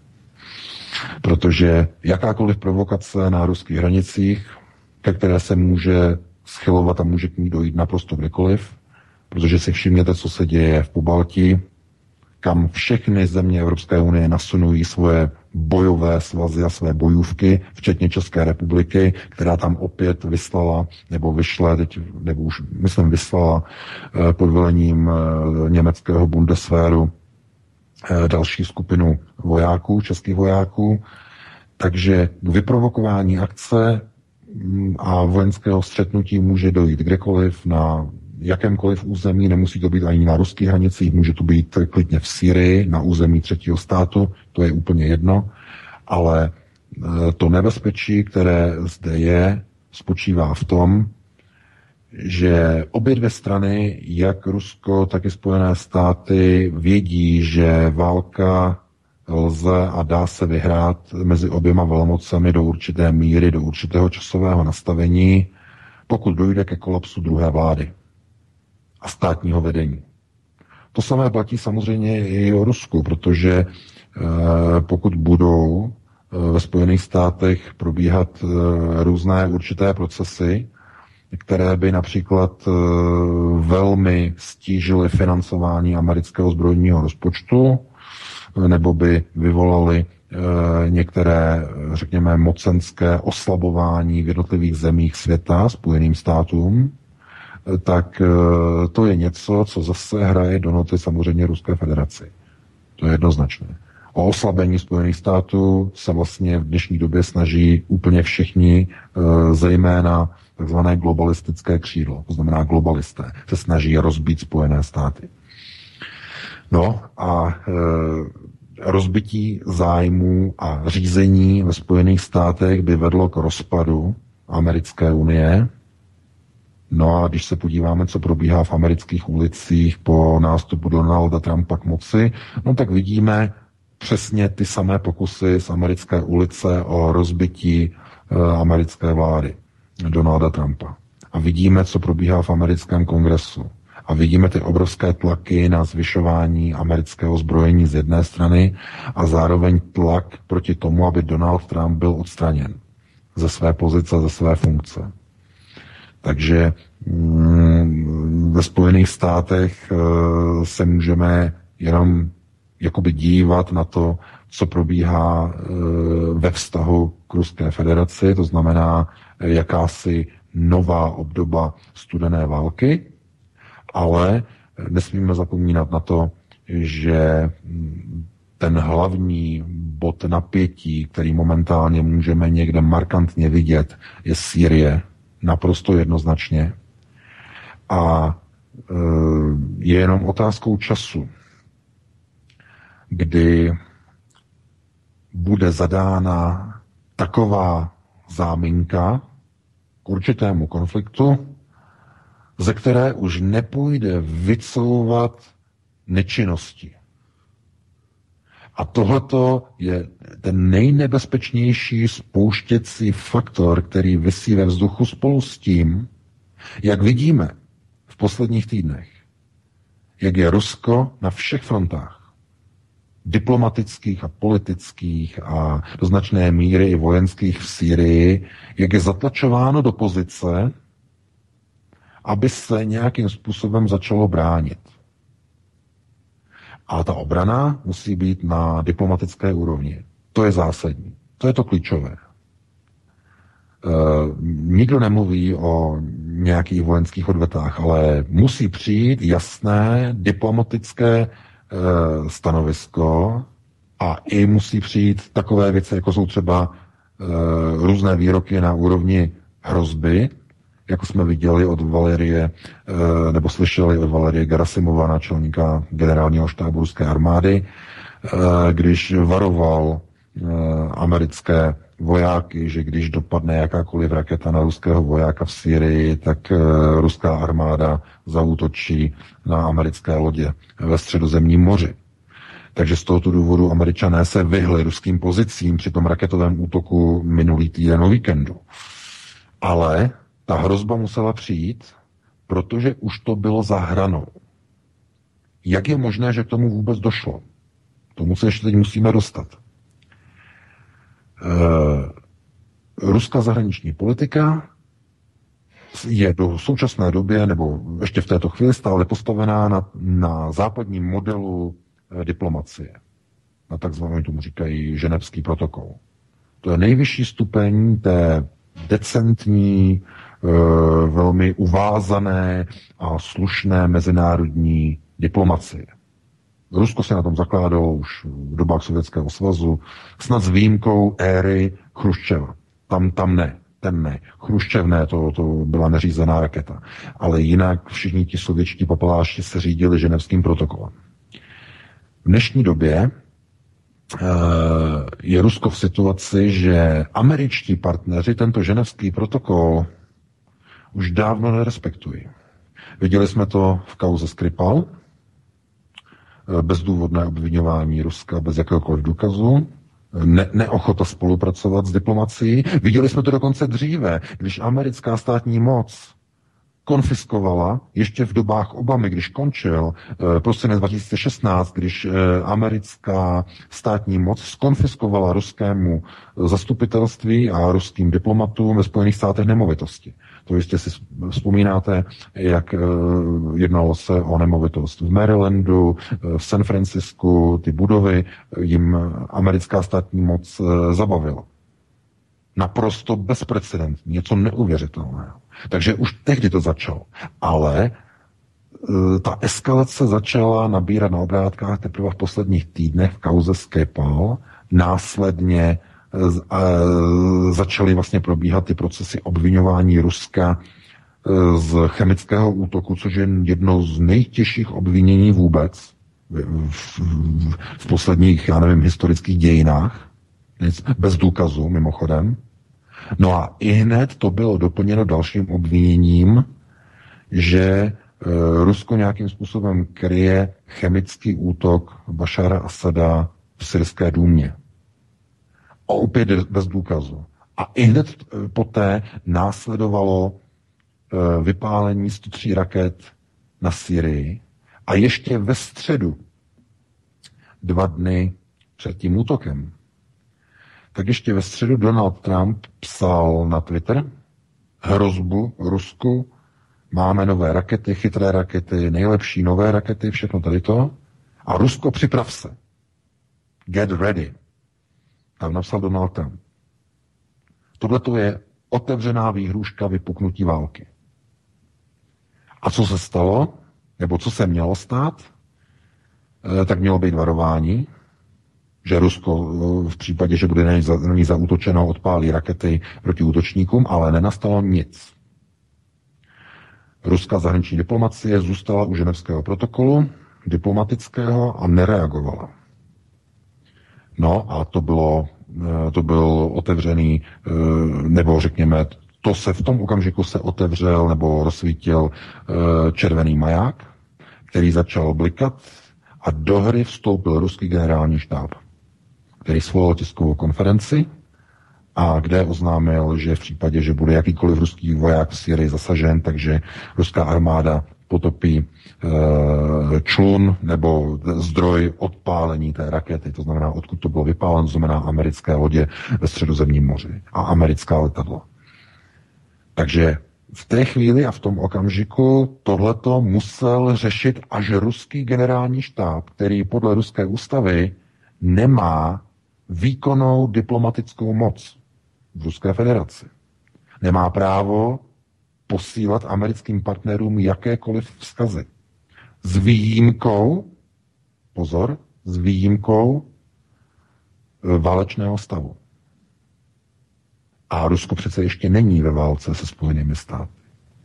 Protože jakákoliv provokace na ruských hranicích, ke které se může schylovat a může k ní dojít naprosto kdekoliv, protože si všimněte, co se děje v Pobaltí, kam všechny země Evropské unie nasunují svoje bojové svazy a své bojůvky, včetně České republiky, která tam opět vyslala, nebo vyšle, nebo už myslím vyslala pod velením německého Bundeswehru další skupinu vojáků, českých vojáků. Takže k vyprovokování akce a vojenského střetnutí může dojít kdekoliv na jakémkoliv území, nemusí to být ani na ruských hranicích, může to být klidně v Sýrii, na území třetího státu, to je úplně jedno, ale to nebezpečí, které zde je, spočívá v tom, že obě dvě strany, jak Rusko, tak i Spojené státy, vědí, že válka lze a dá se vyhrát mezi oběma velmocemi do určité míry, do určitého časového nastavení, pokud dojde ke kolapsu druhé vlády a státního vedení. To samé platí samozřejmě i o Rusku, protože pokud budou ve Spojených státech probíhat různé určité procesy, které by například velmi stížily financování amerického zbrojního rozpočtu, nebo by vyvolaly některé, řekněme, mocenské oslabování v jednotlivých zemích světa Spojeným státům, tak to je něco, co zase hraje do noty samozřejmě Ruské federaci. To je jednoznačné. O oslabení Spojených států se vlastně v dnešní době snaží úplně všichni, zejména takzvané globalistické křídlo, to znamená globalisté, se snaží rozbít Spojené státy. No a rozbití zájmů a řízení ve Spojených státech by vedlo k rozpadu Americké unie. No a když se podíváme, co probíhá v amerických ulicích po nástupu Donalda Trumpa k moci, no tak vidíme přesně ty samé pokusy z americké ulice o rozbití americké vlády Donalda Trumpa. A vidíme, co probíhá v americkém kongresu. A vidíme ty obrovské tlaky na zvyšování amerického zbrojení z jedné strany a zároveň tlak proti tomu, aby Donald Trump byl odstraněn ze své pozice, ze své funkce. Takže ve Spojených státech se můžeme jenom jakoby dívat na to, co probíhá ve vztahu k Ruské federaci, to znamená jakási nová obdoba studené války, ale nesmíme zapomínat na to, že ten hlavní bod napětí, který momentálně můžeme někde markantně vidět, je Sýrie, naprosto jednoznačně. A je jenom otázkou času, kdy bude zadána taková záminka k určitému konfliktu, ze které už nepůjde vycouvat nečinnosti. A tohleto je ten nejnebezpečnější spouštěcí faktor, který visí ve vzduchu spolu s tím, jak vidíme v posledních týdnech, jak je Rusko na všech frontách, diplomatických a politických a do značné míry i vojenských v Sýrii, jak je zatlačováno do pozice, aby se nějakým způsobem začalo bránit. A ta obrana musí být na diplomatické úrovni. To je zásadní. To je to klíčové. Nikdo nemluví o nějakých vojenských odvetách, ale musí přijít jasné diplomatické stanovisko a i musí přijít takové věci, jako jsou třeba různé výroky na úrovni hrozby, jako jsme viděli od Valerie, nebo slyšeli od Valerie Gerasimova, náčelníka generálního štábu ruské armády, když varoval americké vojáky, že když dopadne jakákoliv raketa na ruského vojáka v Sýrii, tak ruská armáda zaútočí na americké lodě ve Středozemním moři. Takže z tohoto důvodu Američané se vyhli ruským pozicím při tom raketovém útoku minulý týden o víkendu. Ale ta hrozba musela přijít, protože už to bylo za hranou. Jak je možné, že k tomu vůbec došlo? Tomu se ještě teď musíme dostat. Ruská zahraniční politika je do současné době, nebo ještě v této chvíli stále postavená na západním modelu diplomacie. Na takzvanou, tomu říkají, ženevský protokol. To je nejvyšší stupeň té decentní, velmi uvázané a slušné mezinárodní diplomacie. Rusko se na tom zakládalo už v dobách Sovětského svazu, snad s výjimkou éry Chruščeva. Tam ne, ten ne. Chruščev ne, to byla neřízená raketa. Ale jinak všichni ti sovětští papaláši se řídili ženevským protokolem. V dnešní době je Rusko v situaci, že američtí partneři tento ženevský protokol už dávno nerespektují. Viděli jsme to v kauze Skripal, bezdůvodné obviňování Ruska bez jakéhokoliv důkazu, neochota spolupracovat s diplomacií. Viděli jsme to dokonce dříve, když americká státní moc konfiskovala ještě v dobách Obamy, když končil prosinec 2016, když americká státní moc skonfiskovala ruskému zastupitelství a ruským diplomatům ve Spojených státech nemovitosti. To jistě si vzpomínáte, jak jednalo se o nemovitost v Marylandu, v San Francisku, ty budovy jim americká státní moc zabavila. Naprosto bezprecedentní, něco neuvěřitelného. Takže už tehdy to začalo. Ale ta eskalace začala nabírat na obrátkách teprve v posledních týdnech v kauze Skripal. Následně začaly vlastně probíhat ty procesy obviňování Ruska z chemického útoku, což je jedno z nejtěžších obvinění vůbec v posledních, historických dějinách. Bez důkazu, mimochodem. No a ihned to bylo doplněno dalším obviněním, že Rusko nějakým způsobem kryje chemický útok Bašara Asada v syrské důmě. Opět bez důkazu. A ihned poté následovalo vypálení 103 raket na Syrii a ještě ve středu, 2 dny před tím útokem, tak ještě ve středu Donald Trump psal na Twitter hrozbu Rusku, máme nové rakety, chytré rakety, nejlepší nové rakety, všechno tady to. A Rusko, připrav se. Get ready. Tam napsal Donald Trump. Tohle to je otevřená výhrůžka vypuknutí války. A co se stalo, nebo co se mělo stát, tak mělo být varování, že Rusko v případě, že bude na ní zaútočeno, odpálí rakety proti útočníkům, ale nenastalo nic. Ruská zahraniční diplomacie zůstala u ženevského protokolu diplomatického a nereagovala. No a to byl otevřený, nebo řekněme, to se v tom okamžiku se otevřel nebo rozsvítil červený maják, který začal blikat a do hry vstoupil ruský generální štáb, který svolal tiskovou konferenci a kde oznámil, že v případě, že bude jakýkoliv ruský voják v Syrii zasažen, takže ruská armáda potopí člun nebo zdroj odpálení té rakety, to znamená, odkud to bylo vypáleno, to znamená americké lodě ve Středozemním moři a americká letadla. Takže v té chvíli a v tom okamžiku tohleto musel řešit až ruský generální štáb, který podle ruské ústavy nemá výkonnou diplomatickou moc v Ruské federaci. Nemá právo posílat americkým partnerům jakékoliv vzkazy. S výjimkou, pozor, s výjimkou válečného stavu. A Rusko přece ještě není ve válce se Spojenými státy.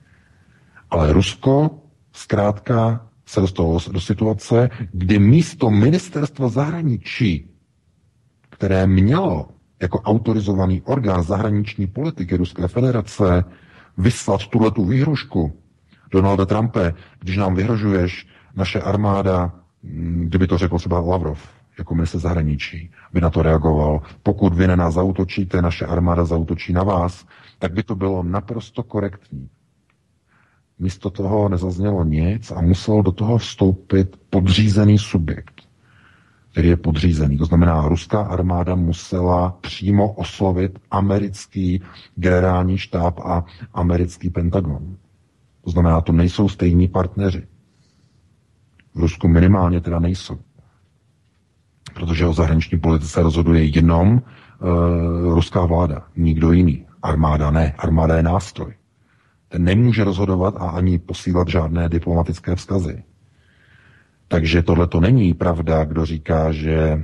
Ale Rusko zkrátka se dostalo do situace, kdy místo ministerstva zahraničí, které mělo jako autorizovaný orgán zahraniční politiky Ruské federace vyslat tuhletu výhrušku, Donalde Trumpe, když nám vyhrožuješ, naše armáda, kdyby to řekl třeba Lavrov, jako ministr zahraničí, by na to reagoval. Pokud vy na nás zaútočíte, naše armáda zaútočí na vás, tak by to bylo naprosto korektní. Místo toho nezaznělo nic a musel do toho vstoupit podřízený subjekt, který je podřízený. To znamená, ruská armáda musela přímo oslovit americký generální štáb a americký Pentagon. To znamená, to nejsou stejní partneři. V Rusku minimálně teda nejsou. Protože o zahraniční politice rozhoduje jenom ruská vláda, nikdo jiný. Armáda ne, armáda je nástroj. Ten nemůže rozhodovat a ani posílat žádné diplomatické vzkazy. Takže tohle to není pravda, kdo říká, že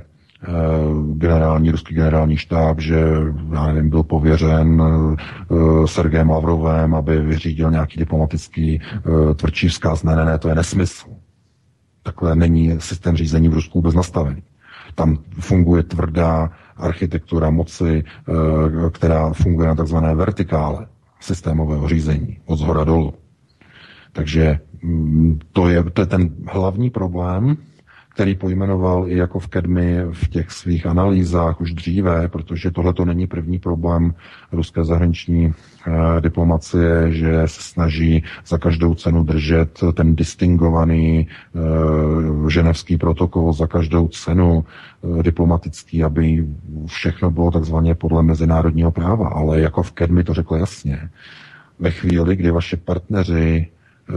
ruský generální štáb, že já nevím, byl pověřen Sergejem Lavrovem, aby vyřídil nějaký diplomatický tvrdší vzkaz. Ne, to je nesmysl. Takhle není systém řízení v Rusku vůbec nastavený. Tam funguje tvrdá architektura moci, která funguje na takzvané vertikále systémového řízení, od zhora dolů. Takže to je ten hlavní problém, který pojmenoval i jako v Kedmi v těch svých analýzách už dříve, protože tohle to není první problém ruské zahraniční diplomacie, že se snaží za každou cenu držet ten distingovaný ženevský protokol za každou cenu diplomatický, aby všechno bylo takzvaně podle mezinárodního práva. Ale jako v Kedmi to řekl jasně. Ve chvíli, kdy vaše partneři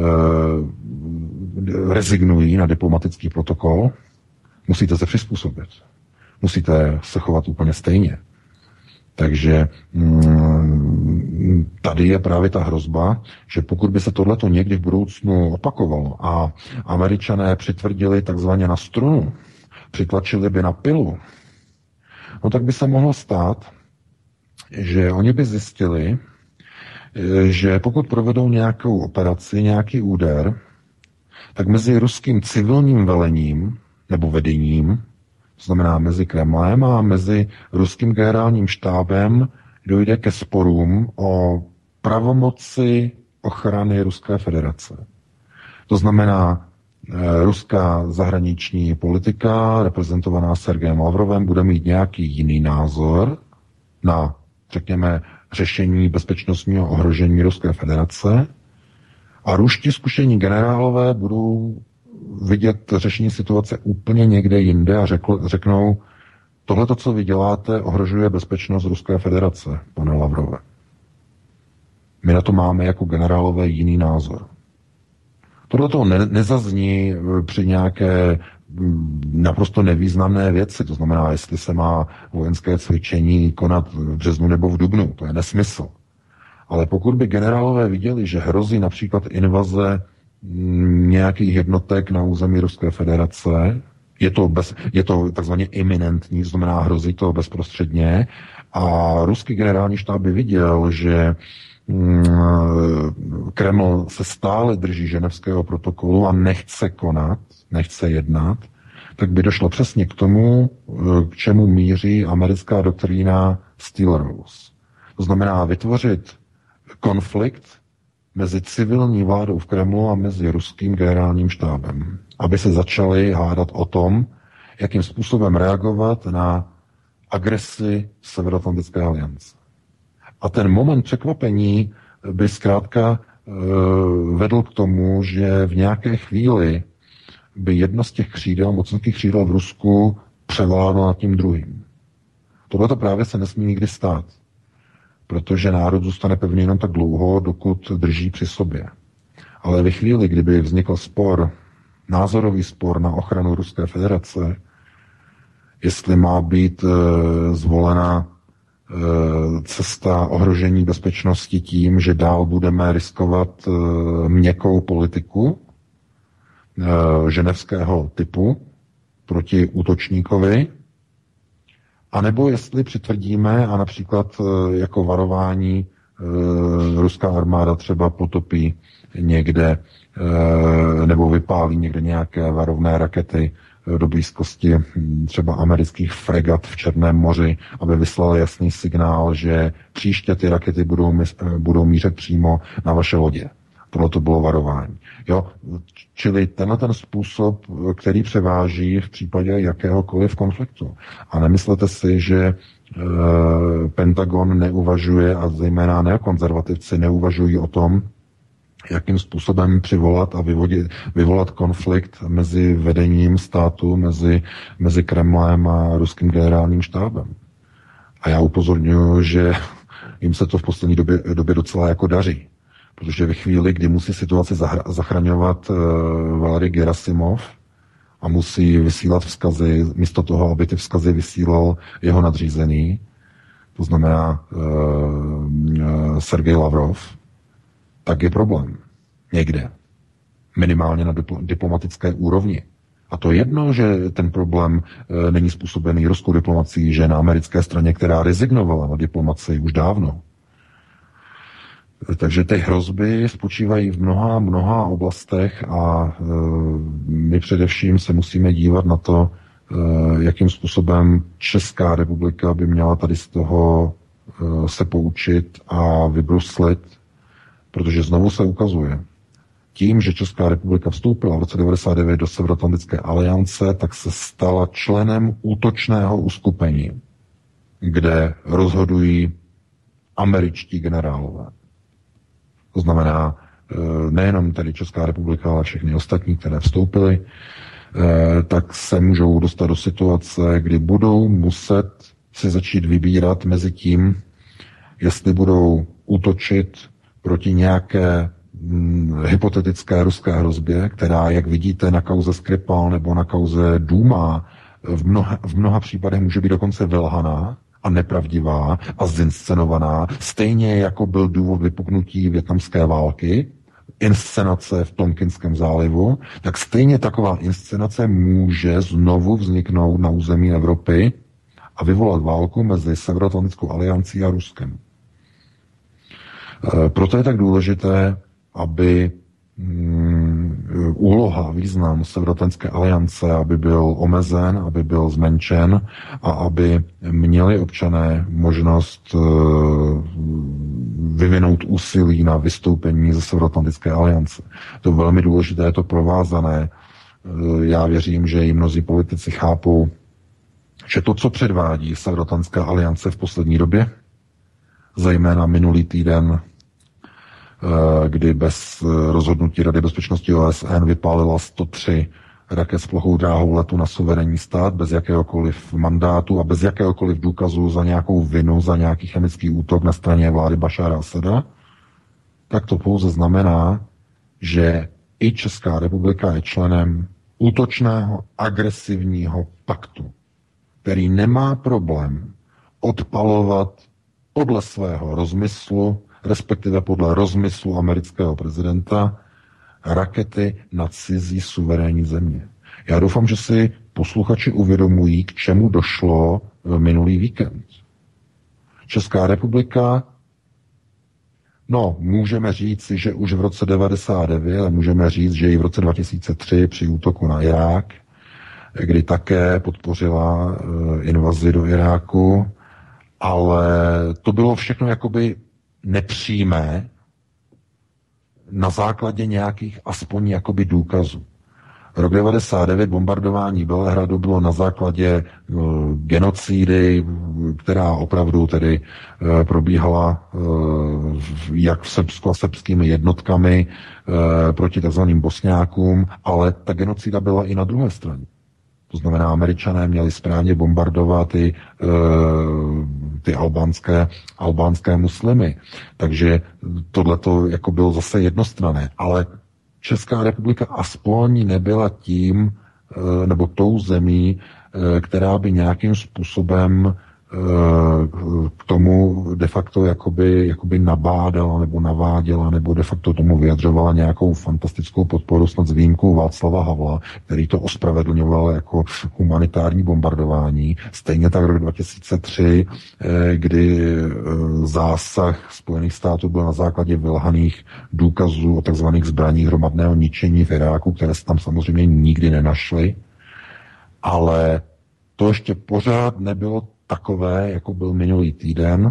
rezignují na diplomatický protokol, musíte se přizpůsobit. Musíte se chovat úplně stejně. Takže tady je právě ta hrozba, že pokud by se tohleto někdy v budoucnu opakovalo a Američané přitvrdili takzvaně na strunu, přitlačili by na pilu, no tak by se mohlo stát, že oni by zjistili, že pokud provedou nějakou operaci, nějaký úder, tak mezi ruským civilním velením nebo vedením, to znamená mezi Kremlem a mezi ruským generálním štábem, dojde ke sporům o pravomoci ochrany Ruské federace. To znamená, ruská zahraniční politika, reprezentovaná Sergejem Lavrovem, bude mít nějaký jiný názor na, řekněme, řešení bezpečnostního ohrožení Ruské federace a ruští zkušení generálové budou vidět řešení situace úplně někde jinde a řeknou, tohleto, co vy děláte, ohrožuje bezpečnost Ruské federace, pane Lavrove. My na to máme jako generálové jiný názor. Tohle to nezazní při nějaké naprosto nevýznamné věci, to znamená, jestli se má vojenské cvičení konat v březnu nebo v dubnu, to je nesmysl. Ale pokud by generálové viděli, že hrozí například invaze nějakých jednotek na území Ruské federace, je to takzvaně iminentní, to znamená hrozí to bezprostředně, a ruský generální štáb by viděl, že Kreml se stále drží ženevského protokolu a nechce konat, nechce jednat, tak by došlo přesně k tomu, k čemu míří americká doktrína Steel Rose. To znamená vytvořit konflikt mezi civilní vládou v Kremlu a mezi ruským generálním štábem, aby se začali hádat o tom, jakým způsobem reagovat na agresi Severoatlantické aliance. A ten moment překvapení by zkrátka vedl k tomu, že v nějaké chvíli by jedno z těch křídel, mocenských křídel v Rusku převládlo nad tím druhým. Tohle právě se nesmí nikdy stát, protože národ zůstane pevný jenom tak dlouho, dokud drží při sobě. Ale ve chvíli, kdyby vznikl spor, názorový spor na ochranu Ruské federace, jestli má být zvolena cesta ohrožení bezpečnosti tím, že dál budeme riskovat měkkou politiku ženevského typu proti útočníkovi, anebo jestli přitvrdíme a například jako varování ruská armáda třeba potopí někde nebo vypálí někde nějaké varovné rakety do blízkosti třeba amerických fregat v Černém moři, aby vyslal jasný signál, že příště ty rakety budou mířit přímo na vaše lodě. Tohle to bylo varování. Jo? Čili tenhle ten způsob, který převáží v případě jakéhokoliv konfliktu. A nemyslete si, že Pentagon neuvažuje, a zejména neokonzervativci neuvažují o tom, jakým způsobem přivolat a vyvolat konflikt mezi vedením státu, mezi Kremlem a ruským generálním štábem. A já upozorňuji, že jim se to v poslední době docela jako daří. Protože ve chvíli, kdy musí situaci zachraňovat Valery Gerasimov a musí vysílat vzkazy, místo toho, aby ty vzkazy vysílal jeho nadřízený, to znamená Sergej Lavrov, tak je problém. Někde. Minimálně na diplomatické úrovni. A to jedno, že ten problém není způsobený ruskou diplomací, že na americké straně, která rezignovala na diplomacii už dávno. Takže ty hrozby spočívají v mnoha oblastech a my především se musíme dívat na to, jakým způsobem Česká republika by měla tady z toho se poučit a vybruslit, protože znovu se ukazuje, tím, že Česká republika vstoupila v roce 1999 do Severoatlantické aliance, tak se stala členem útočného uskupení, kde rozhodují američtí generálové. To znamená nejenom tedy Česká republika, ale všechny ostatní, které vstoupily, tak se můžou dostat do situace, kdy budou muset si začít vybírat mezi tím, jestli budou útočit proti nějaké hypotetické ruské hrozbě, která, jak vidíte, na kauze Skripal nebo na kauze Duma v mnoha případech může být dokonce vylhaná a nepravdivá a zinscenovaná, stejně jako byl důvod vypuknutí vietnamské války, inscenace v Tonkinském zálivu, tak stejně taková inscenace může znovu vzniknout na území Evropy a vyvolat válku mezi Severoatlantickou aliancí a Ruskem. Proto je tak důležité, aby úloha, význam Severoatlantické aliance, aby byl omezen, aby byl zmenšen a aby měli občané možnost vyvinout úsilí na vystoupení ze Severoatlantické aliance. To je velmi důležité, je to provázané Já věřím, že i mnozí politici chápou, že to, co předvádí Severoatlantická aliance v poslední době, zejména minulý týden, kdy bez rozhodnutí Rady bezpečnosti OSN vypálila 103 raket s plochou dráhou letu na suverénní stát, bez jakéhokoliv mandátu a bez jakéhokoliv důkazu za nějakou vinu, za nějaký chemický útok na straně vlády Bašára Asada, tak to pouze znamená, že i Česká republika je členem útočného, agresivního paktu, který nemá problém odpalovat podle svého rozmyslu, respektive podle rozmyslu amerického prezidenta, rakety na cizí suverénní země. Já doufám, že si posluchači uvědomují, k čemu došlo minulý víkend. Česká republika, můžeme říct, že už v roce 1999, ale můžeme říct, že i v roce 2003 při útoku na Irák, kdy také podpořila invazi do Iráku, ale to bylo všechno jakoby nepřímé, na základě nějakých aspoň jakoby důkazů. Rok 1999 bombardování Bělehradu bylo na základě genocidy, která opravdu tedy probíhala jak v Srbsku a srbskými jednotkami proti takzvaným Bosňákům, ale ta genocida byla i na druhé straně. To znamená, Američané měli správně bombardovat ty albánské muslimy. Takže tohleto jako bylo zase jednostranné. Ale Česká republika aspoň nebyla tím, nebo tou zemí, která by nějakým způsobem k tomu de facto jakoby nabádala nebo naváděla nebo de facto tomu vyjadřovala nějakou fantastickou podporu, snad s výjimkou Václava Havla, který to ospravedlňoval jako humanitární bombardování. Stejně tak rok 2003, kdy zásah Spojených států byl na základě vylhaných důkazů o takzvaných zbraních hromadného ničení v Iráku, které se tam samozřejmě nikdy nenašly, ale to ještě pořád nebylo takové, jako byl minulý týden,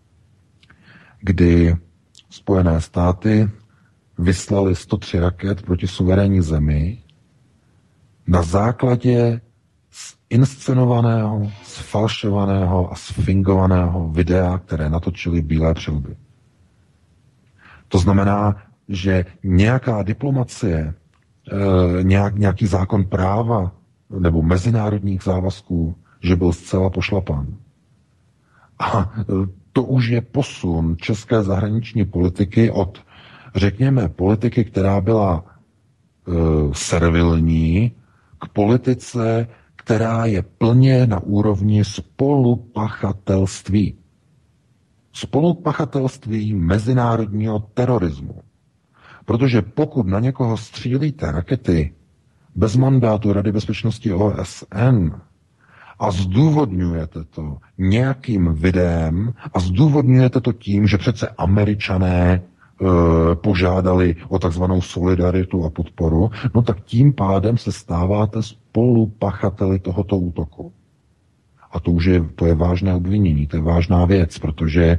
kdy Spojené státy vyslali 103 raket proti suverénní zemi na základě inscenovaného, sfalšovaného a sfingovaného videa, které natočili Bílé přilby. To znamená, že nějaká diplomacie, nějaký zákon práva nebo mezinárodních závazků, že byl zcela pošlapán. A to už je posun české zahraniční politiky od, řekněme, politiky, která byla servilní, k politice, která je plně na úrovni spolupachatelství. Spolupachatelství mezinárodního terorismu. Protože pokud na někoho střílíte rakety bez mandátu Rady bezpečnosti OSN a zdůvodňujete to nějakým videem a zdůvodňujete to tím, že přece Američané požádali o takzvanou solidaritu a podporu, no tak tím pádem se stáváte spolupachateli tohoto útoku. A to je vážné obvinění, to je vážná věc, protože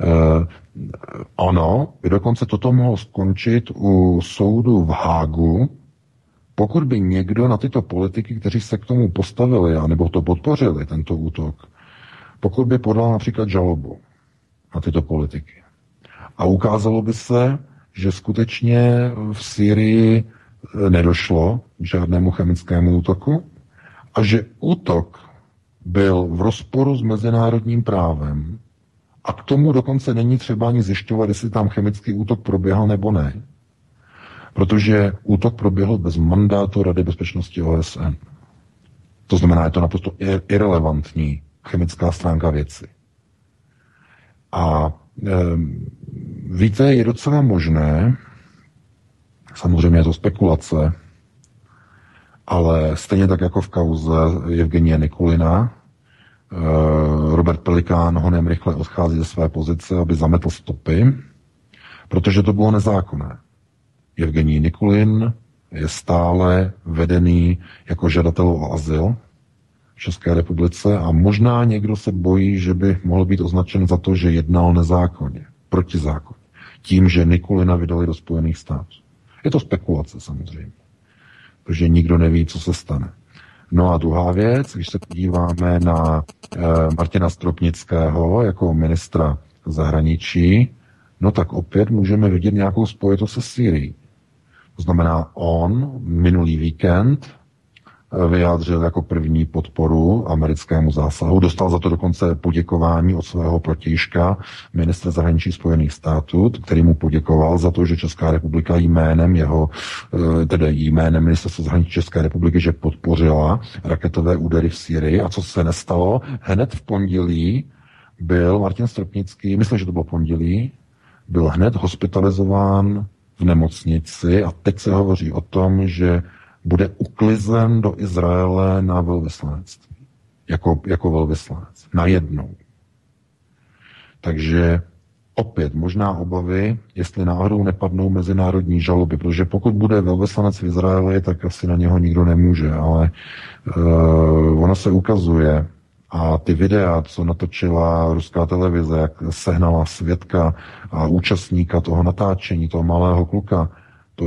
ono by dokonce toto mohlo skončit u soudu v Hágu, pokud by někdo na tyto politiky, kteří se k tomu postavili, anebo to podpořili, tento útok, pokud by podal například žalobu na tyto politiky. A ukázalo by se, že skutečně v Sýrii nedošlo k žádnému chemickému útoku a že útok byl v rozporu s mezinárodním právem a k tomu dokonce není třeba ani zjišťovat, jestli tam chemický útok proběhl nebo ne. Protože útok proběhl bez mandátu Rady bezpečnosti OSN. To znamená, je to naprosto irelevantní chemická stránka věci. A víte, je docela možné, samozřejmě je to spekulace, ale stejně tak jako v kauze Evgenie Nikulina, Robert Pelikán honem rychle odchází ze své pozice, aby zametl stopy, protože to bylo nezákonné. Evgenij Nikulin je stále vedený jako žadatel o azyl v České republice a možná někdo se bojí, že by mohl být označen za to, že jednal nezákonně, protizákonně, tím, že Nikulina vydali do Spojených států. Je to spekulace samozřejmě. protože nikdo neví, co se stane. No a druhá věc, když se podíváme na Martina Stropnického jako ministra zahraničí, no tak opět můžeme vidět nějakou spojitost se Sýrií. To znamená, on minulý víkend vyjádřil jako první podporu americkému zásahu. Dostal za to dokonce poděkování od svého protějška, ministra zahraničí Spojených států, který mu poděkoval za to, že Česká republika jménem jménem ministerstva zahraničí České republiky, že podpořila raketové údery v Sýrii. A co se nestalo? Hned v pondělí byl Martin Stropnický, myslím, že to bylo pondělí, byl hned hospitalizován v nemocnici a teď se hovoří o tom, že bude uklizen do Izraele na velvyslanectví. Jako velvyslanec. Najednou. Takže opět možná obavy, jestli náhodou nepadnou mezinárodní žaloby, protože pokud bude velvyslanec v Izraeli, tak asi na něho nikdo nemůže, ale ono se ukazuje, a ty videa, co natočila ruská televize, jak sehnala svědka a účastníka toho natáčení, toho malého kluka, to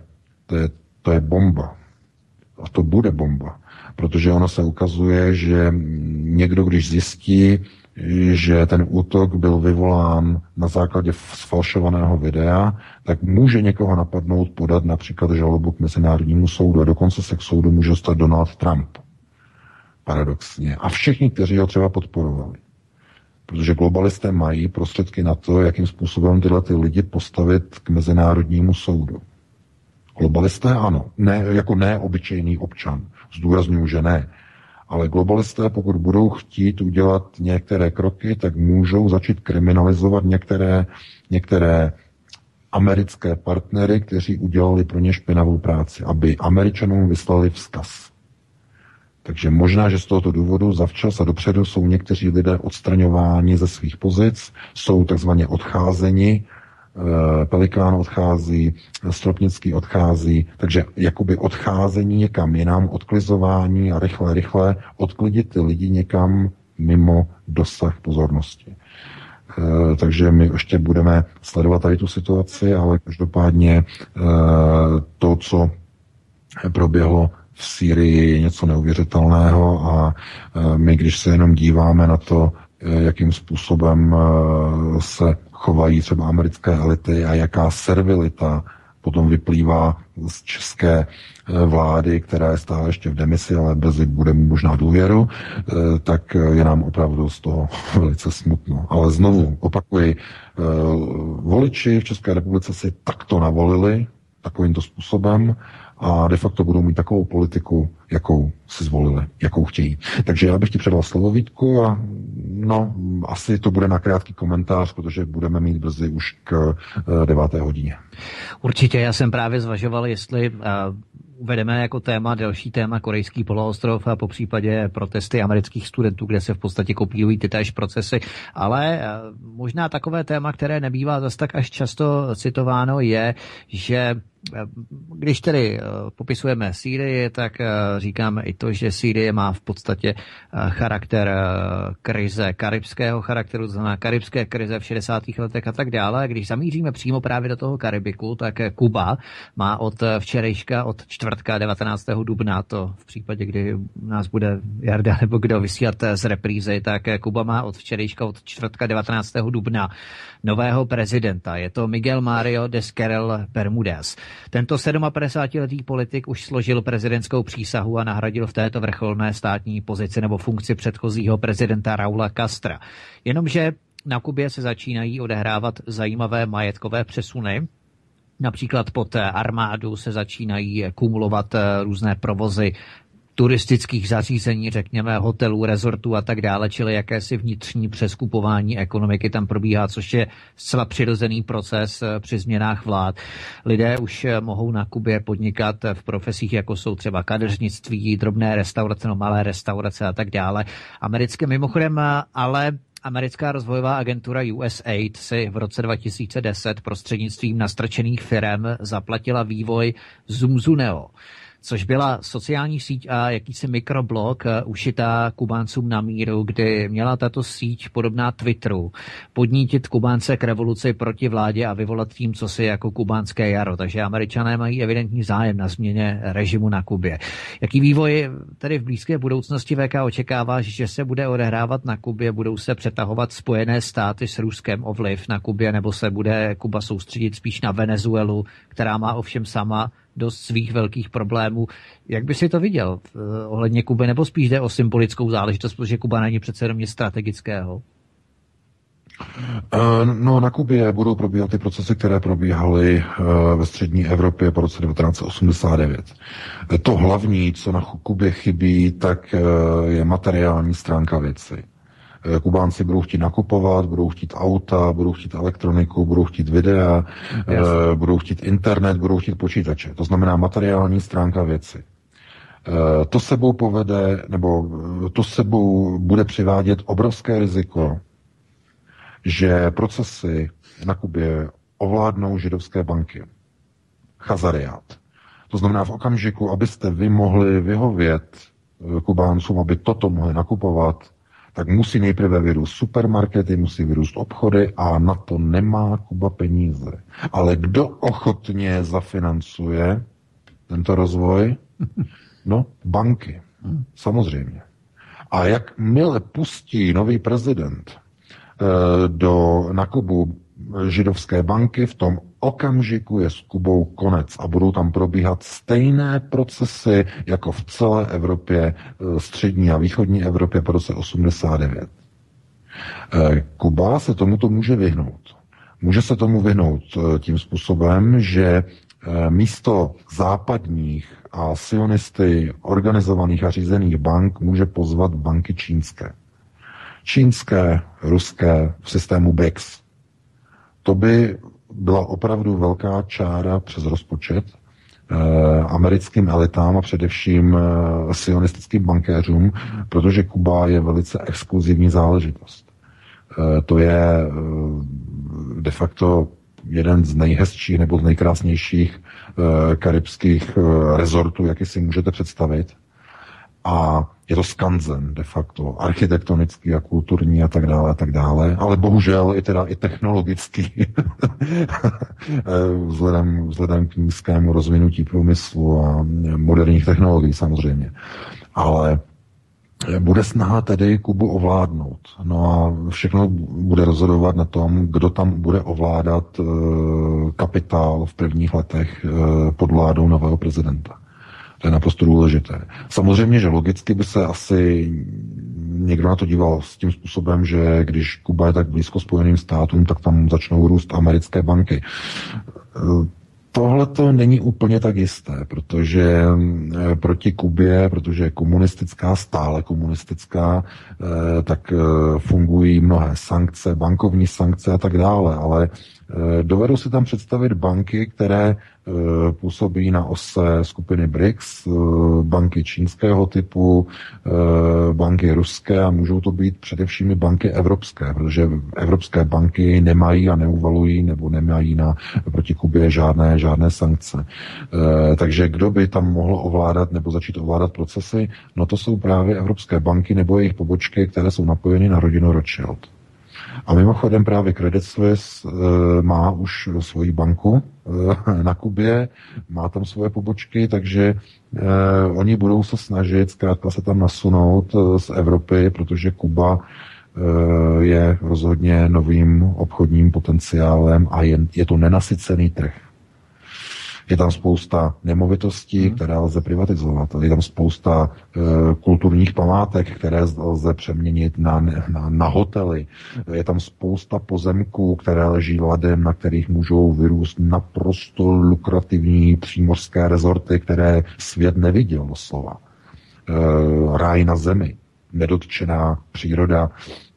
je bomba. A to bude bomba. Protože ono se ukazuje, že někdo, když zjistí, že ten útok byl vyvolán na základě sfalšovaného videa, tak může někoho napadnout podat například žalobu k Mezinárodnímu soudu a dokonce se k soudu může dostat Donald Trump. Paradoxně. A všichni, kteří ho třeba podporovali. Protože globalisté mají prostředky na to, jakým způsobem tyhle ty lidi postavit k Mezinárodnímu soudu. Globalisté ano, ne obyčejný občan. Zdůrazňuji, že ne. Ale globalisté, pokud budou chtít udělat některé kroky, tak můžou začít kriminalizovat některé americké partnery, kteří udělali pro ně špinavou práci, aby Američanům vyslali vzkaz. Takže možná, že z tohoto důvodu zavčas a dopředu jsou někteří lidé odstraňováni ze svých pozic, jsou takzvaně odcházeni, Pelikán odchází, Stropnický odchází, takže jakoby odcházení někam jinam, odklizování a rychle odklidit ty lidi někam mimo dosah pozornosti. Takže my ještě budeme sledovat tady tu situaci, ale každopádně to, co proběhlo v Sýrii, je něco neuvěřitelného a my, když se jenom díváme na to, jakým způsobem se chovají třeba americké elity a jaká servilita potom vyplývá z české vlády, která je stále ještě v demisi, ale brzy bude možná důvěru, tak je nám opravdu z toho velice smutno. Ale znovu opakuji, voliči v České republice si takto navolili, takovýmto způsobem, a de facto budou mít takovou politiku, jakou si zvolili, jakou chtějí. Takže já bych ti předal slovo, Vítku, a asi to bude na krátký komentář, protože budeme mít brzy už k 9. hodině. Určitě, já jsem právě zvažoval, jestli uvedeme jako další téma Korejský poloostrov a popřípadě protesty amerických studentů, kde se v podstatě kopírují ty též procesy, ale možná takové téma, které nebývá zase tak až často citováno, je, že když tedy popisujeme Sýrii, tak říkáme i to, že Sýrie má v podstatě charakter krize karibského charakteru, to znamená karibské krize v 60. letech a tak dále. Když zamíříme přímo právě do toho Karibiku, tak Kuba má od včerejška, od čtvrtka 19. dubna, to v případě, kdy nás bude Jarda nebo kdo vysílat z reprízy, tak Kuba má od včerejška, od čtvrtka 19. dubna nového prezidenta. Je to Miguel Mario Descarel Bermudez. Tento 57letý politik už složil prezidentskou přísahu a nahradil v této vrcholné státní pozici nebo funkci předchozího prezidenta Raula Castra. Jenomže na Kubě se začínají odehrávat zajímavé majetkové přesuny. Například pod armádu se začínají kumulovat různé provozy turistických zařízení, řekněme hotelů, rezortů a tak dále, čili jakési vnitřní přeskupování ekonomiky tam probíhá, což je zcela přirozený proces při změnách vlád. Lidé už mohou na Kubě podnikat v profesích, jako jsou třeba kadeřnictví, drobné restaurace, malé restaurace a tak dále. Americké mimochodem, ale americká rozvojová agentura USAID si v roce 2010 prostřednictvím nastrčených firem zaplatila vývoj Zumzuneo, což byla sociální síť a jakýsi mikroblog ušitá Kubáncům na míru, kdy měla tato síť podobná Twitteru podnítit Kubánce k revoluci proti vládě a vyvolat tím, co si jako kubánské jaro. Takže Američané mají evidentní zájem na změně režimu na Kubě. Jaký vývoj tedy v blízké budoucnosti VK očekává, že se bude odehrávat na Kubě? Budou se přetahovat Spojené státy s Ruskem o vliv na Kubě, nebo se bude Kuba soustředit spíš na Venezuelu, která má ovšem sama dost svých velkých problémů? Jak by si to viděl ohledně Kuby, nebo spíš jde o symbolickou záležitost, protože Kuba není přece jenom nic strategického? No, na Kubě budou probíhat ty procesy, které probíhaly ve střední Evropě po roce 1989. To hlavní, co na Kubě chybí, tak je materiální stránka věci. Kubánci budou chtít nakupovat, budou chtít auta, budou chtít elektroniku, budou chtít videa, budou chtít internet, budou chtít počítače. To znamená materiální stránka věci. To sebou povede, nebo to sebou bude přivádět obrovské riziko, že procesy na Kubě ovládnou židovské banky. Chazariát. To znamená v okamžiku, abyste vy mohli vyhovět Kubáncům, aby toto mohli nakupovat, tak musí nejprve vyrůst supermarkety, musí vyrůst obchody a na to nemá Kuba peníze. Ale kdo ochotně zafinancuje tento rozvoj? No, banky. Samozřejmě. A jakmile pustí nový prezident na Kubu židovské banky, v tom okamžiku je s Kubou konec a budou tam probíhat stejné procesy jako v celé Evropě, střední a východní Evropě po roce 89. Kuba se tomuto může vyhnout. Může se tomu vyhnout tím způsobem, že místo západních a sionisty organizovaných a řízených bank může pozvat banky čínské. Čínské, ruské v systému BRICS. To by byla opravdu velká čára přes rozpočet americkým elitám a především sionistickým bankéřům, protože Kuba je velice exkluzivní záležitost. To je de facto jeden z nejhezčích nebo z nejkrásnějších karibských rezortů, jaký si můžete představit. A je to skanzen de facto, architektonický a kulturní a tak dále, ale bohužel i technologický, vzhledem k nízkému rozvinutí průmyslu a moderních technologií samozřejmě. Ale bude snaha tedy Kubu ovládnout. No a všechno bude rozhodovat na tom, kdo tam bude ovládat kapitál v prvních letech pod vládou nového prezidenta. To je naprosto důležité. Samozřejmě, že logicky by se asi někdo na to díval s tím způsobem, že když Kuba je tak blízko Spojeným státům, tak tam začnou růst americké banky. Tohle to není úplně tak jisté, protože proti Kubě, protože je komunistická, stále komunistická, tak fungují mnohé sankce, bankovní sankce a tak dále, ale dovedu si tam představit banky, které působí na ose skupiny BRICS, banky čínského typu, banky ruské a můžou to být především i banky evropské, protože evropské banky nemají a neuvalují nebo nemají proti Kubě žádné sankce. Takže kdo by tam mohl ovládat nebo začít ovládat procesy? No to jsou právě evropské banky nebo jejich pobočky, které jsou napojeny na rodinu Rothschild. A mimochodem právě Credit Suisse má už svoji banku na Kubě, má tam svoje pobočky, takže oni budou se snažit zkrátka se tam nasunout z Evropy, protože Kuba je rozhodně novým obchodním potenciálem a je to nenasycený trh. Je tam spousta nemovitostí, které lze privatizovat. Je tam spousta kulturních památek, které lze přeměnit na hotely. Je tam spousta pozemků, které leží ladem, na kterých můžou vyrůst naprosto lukrativní přímořské rezorty, které svět neviděl doslova. Ráj na zemi, nedotčená příroda.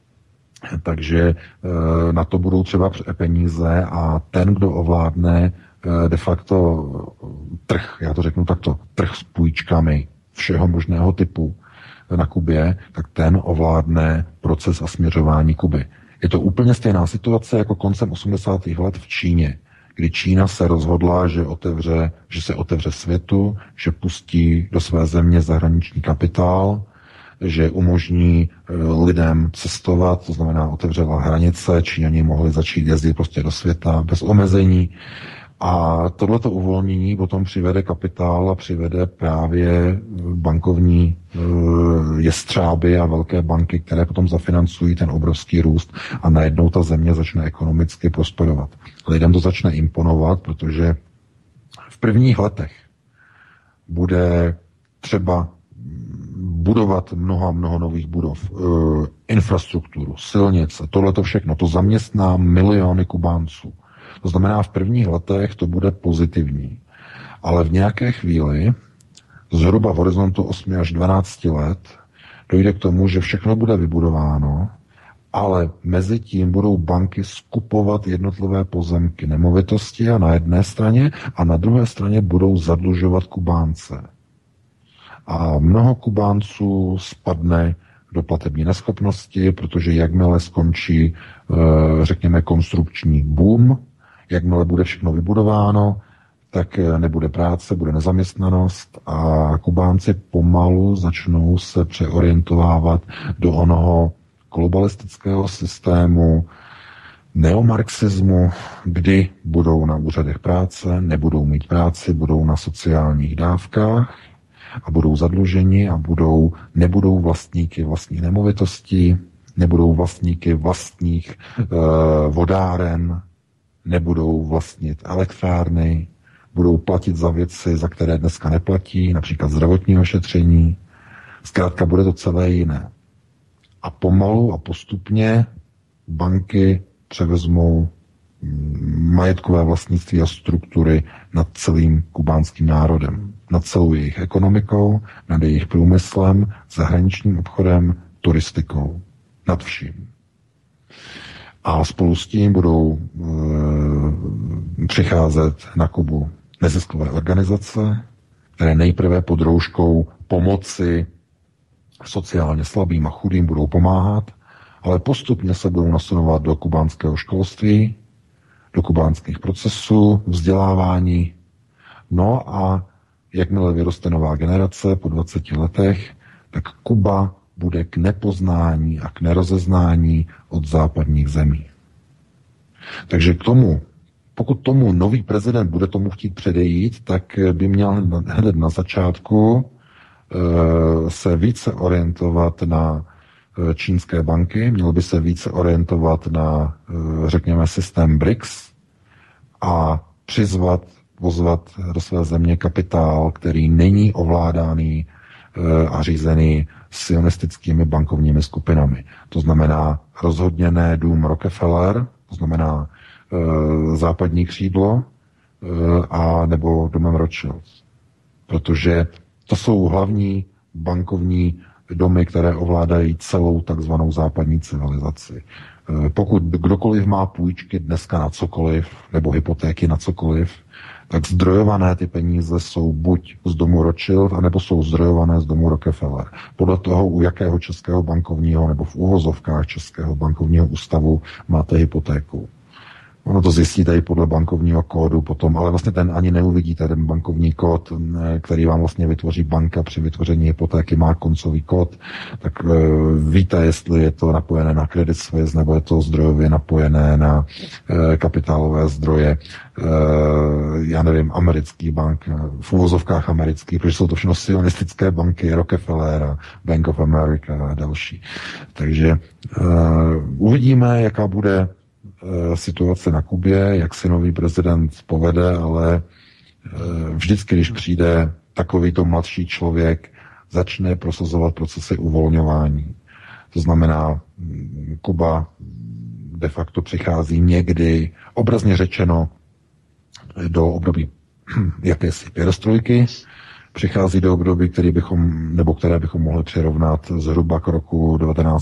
Takže na to budou třeba peníze a ten, kdo ovládne de facto trh, já to řeknu takto, trh s půjčkami všeho možného typu na Kubě, tak ten ovládne proces a směřování Kuby. Je to úplně stejná situace jako koncem 80. let v Číně, kdy Čína se rozhodla, že se otevře světu, že pustí do své země zahraniční kapitál, že umožní lidem cestovat, to znamená otevřela hranice, Číňani mohli začít jezdit prostě do světa bez omezení. A tohleto uvolnění potom přivede kapitál a přivede právě bankovní jestřáby a velké banky, které potom zafinancují ten obrovský růst a najednou ta země začne ekonomicky prosperovat. Lidem to začne imponovat, protože v prvních letech bude třeba budovat mnoho nových budov, infrastrukturu, silnice, tohleto všechno, to zaměstná miliony Kubánců. To znamená, v prvních letech to bude pozitivní. Ale v nějaké chvíli, zhruba v horizontu 8 až 12 let, dojde k tomu, že všechno bude vybudováno, ale mezi tím budou banky skupovat jednotlivé pozemky, nemovitosti a na jedné straně a na druhé straně budou zadlužovat Kubánce. A mnoho Kubánců spadne do platební neschopnosti, protože jakmile skončí, řekněme, konstrukční boom, jakmile bude všechno vybudováno, tak nebude práce, bude nezaměstnanost a Kubánci pomalu začnou se přeorientovávat do onoho globalistického systému neomarxismu, kdy budou na úřadech práce, nebudou mít práci, budou na sociálních dávkách a budou zadluženi a nebudou vlastníky vlastních nemovitostí, nebudou vlastníky vlastních vodáren, nebudou vlastnit elektrárny, budou platit za věci, za které dneska neplatí, například zdravotní ošetření. Zkrátka bude to celé jiné. A pomalu a postupně banky převezmou majetkové vlastnictví a struktury nad celým kubánským národem, nad celou jejich ekonomikou, nad jejich průmyslem, zahraničním obchodem, turistikou, nad vším. A spolu s tím budou přicházet na Kubu neziskové organizace, které nejprve pod rouškou pomoci sociálně slabým a chudým budou pomáhat, ale postupně se budou nasunovat do kubánského školství, do kubánských procesů, vzdělávání. No a jakmile vyroste nová generace po 20 letech, tak Kuba bude k nepoznání a k nerozeznání od západních zemí. Takže k tomu, pokud tomu nový prezident bude tomu chtít předejít, tak by měl hned na začátku se více orientovat na čínské banky, měl by se více orientovat na, řekněme, systém BRICS a pozvat do své země kapitál, který není ovládaný a řízený sionistickými bankovními skupinami. To znamená rozhodně ne dům Rockefeller, to znamená západní křídlo, a nebo domem Rothschild. Protože to jsou hlavní bankovní domy, které ovládají celou takzvanou západní civilizaci. Pokud kdokoliv má půjčky dneska na cokoliv, nebo hypotéky na cokoliv, tak zdrojované ty peníze jsou buď z domu Rothschild, anebo jsou zdrojované z domu Rockefeller. Podle toho, u jakého českého bankovního, nebo v uvozovkách českého bankovního ústavu máte hypotéku. Ono to zjistíte i podle bankovního kódu potom, ale vlastně ten ani neuvidíte, ten bankovní kód, který vám vlastně vytvoří banka při vytvoření hypotéky, má koncový kód, tak víte, jestli je to napojené na Credit Suisse, nebo je to zdrojově napojené na kapitálové zdroje, já nevím, americký bank, v uvozovkách americký, protože jsou to všechno sionistické banky, Rockefeller a Bank of America a další. Takže uvidíme, jaká bude situace na Kubě, jak si nový prezident povede, ale vždycky, když přijde takovýto mladší člověk, začne prosazovat procesy uvolňování. To znamená, Kuba de facto přichází někdy, obrazně řečeno, do období jakési perestrojky, přichází do období, které bychom mohli přirovnat zhruba k roku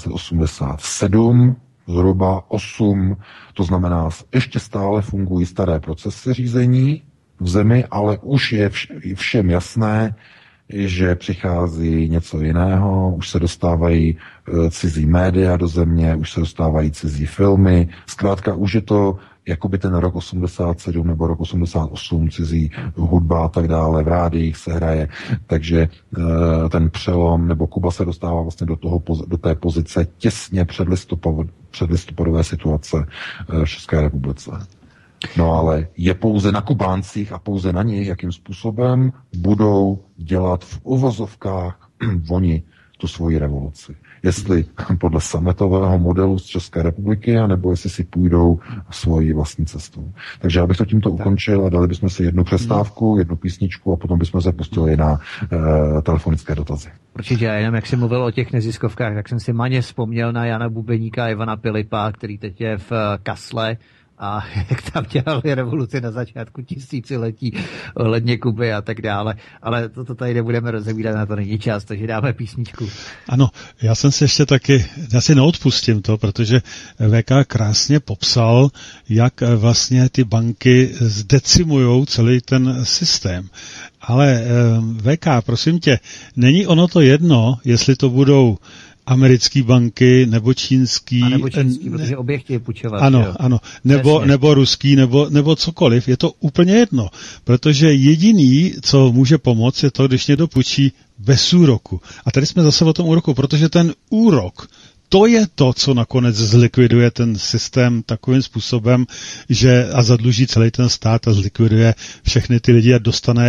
1987, zhruba 8, to znamená, ještě stále fungují staré procesy řízení v zemi, ale už je všem jasné, že přichází něco jiného, už se dostávají cizí média do země, už se dostávají cizí filmy, zkrátka už je to jakoby ten rok 87 nebo rok 88, cizí hudba a tak dále, v rádiích se hraje, takže ten přelom, nebo Kuba se dostává vlastně do té pozice těsně předlistopadové situace v České republice. No ale je pouze na Kubáncích a pouze na nich, jakým způsobem budou dělat v uvozovkách oni tu svoji revoluci. Jestli podle sametového modelu z České republiky, anebo jestli si půjdou svoji vlastní cestou. Takže já bych to tímto ukončil a dali bychom si jednu přestávku, jednu písničku a potom bychom se pustili na telefonické dotazy. Určitě, jenom jak jsi mluvil o těch neziskovkách, tak jsem si maně vzpomněl na Jana Bubeníka a Ivana Pilipa, který teď je v Kasle, a jak tam dělali revoluci na začátku tisíciletí ohledně Kuby a tak dále. Ale toto tady nebudeme rozebírat, na to není čas, takže dáme písničku. Ano, já jsem si ještě taky, já si neodpustím to, protože VK krásně popsal, jak vlastně ty banky zdecimujou celý ten systém. Ale VK, prosím tě, není ono to jedno, jestli to budou americké banky, nebo čínský. A nebo čínský, protože obě chtějí půjčovat. Ano. Nebo ruský, nebo cokoliv. Je to úplně jedno. Protože jediný, co může pomoct, je to, když někdo půjčí bez úroku. A tady jsme zase o tom úroku, protože ten úrok, to je to, co nakonec zlikviduje ten systém takovým způsobem, že a zadluží celý ten stát a zlikviduje všechny ty lidi a dostane je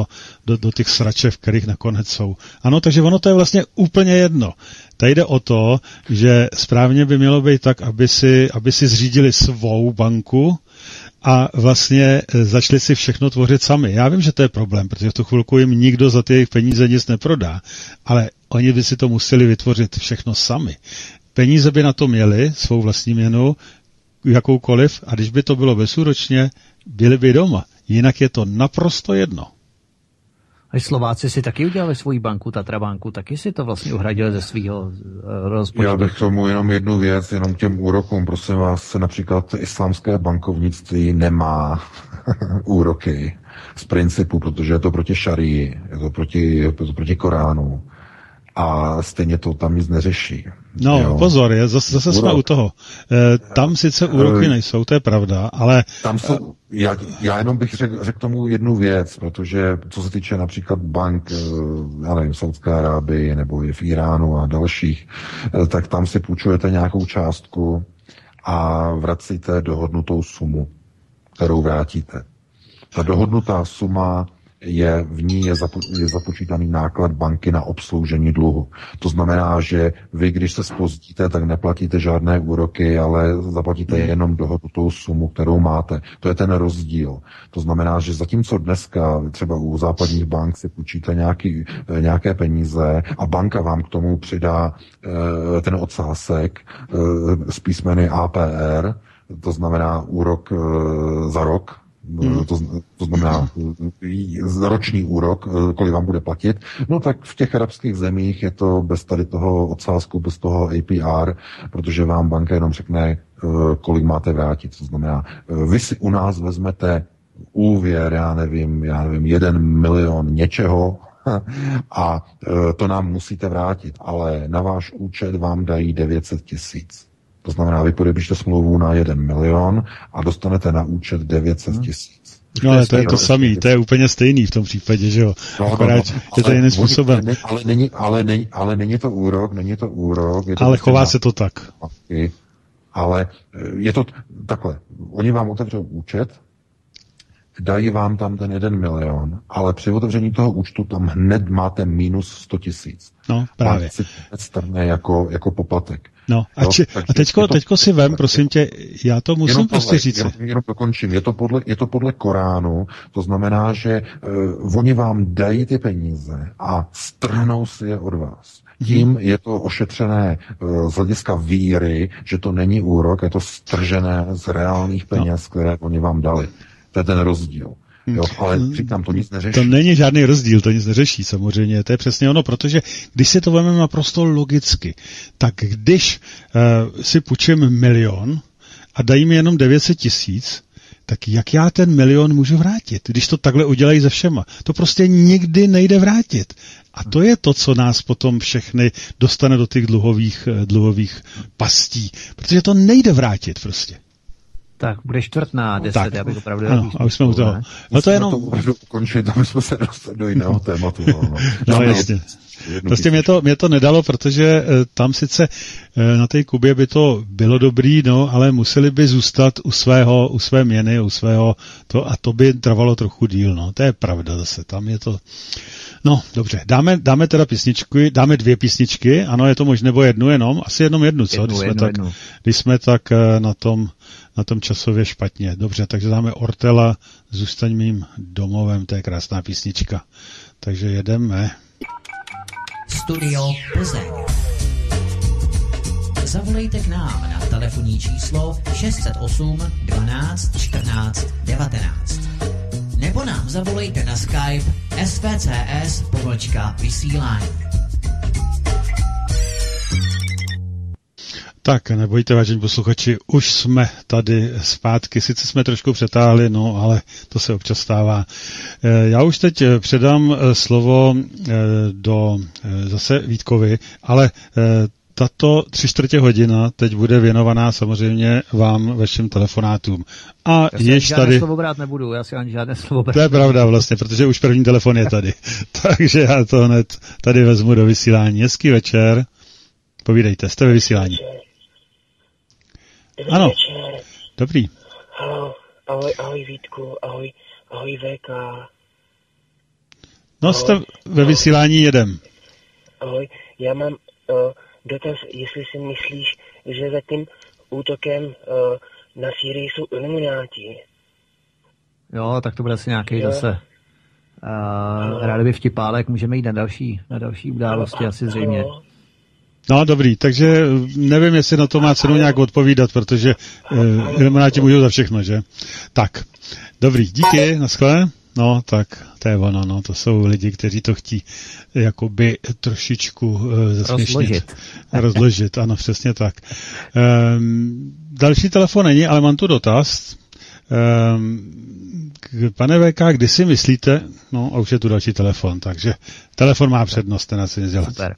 do těch sračev, kterých nakonec jsou. Ano, takže ono to je vlastně úplně jedno. Tady jde o to, že správně by mělo být tak, aby si zřídili svou banku a vlastně začali si všechno tvořit sami. Já vím, že to je problém, protože v tu chvilku jim nikdo za ty jejich peníze nic neprodá, ale oni by si to museli vytvořit všechno sami. Peníze by na to měli, svou vlastní měnu, jakoukoliv, a když by to bylo bezúročně, byli by doma. Jinak je to naprosto jedno. A Slováci si taky udělali svoji banku, Tatra banku, taky si to vlastně uhradili ze svého rozpočtu. Já bych tomu jenom jednu věc, jenom těm úrokům, prosím vás, například islámské bankovnictví nemá úroky z principu, protože je to proti šarii, je to proti Koránu a stejně to tam nic neřeší. No, jo. Pozor, zase jsme u toho. Tam sice úroky nejsou, to je pravda, ale... Tam jsou, já jenom bych řekl tomu jednu věc, protože co se týče například bank, já nevím, Saúdské Arábii nebo je v Iránu a dalších, tak tam si půjčujete nějakou částku a vracíte dohodnutou sumu, kterou vrátíte. Ta dohodnutá suma v ní je započítaný náklad banky na obsloužení dluhu. To znamená, že vy, když se zpozdíte, tak neplatíte žádné úroky, ale zaplatíte jenom dohodnutou sumu, kterou máte. To je ten rozdíl. To znamená, že zatímco dneska třeba u západních bank si půjčíte nějaké peníze a banka vám k tomu přidá ten odsázek s písmeny APR, to znamená úrok za rok, to znamená roční úrok, kolik vám bude platit, no tak v těch arabských zemích je to bez tady toho odsázku, bez toho APR, protože vám banka jenom řekne, kolik máte vrátit. To znamená, vy si u nás vezmete úvěr, já nevím, 1 milion něčeho a to nám musíte vrátit, ale na váš účet vám dají 900 000. To znamená, vy podepíšte smlouvu na 1 milion a dostanete na účet 900 000. No, ale to je to samý, to je úplně stejný v tom případě, že jo? Akorát je to jiným způsobem. Ale není to úrok, Je to ale chová se to tak. Ale je to takhle. Oni vám otevřou účet, dají vám tam ten 1 milion, ale při otevření toho účtu tam hned máte minus 100 000. No, právě. Máte si strné jako poplatek. No, a teďko si vem, prosím tě, já to musím prostě říct. Jenom dokončím. Je to podle Koránu, to znamená, že oni vám dají ty peníze a strhnou si je od vás. Tím je to ošetřené z hlediska víry, že to není úrok, je to stržené z reálných peněz, které oni vám dali. To je ten rozdíl. Jo, ale říkám, to nic neřeší. To není žádný rozdíl, to nic neřeší samozřejmě, to je přesně ono, protože když si to vezmeme naprosto logicky, tak když si půjčím 1 milion a dají mi jenom 900 000, tak jak já ten 1 milion můžu vrátit, když to takhle udělají ze všema? To prostě nikdy nejde vrátit. A to je to, co nás potom všechny dostane do těch dluhových pastí, protože to nejde vrátit prostě. Tak bude 4:10, tak, já bych opravdu... Ano, a už jsme u toho. Ne? No to je jenom... to opravdu ukončit, aby jsme se dostali do jiného tématu. No jasně. Prostě mě to nedalo, protože tam sice na té Kubě by to bylo dobrý, no, ale museli by zůstat u své měny, u svého a to by trvalo trochu díl, no. To je pravda zase, tam je to... No, dobře, dáme teda písničky, dáme 2 písničky, ano, je to možné, nebo jednu jenom, asi jednu, co? Když jsme tak na tom časově špatně. Dobře, takže dáme Ortela, Zůstaň mým domovem, to je krásná písnička. Takže jedeme. Studio Plzeň. Zavolejte k nám na telefonní číslo 608 12 14 19. Nebo nám zavolejte na Skype svcs_vysílání. Tak, nebojte, vážení posluchači, už jsme tady zpátky, sice jsme trošku přetáhli, no, ale to se občas stává. Já už teď předám slovo do zase Vítkovi, ale tato 3/4 hodina teď bude věnovaná samozřejmě vám, vašim telefonátům. A již tady... slovo brát nebudu, já si ani žádné slovo brát. To je pravda vlastně, protože už první telefon je tady. Takže já to hned tady vezmu do vysílání. Hezký večer. Povídejte, jste ve vysílání. Ano, večer. Dobrý. Halo, ahoj Vítku, ahoj VK. No ahoj. Jste ve vysílání, jedem. Ahoj, já mám dotaz, jestli si myslíš, že za tím útokem na Sýrii jsou ilumináti. Jo, tak to bude asi nějaký zase rádoby vtipálek, můžeme jít na další události, asi zřejmě. No dobrý, takže nevím, jestli na to má cenu nějak odpovídat, protože ilumináti můžou za všechno, že? Tak, dobrý, díky, naschle. No, tak to je ono, no, to jsou lidi, kteří to chtí jakoby trošičku rozložit, ano, přesně tak. Další telefon není, ale mám tu dotaz. Pane VK, kdy si myslíte, no a už je tu další telefon, takže telefon má přednost, ten asi nic dělat. Super.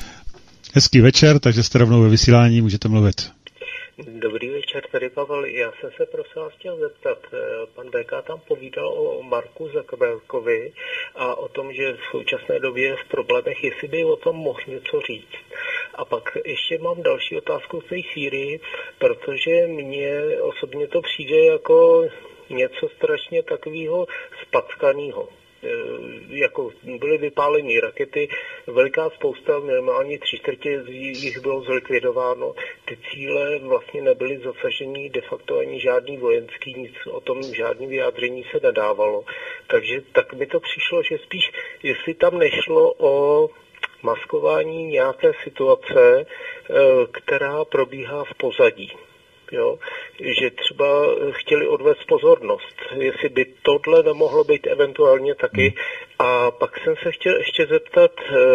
Hezký večer, takže jste rovnou ve vysílání, můžete mluvit. Dobrý večer, tady Pavel. Já jsem se prosím vás chtěl zeptat. Pan VK tam povídal o Marku Zuckerbergovi a o tom, že v současné době je v problémech, jestli by o tom mohl něco říct. A pak ještě mám další otázku v té Sýrii, protože mně osobně to přijde jako něco strašně takového spackaného. Jako byly vypáleny rakety, veliká spousta, minimálně 3/4 z nich bylo zlikvidováno. Ty cíle vlastně nebyly zasaženy de facto ani žádný vojenský, nic o tom, žádný vyjádření se nedávalo. Takže tak mi to přišlo, že spíš, jestli tam nešlo o maskování nějaké situace, která probíhá v pozadí. Jo, že třeba chtěli odvést pozornost, jestli by tohle nemohlo být eventuálně taky. A pak jsem se chtěl ještě zeptat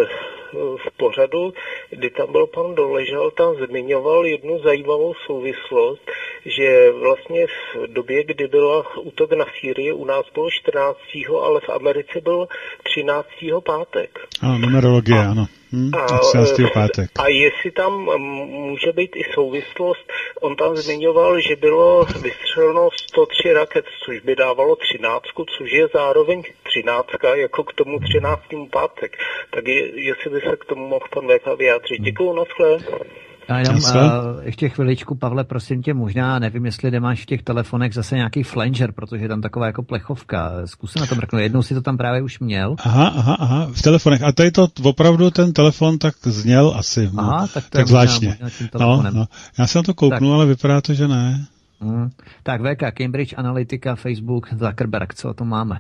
v pořadu, kdy tam byl pan Doležal, tam zmiňoval jednu zajímavou souvislost, že vlastně v době, kdy byl útok na Sýrii, u nás bylo 14., ale v Americe byl 13. pátek. Ano, numerologie, ano. 13. pátek. A jestli tam může být i souvislost, on tam zmiňoval, že bylo vystřeleno 103 raket, což by dávalo 13, což je zároveň 13, jako k tomu 13. pátek. Tak jestli by se k tomu mohl pan VK vyjádřit. Děkuju, naschle. Já jenom ještě chviličku, Pavle, prosím tě, možná, nevím, jestli nemáš v těch telefonech zase nějaký flanger, protože je tam taková jako plechovka. Zkus se na to mrknout. Jednou si to tam právě už měl. Aha, v telefonech. A tady to opravdu ten telefon tak zněl asi. Aha, tak zvláštně. No. Já se na to kouknu, tak. Ale vypadá to, že ne. Tak VK, Cambridge Analytica, Facebook, Zuckerberg, co o tom máme?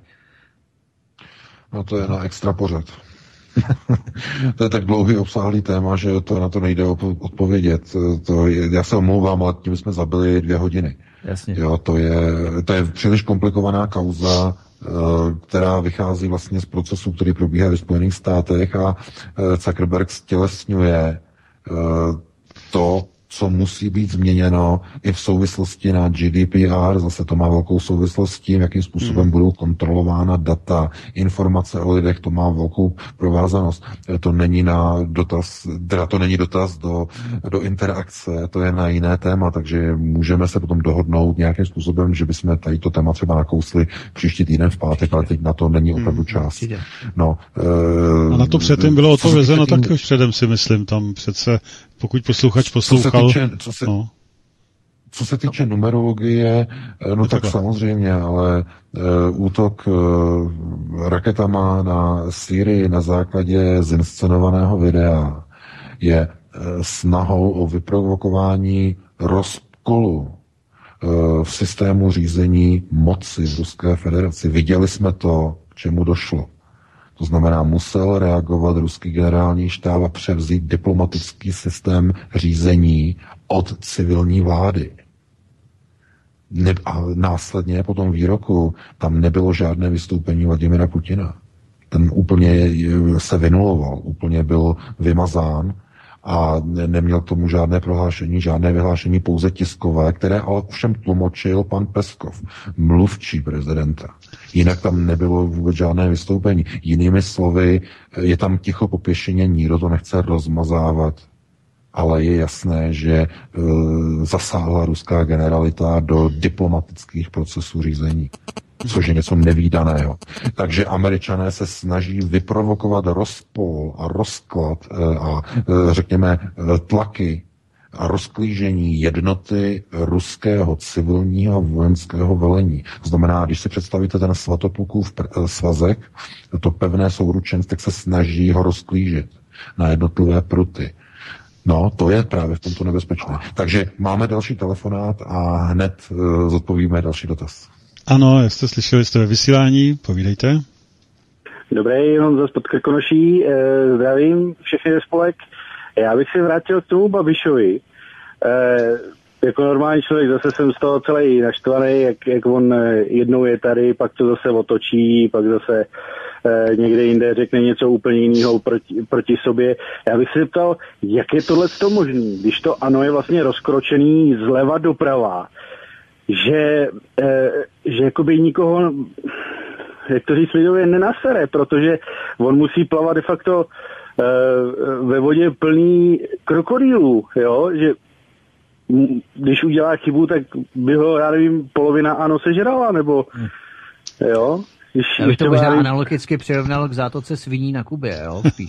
No to je na extra pořad. To je tak dlouhý obsáhlý téma, že to na to nejde odpovědět. Já se omlouvám, ale tím jsme zabili 2 hodiny. Jasně. Jo, to je příliš komplikovaná kauza, která vychází vlastně z procesu, který probíhá ve Spojených státech a Zuckerberg stělesňuje to, co musí být změněno i v souvislosti na GDPR, zase to má velkou souvislost s tím, jakým způsobem budou kontrolována data, informace o lidech, to má velkou provázanost. To není dotaz do interakce, to je na jiné téma, takže můžeme se potom dohodnout nějakým způsobem, že bychom tady to téma třeba nakousli příští týden v pátek, ale teď na to není opravdu čas. No, a na to předtím bylo odpovězeno taky už předem, si myslím, tam přece, pokud posluchač poslouchal. Co se týče numerologie, no tak samozřejmě, ale útok raketama na Sýrii na základě zinscenovaného videa je snahou o vyprovokování rozkolu v systému řízení moci v Ruské federaci. Viděli jsme to, k čemu došlo. To znamená, musel reagovat ruský generální štáb a převzít diplomatický systém řízení od civilní vlády. A následně po tom výroku tam nebylo žádné vystoupení Vladimira Putina. Ten úplně se vynuloval, úplně byl vymazán a neměl k tomu žádné prohlášení, žádné vyhlášení, pouze tiskové, které ale všem tlumočil pan Peskov, mluvčí prezidenta. Jinak tam nebylo vůbec žádné vystoupení. Jinými slovy, je tam ticho popěšeně, nikdo to nechce rozmazávat. Ale je jasné, že zasáhla ruská generalita do diplomatických procesů řízení, což je něco nevídaného. Takže Američané se snaží vyprovokovat rozpol a rozklad a řekněme tlaky a rozklížení jednoty ruského civilního vojenského velení. To znamená, když si představíte ten Svatopukův svazek, to pevné souručenství, tak se snaží ho rozklížit na jednotlivé pruty. No, to je právě v tomto nebezpečné. Takže máme další telefonát a hned zodpovíme další dotaz. Ano, jak jste slyšeli, jste ve vysílání, povídejte. Dobrý, Honza z Podkrkonoší, zdravím všechny ve spolek. Já bych se vrátil k tomu Babišovi. Jako normální člověk zase jsem z toho celý naštvaný, jak on jednou je tady, pak to zase otočí, pak zase někde jinde řekne něco úplně jiného proti sobě. Já bych se zeptal, jak je tohleto možný, když to ANO je vlastně rozkročený zleva doprava, že jakoby nikoho, jak to říct lidově, nenasere, protože on musí plavat de facto ve vodě plný krokodýlů, jo, že když udělá chybu, tak by ho, já nevím, polovina ANO sežrala, nebo jo. Já bych to možná analogicky přirovnal k zátoce sviní na Kubě, jo, spíš.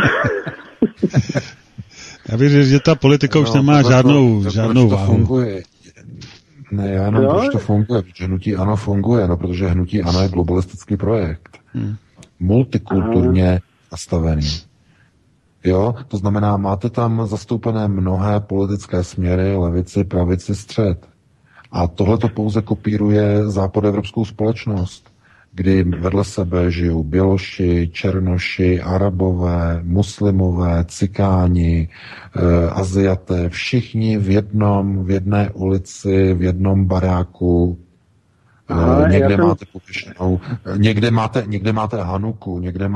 Já bych řekl, že ta politika už nemá žádnou váhu. Funguje. Ne, já nevím, proč to funguje, protože hnutí ANO funguje, no, protože hnutí ANO je globalistický projekt. Multikulturně nastavený. Jo, to znamená, máte tam zastoupené mnohé politické směry, levici, pravici, střed. A tohle to pouze kopíruje západoevropskou společnost, kdy vedle sebe žijou Běloši, Černoši, Arabové, Muslimové, Cikáni, Aziaté, všichni v jedné ulici, v jednom baráku. Někde máte pověšenou, někde máte Hanuku, někde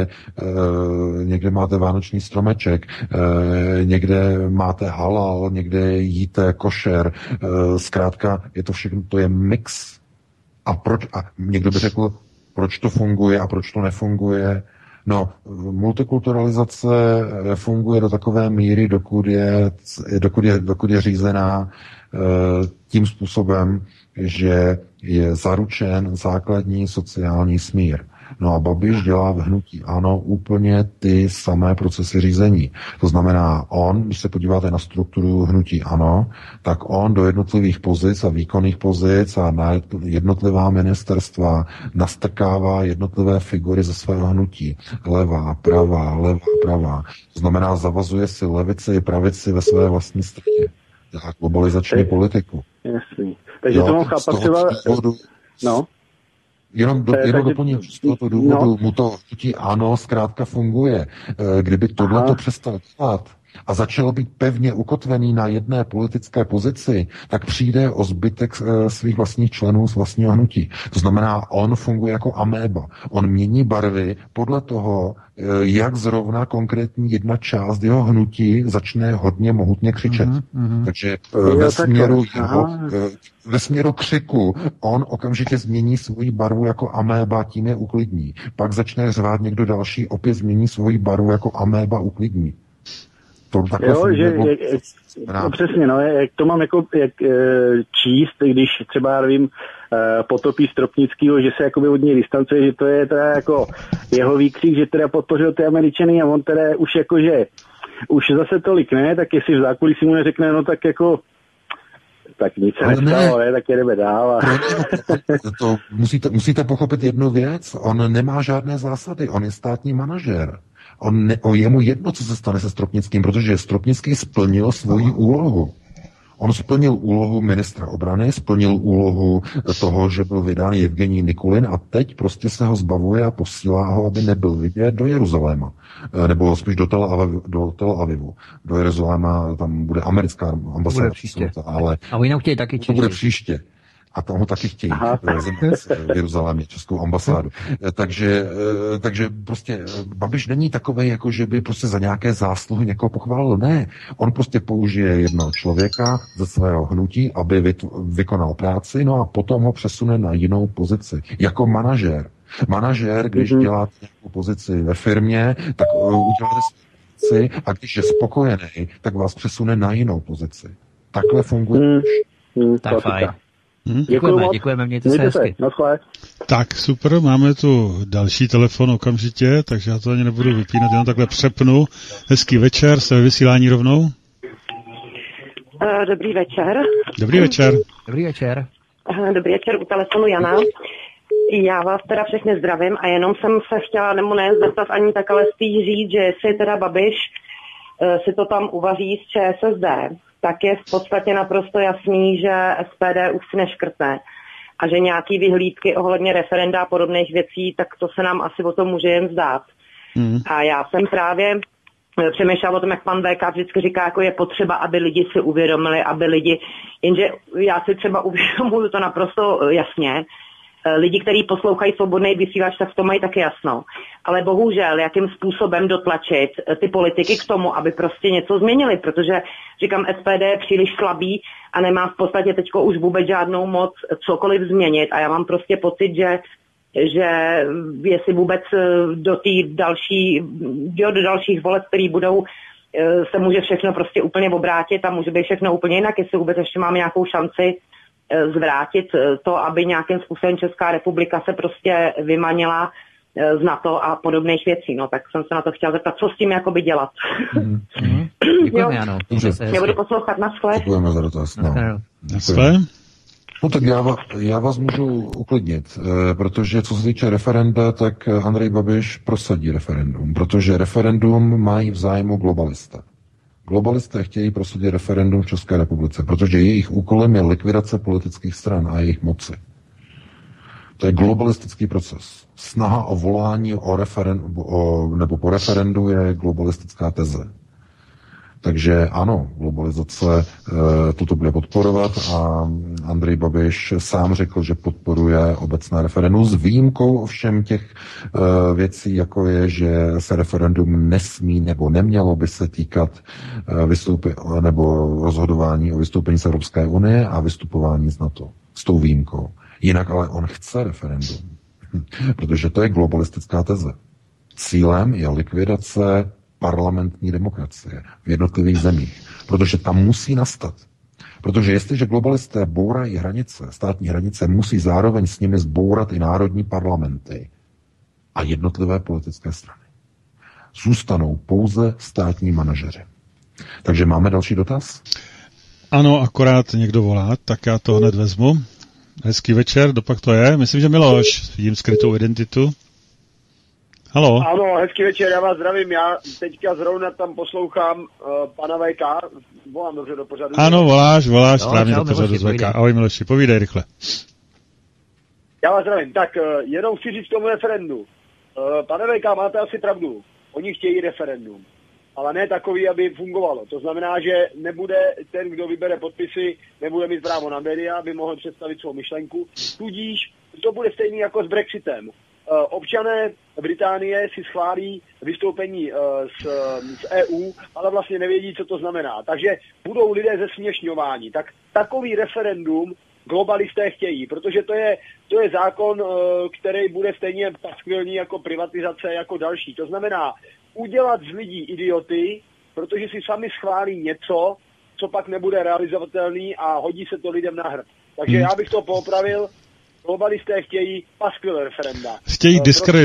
máte vánoční stromeček, někde máte halal, někde jíte košer. Zkrátka, je to všechno, to je mix. A někdo by řekl, proč to funguje a proč to nefunguje. No, multikulturalizace funguje do takové míry, dokud je řízená tím způsobem, že je zaručen základní sociální smír. No a Babiš dělá v hnutí ANO úplně ty samé procesy řízení. To znamená, když se podíváte na strukturu hnutí ANO, tak on do jednotlivých pozic a výkonných pozic a na jednotlivá ministerstva nastrkává jednotlivé figury ze svého hnutí. Levá, pravá. To znamená, zavazuje si levici i pravici ve své vlastní straně. Dělá globalizační politiku. Jasný. Takže to mám chápat třeba... No. Jenom doplním, z tohoto důvodu mu to hnutí ANO zkrátka funguje. Kdyby tohle to přestal dělat, a začal být pevně ukotvený na jedné politické pozici, tak přijde o zbytek svých vlastních členů z vlastního hnutí. To znamená, on funguje jako améba. On mění barvy podle toho, jak zrovna konkrétní jedna část jeho hnutí začne hodně mohutně křičet. Takže ve směru křiku on okamžitě změní svoji barvu jako améba, tím je uklidní. Pak začne řvát někdo další, opět změní svoji barvu jako améba, uklidní. To no přesně, no, jak to mám jako číst, když třeba, já nevím, potopí Stropnickýho, že se jakoby od něj distancuje, že to je teda jako jeho výkřik, že teda podpořil ty Američany a on teda už jakože už zase tolik ne, tak jestli v zákulisí mu neřekne, no tak jako tak nic se nestalo, ne, tak jedeme dál. To musíte pochopit jednu věc, on nemá žádné zásady, on je státní manažer. Je mu jedno, co se stane se Stropnickým, protože Stropnický splnil svoji úlohu. On splnil úlohu ministra obrany, splnil úlohu toho, že byl vydán Evgenij Nikulin a teď prostě se ho zbavuje a posílá ho, aby nebyl vidět do Jeruzaléma. Nebo spíš do Tel Avivu. Do Jeruzaléma tam bude americká ambasáda. Bude příště. A oni chtějí taky to bude příště. A tam ho taky chtějí v Jeruzalémě, českou ambasádu. Takže prostě Babiš není takovej, jako že by prostě za nějaké zásluhy někoho pochválil. Ne, on prostě použije jednoho člověka ze svého hnutí, aby vykonal práci, no a potom ho přesune na jinou pozici. Jako manažér. Manažér, když děláte nějakou pozici ve firmě, tak uděláte pozici a když je spokojený, tak vás přesune na jinou pozici. Takhle funguje. Tak fajn. Děkujeme, mějte se hezky. Tak, super, máme tu další telefon okamžitě, takže já to ani nebudu vypínat, jenom takhle přepnu. Hezký večer, jste ve vysílání rovnou? Dobrý večer. Dobrý večer. Dobrý večer. Dobrý večer, u telefonu Jana. Já vás teda všechny zdravím a jenom jsem se chtěla, nebo ne zeptat ani tak, ale spíš říct, že jestli teda Babiš si to tam uvaří z ČSSD, tak je v podstatě naprosto jasný, že SPD už si neškrtne a že nějaký vyhlídky ohledně referenda a podobných věcí, tak to se nám asi o tom může jen zdát. A já jsem právě přemýšlela o tom, jak pan VK vždycky říká, jako je potřeba, aby lidi si uvědomili, jenže já si třeba uvědomuju to naprosto jasně, lidi, kteří poslouchají svobodný vysílač, tak v tom mají taky jasno. Ale bohužel, jakým způsobem dotlačit ty politiky k tomu, aby prostě něco změnili, protože říkám, SPD je příliš slabý a nemá v podstatě teďko už vůbec žádnou moc cokoliv změnit a já mám prostě pocit, že jestli vůbec do dalších voleb, které budou, se může všechno prostě úplně obrátit a může být všechno úplně jinak, jestli vůbec ještě máme nějakou šanci zvrátit to, aby nějakým způsobem Česká republika se prostě vymanila z NATO a podobných věcí. No, tak jsem se na to chtěla zeptat, co s tím jakoby dělat. Děkujeme, ano. Já budu poslouchat, naschle. Děkujeme za dotaz. No tak já vás můžu uklidnit, protože co se týče referenda, tak Andrej Babiš prosadí referendum, protože referendum mají v zájmu globalisté. Globalisté chtějí prosadit referendum v České republice, protože jejich úkolem je likvidace politických stran a jejich moci. To je globalistický proces. Snaha o volání nebo po referendu je globalistická teze. Takže ano, globalizace toto bude podporovat a Andrej Babiš sám řekl, že podporuje obecné referendum s výjimkou ovšem těch věcí, jako je, že se referendum nesmí nebo nemělo by se týkat nebo rozhodování o vystoupení z Evropské unie a vystupování z NATO. S tou výjimkou. Jinak ale on chce referendum, protože to je globalistická teze. Cílem je likvidace parlamentní demokracie v jednotlivých zemích, protože tam musí nastat. Protože jestliže globalisté bourají hranice, státní hranice, musí zároveň s nimi zbourat i národní parlamenty a jednotlivé politické strany. Zůstanou pouze státní manažeři. Takže máme další dotaz? Ano, akorát někdo volá, tak já to hned vezmu. Hezký večer, dopak to je. Myslím, že Miloš, vidím skrytou identitu. Halo. Ano, hezký večer, já vás zdravím, já teďka zrovna tam poslouchám pana VK, volám dobře do pořadu. Ano, voláš správně do pořadu z VK. Ahoj Miloši, povídej rychle. Já vás zdravím, tak jenom chci říct k tomu referendu. Pane VK, máte asi pravdu, oni chtějí referendum, ale ne takový, aby fungovalo. To znamená, že nebude ten, kdo vybere podpisy, nebude mít právo na média, aby mohl představit svou myšlenku. Tudíž to bude stejný jako s Brexitem. Občané Británie si schválí vystoupení z EU, ale vlastně nevědí, co to znamená. Takže budou lidé zesměšňováni. Tak takový referendum globalisté chtějí, protože to je zákon, který bude stejně paskvilní jako privatizace, jako další. To znamená udělat z lidí idioty, protože si sami schválí něco, co pak nebude realizovatelný a hodí se to lidem na hrb. Takže já bych to poopravil. Globalisté chtějí paskvil referenda. Chtějí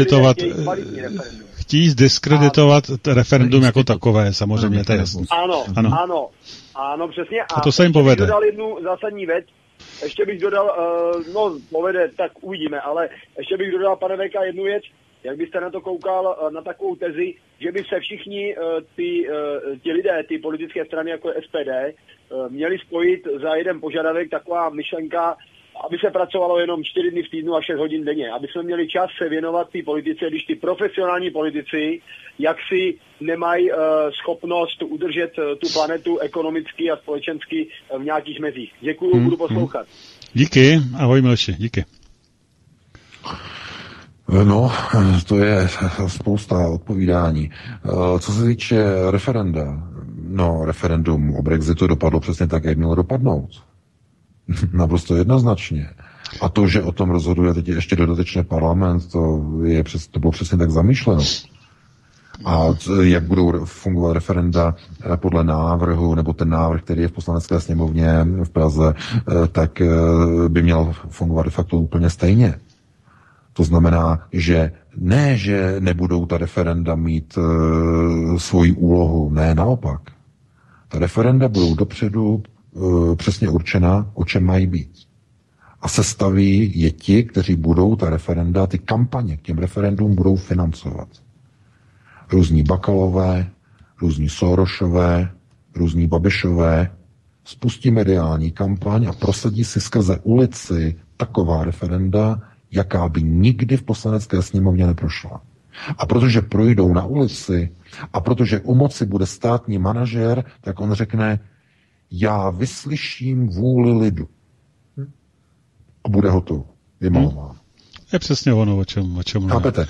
diskreditovat referendum jako takové, samozřejmě, to je jasné. Ano, přesně. A to se jim povede. Bych dodal jednu zásadní věc. Ještě bych dodal, povede, tak uvidíme, ale ještě bych dodal, pane VK, jednu věc. Jak byste na to koukal, na takovou tezi, že by se všichni ti lidé, ty politické strany jako je SPD, měli spojit za jeden požadavek, taková myšlenka, aby se pracovalo jenom 4 dny v týdnu a 6 hodin denně. Aby jsme měli čas se věnovat té politice, když ty profesionální politici jaksi nemají schopnost udržet tu planetu ekonomicky a společensky v nějakých mezích. Děkuju, budu poslouchat. Díky, ahoj Miloši, díky. No, to je spousta odpovídání. Co se týče referenda, referendum o Brexitu dopadlo přesně tak, jak mělo dopadnout. Naprosto jednoznačně. A to, že o tom rozhoduje teď ještě dodatečně parlament, to bylo přesně tak zamýšleno. A jak budou fungovat referenda podle návrhu, nebo ten návrh, který je v Poslanecké sněmovně v Praze, tak by měl fungovat de facto úplně stejně. To znamená, že nebudou ta referenda mít svoji úlohu, ne, naopak. Ta referenda budou dopředu přesně určena, o čem mají být. A sestaví je ti, kteří budou ta referenda, ty kampaně k těm referendům budou financovat. Různí Bakalové, různí Sorošové, různí Babišové spustí mediální kampaň a prosadí si skrze ulici taková referenda, jaká by nikdy v Poslanecké sněmovně neprošla. A protože projdou na ulici a protože u moci bude státní manažer, tak on řekne, já vyslyším vůli lidu. A bude hotovo. Vymalován. Je přesně ono, o čem chápete?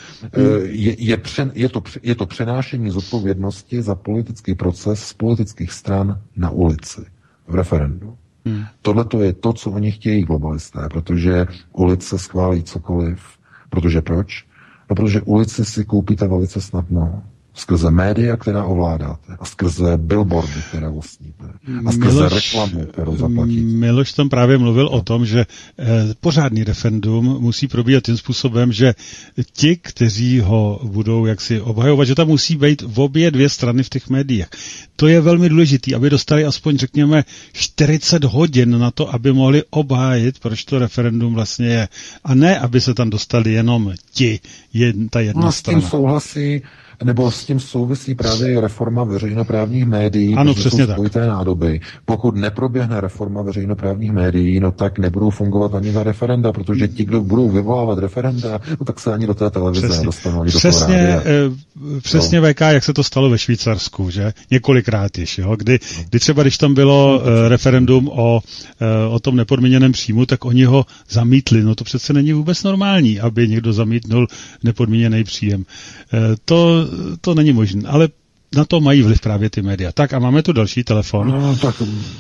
Je to přenášení zodpovědnosti za politický proces z politických stran na ulici v referendu. Tohle to je to, co oni chtějí globalisté, protože ulice schválí cokoliv. Protože proč? No, protože ulici si koupíte velice snadno. Skrze média, která ovládáte. A skrze billboardy, které vlastníte. A skrze reklamu, kterou zaplatíte. Miloš tam právě mluvil o tom, že pořádný referendum musí probíhat tím způsobem, že ti, kteří ho budou jaksi obhajovat, že tam musí být v obě dvě strany v těch médiích. To je velmi důležitý, aby dostali aspoň, řekněme, 40 hodin na to, aby mohli obhájit, proč to referendum vlastně je. A ne, aby se tam dostali jenom ta jedna strana. S tím souhlasí, nebo s tím souvisí právě reforma veřejnoprávních médií. Ano, přesně tak. Spojité nádoby. Pokud neproběhne reforma veřejnoprávních médií, no tak nebudou fungovat ani ta referenda, protože ti, kdo budou vyvolávat referenda, no tak se ani do té televize nedostanou, ani do toho rádia. Přesně VK, jak se to stalo ve Švýcarsku, že? Několikrát již, jo? Kdy třeba, když tam bylo referendum o tom nepodmíněném příjmu, tak oni ho zamítli. No to přece není vůbec normální, aby někdo zamítnul nepodmíněný příjem. To není možné, ale na to mají vliv právě ty média. Tak a máme tu další telefon. No, tak...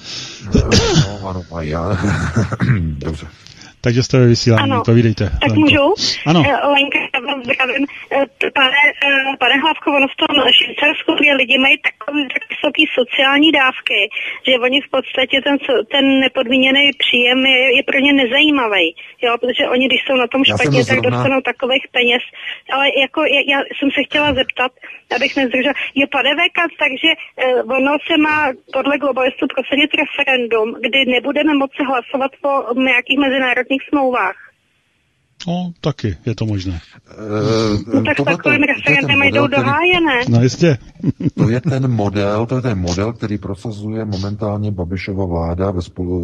Dobře. Takže jste ve vysílání, povídejte. Tak Lenko. Můžu? Ano. Lenka, já vám zdravím. Pane Hlavko, ono v tom Švýcarsku, kde lidi mají takové vysoké sociální dávky, že oni v podstatě ten nepodmíněný příjem je pro ně nezajímavý. Jo, protože oni, když jsou na tom špatně, tak dostanou takových peněz. Ale jako já jsem se chtěla zeptat, abych nezdržela. Je pane VK, takže ono se má podle globalistů prosadit referendum, kdy nebudeme moci hlasovat po nějakých mezinárodních smlouvách. No, taky je to možné. No tak takovým referentem jdou do háje, ne? No jistě. To je ten model, který prosazuje momentálně Babišova vláda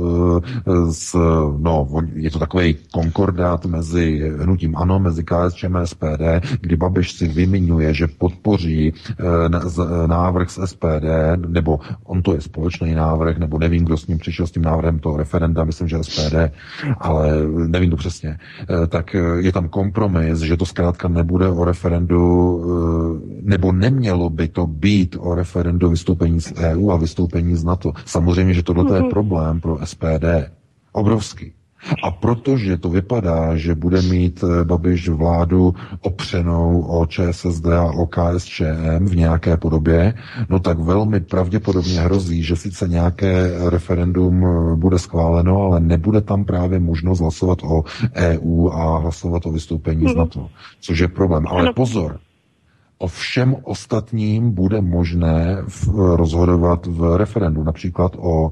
je to takový konkordát mezi hnutím ANO, mezi KSČM a SPD, kdy Babiš si vymiňuje, že podpoří návrh z SPD, nebo on to je společný návrh, nebo nevím, kdo s ním přišel s tím návrhem toho referenda, myslím, že SPD, ale nevím to přesně. Tak je tam kompromis, že to zkrátka nebude o referendu, nebo nemělo by to být o referendu vystoupení z EU a vystoupení z NATO. Samozřejmě, že tohle je problém pro SPD. Obrovský. A protože to vypadá, že bude mít Babiš vládu opřenou o ČSSD a o KSČM v nějaké podobě, no tak velmi pravděpodobně hrozí, že sice nějaké referendum bude schváleno, ale nebude tam právě možnost hlasovat o EU a hlasovat o vystoupení z NATO. Což je problém. Ale pozor, o všem ostatním bude možné rozhodovat v referendu, například o,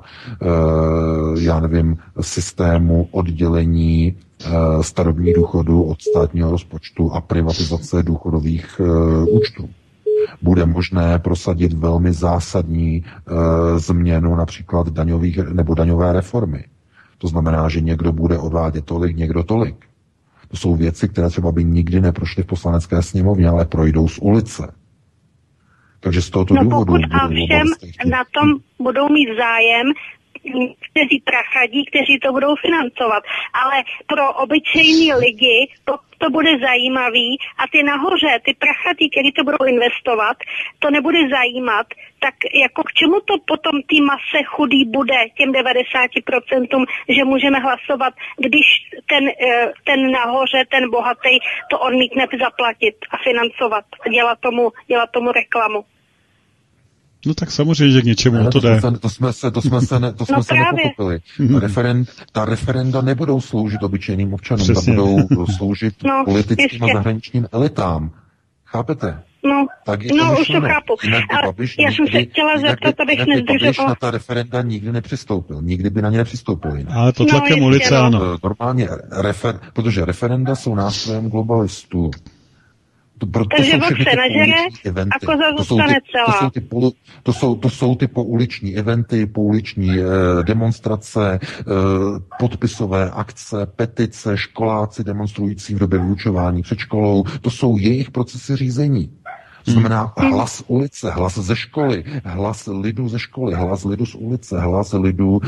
systému oddělení starobních důchodů od státního rozpočtu a privatizace důchodových účtů. Bude možné prosadit velmi zásadní změnu například daňové reformy. To znamená, že někdo bude odvádět tolik, někdo tolik. To jsou věci, které třeba by nikdy neprošly v poslanecké sněmovně, ale projdou z ulice. Takže z tohoto důvodu... Pokud a všem na tom budou mít zájem, kteří prachadí, kteří to budou financovat. Ale pro obyčejní lidi to bude zajímavý a ty nahoře, ty prachatí, kteří to budou investovat, to nebude zajímat, tak jako k čemu to potom té mase chudý bude, těm 90%, že můžeme hlasovat, když ten nahoře, ten bohatý, to odmítne zaplatit a financovat, dělat tomu reklamu. No tak samozřejmě, že k něčemu to jde. To jsme se nepochopili. Ta referenda nebudou sloužit obyčejným občanům, ta budou sloužit politickým a zahraničním elitám. Chápete? Tak je to už to chápu. Já jsem se chtěla zeptat, abych nezdržovala. Babiš na ta referenda nikdy nepřistoupil. Nikdy by na ně nepřistoupil. Ale pod tlakem ulice, ano. Normálně, protože referenda jsou nástrojem globalistů. Takže vlk se nažere a koza zůstane celá. To jsou ty pouliční eventy, pouliční demonstrace, podpisové akce, petice, školáci demonstrující v době vyučování před školou. To jsou jejich procesy řízení. To znamená hlas ulice, hlas ze školy, hlas lidu ze školy, hlas lidu z ulice, hlas lidu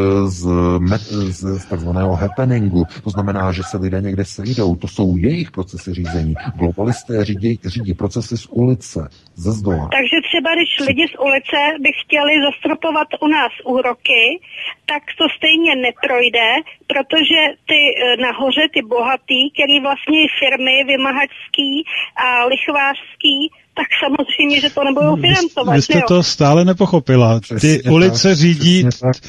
z takzvaného happeningu. To znamená, že se lidé někde sejdou. To jsou jejich procesy řízení. Globalisté řídí procesy z ulice, ze zdola. Takže třeba, když lidi z ulice by chtěli zastropovat u nás úroky, tak to stejně neprojde, protože ty nahoře, ty bohatý, který vlastně firmy vymahačský a lichvářský, tak samozřejmě, že to nebudou financovat. Vy jste to stále nepochopila. Ty ulice řídí,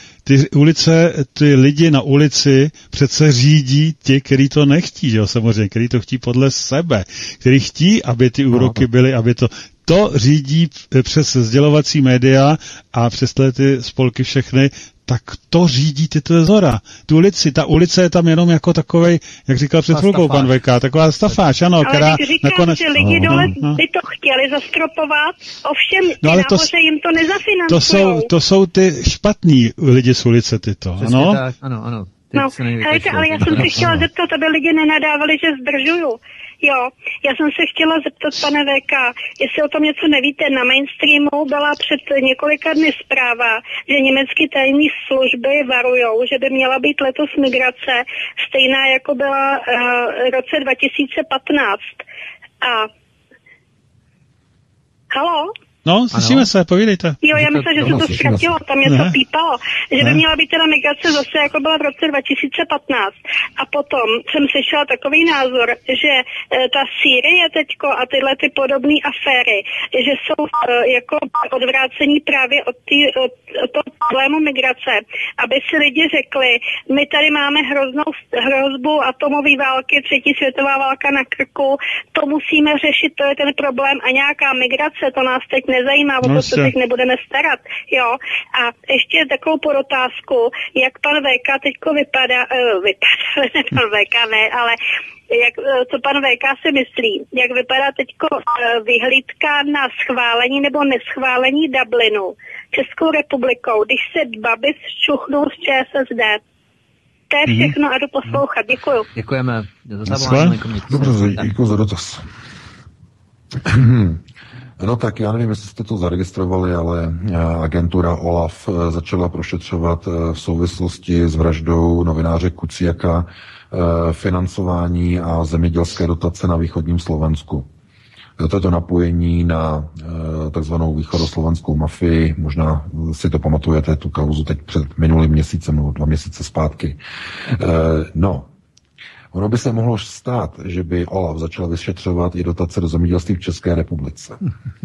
ty lidi na ulici přece řídí ti, kteří to nechtí, že jo, samozřejmě, kteří to chtí podle sebe, kteří chtí, aby ty úroky byly, aby to řídí přes sdělovací média a přes ty spolky všechny, tak to řídí tyto zora. Ta ulice je tam jenom jako takovej, jak říkal před chvilkou pan VK, taková stafáž, ano, která nakonec... Ale lidi dole by to chtěli zastropovat, ovšem nahoře jim to nezafinancujou. To jsou ty špatní lidi z ulice tyto, přesně ano? Tak, ano. Hejte, ale já jsem se chtěla zeptat, aby lidi nenadávali, že zdržuju. Jo, já jsem se chtěla zeptat, pane VK, jestli o tom něco nevíte. Na mainstreamu byla před několika dny zpráva, že německé tajné služby varujou, že by měla být letos migrace stejná, jako byla v roce 2015. A... Halo? No, slyšíme se, povídejte. Jo, já myslím, že se to ztratilo, tam něco pípalo. Že by měla být teda migrace zase, jako byla v roce 2015. A potom jsem slyšela takový názor, že ta Sýrie teďko a tyhle ty podobné aféry, že jsou jako odvrácení právě od toho problému migrace, aby si lidi řekli, my tady máme hrozbu atomové války, 3. světová válka na krku, to musíme řešit, to je ten problém a nějaká migrace, to nás teď nezajímá, o to se teď nebudeme starat, jo. A ještě takovou podotázku, jak pan VK teďko vypadá, ne pan VK, ne, ale co pan VK si myslí, jak vypadá teďko vyhlídka na schválení nebo neschválení Dublinu Českou republikou, když se Babiš šuchnul z ČSSD. To je všechno a jdu poslouchat. Děkuju. Děkujeme za zavolání. Dobře, děkuji za dotaz. No tak já nevím, jestli jste to zaregistrovali, ale agentura OLAF začala prošetřovat v souvislosti s vraždou novináře Kuciaka financování a zemědělské dotace na východním Slovensku. To je to napojení na takzvanou východoslovenskou mafii, možná si to pamatujete, tu kauzu teď před minulým měsícem nebo 2 měsíce zpátky. Ono by se mohlo stát, že by OLAF začal vyšetřovat i dotace do zemědělství v České republice.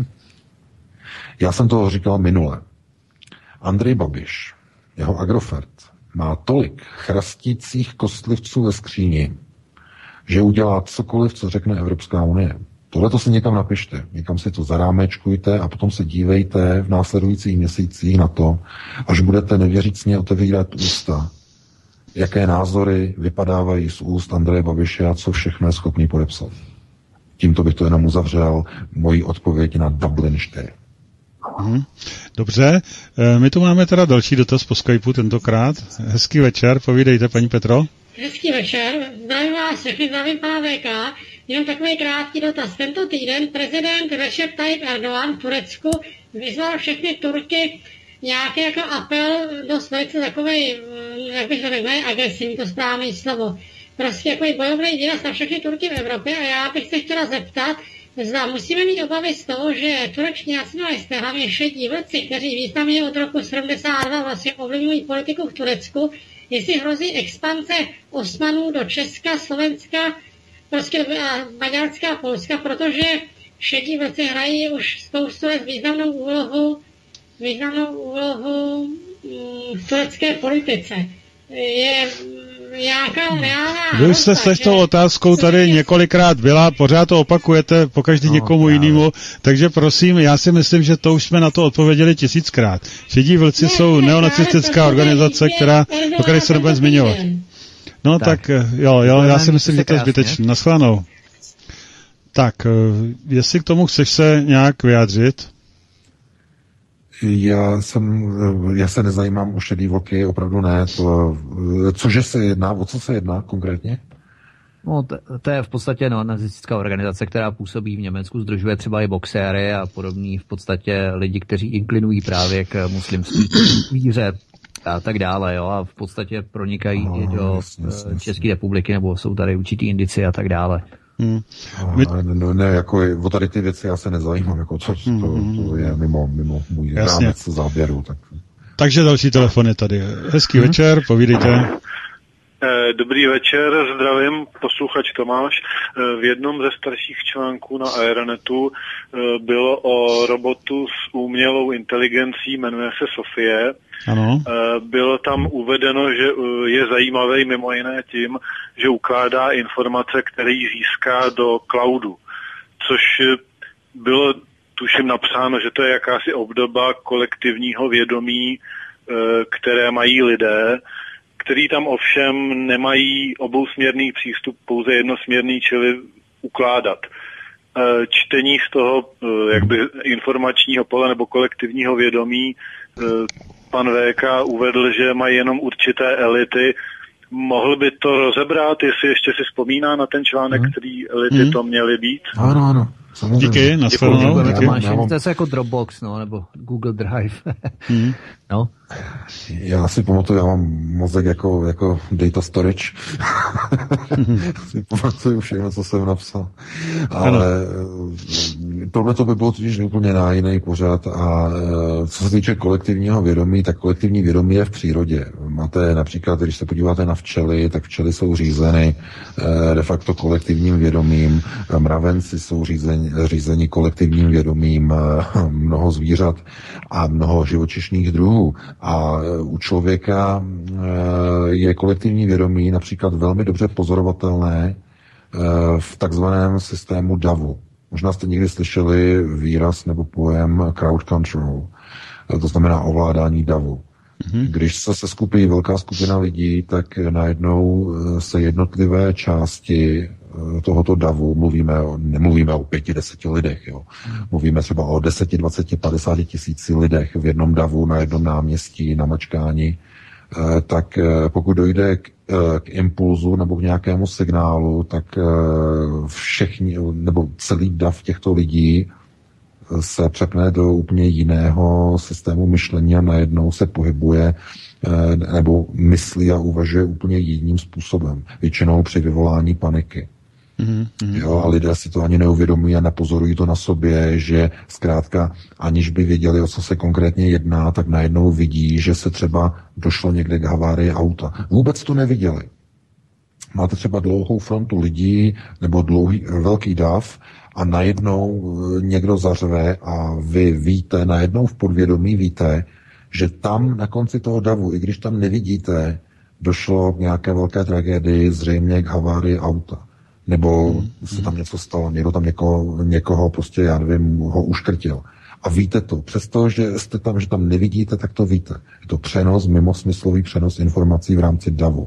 Já jsem to říkal minule. Andrej Babiš, jeho Agrofert, má tolik chrastících kostlivců ve skříni, že udělá cokoliv, co řekne Evropská unie. Tohle to si někam napište, někam si to zarámečkujte a potom se dívejte v následujících měsících na to, až budete nevěřícně otevírat ústa, jaké názory vypadávají z úst Andreje Babiše a co všechno je schopný podepsat. Tímto bych to jenom uzavřel moji odpověď na Dublin 4. Dobře, my tu máme teda další dotaz po Skypeu tentokrát. Hezký večer, povídejte, paní Petro. Hezký večer, zdravím vás všechny, zdravím pana VK. Jenom takový krátký dotaz. Tento týden prezident Recep Tayyip Erdogan v Turecku vyzval všechny Turky nějaký jako apel, dost velice takovej, jak bych to řekl, agresivní, to správné slovo. Prostě takový bojovný výraz na všechny Turky v Evropě a já bych se chtěla zeptat, zda musíme mít obavy z toho, že turečtí nacionalisté, hlavně šedí vlci, kteří významně od roku 72 vlastně ovlivňují politiku v Turecku, jestli hrozí expanze Osmanů do Česka, Slovenska, prostě Maďarska a Polska, protože šedí vlci hrají už spoustu let významnou úlohu v turecké politice. Je nějaká reálná... Vy jste se s tou otázkou tady několikrát byla, pořád to opakujete, pokaždý někomu jinému, takže prosím, já si myslím, že to už jsme na to odpověděli 1000krát. Šedí vlci jsou neonacistická organizace, o které se nebudeme zmiňovat. No tak jo, já si myslím, že to je zbytečné. Naschledanou. Tak, jestli k tomu chceš se nějak vyjádřit? Já se nezajímám o šedý vlky, opravdu ne. Cože se jedná, o co se jedná konkrétně? No, to je v podstatě nacistická organizace, která působí v Německu, sdružuje třeba i boxéry a podobný v podstatě lidi, kteří inklinují právě k muslimské víře a tak dále, jo, a v podstatě pronikají i do České republiky, nebo jsou tady určitý indicie a tak dále. Ne, jako o tady ty věci já se nezajímám, jako to je mimo můj rámec záběru. Takže další telefon je tady. Hezký večer, povídejte. Dobrý večer, zdravím, posluchač Tomáš. V jednom ze starších článků na Aeronetu bylo o robotu s umělou inteligencí, jmenuje se Sofie. Ano. Bylo tam uvedeno, že je zajímavý mimo jiné tím, že ukládá informace, které získá do cloudu, což bylo tuším napsáno, že to je jakási obdoba kolektivního vědomí, které mají lidé, který tam ovšem nemají obousměrný přístup, pouze jednosměrný, čili ukládat. Čtení z toho jakby informačního pole nebo kolektivního vědomí pan VK uvedl, že mají jenom určité elity. Mohl by to rozebrat, jestli ještě si vzpomíná na ten článek, který elity to měly být? Ano. Díky, nashledanou. To je jako Dropbox, no, nebo Google Drive. No. Já si pamatuju, já mám mozek jako data storage. si pamatuju všechno, co jsem napsal. Ale tohle to by bylo totiž úplně na jiný pořad. A co se týče kolektivního vědomí, tak kolektivní vědomí je v přírodě. Máte například, když se podíváte na včely, tak včely jsou řízeny de facto kolektivním vědomím. Mravenci jsou řízení kolektivním vědomím, mnoho zvířat a mnoho živočišných druhů. A u člověka je kolektivní vědomí například velmi dobře pozorovatelné v takzvaném systému DAVu. Možná jste někdy slyšeli výraz nebo pojem crowd control, to znamená ovládání DAVu. Když se skupí velká skupina lidí, tak najednou se jednotlivé části tohoto davu nemluvíme o 5-10 lidech, jo. Mluvíme třeba o 10, 20, 50 tisíci lidech v jednom davu na jednom náměstí na mačkání, tak pokud dojde k impulzu nebo k nějakému signálu, tak všichni, nebo celý dav těchto lidí se přepne do úplně jiného systému myšlení a najednou se pohybuje nebo myslí a uvažuje úplně jiným způsobem. Většinou při vyvolání paniky. Jo, a lidé si to ani neuvědomují a nepozorují to na sobě, že zkrátka, aniž by věděli, o co se konkrétně jedná, tak najednou vidí, že se třeba došlo někde k havárii auta. Vůbec to neviděli. Máte třeba dlouhou frontu lidí nebo velký dav a najednou někdo zařve a vy víte, najednou v podvědomí víte, že tam na konci toho davu, i když tam nevidíte, došlo k nějaké velké tragédii, zřejmě k havárii auta. Nebo se tam něco stalo, někdo tam někoho prostě, já nevím, ho uškrtil. A víte to. Přesto, že jste tam, že tam nevidíte, tak to víte. Je to přenos, mimosmyslový přenos informací v rámci davu.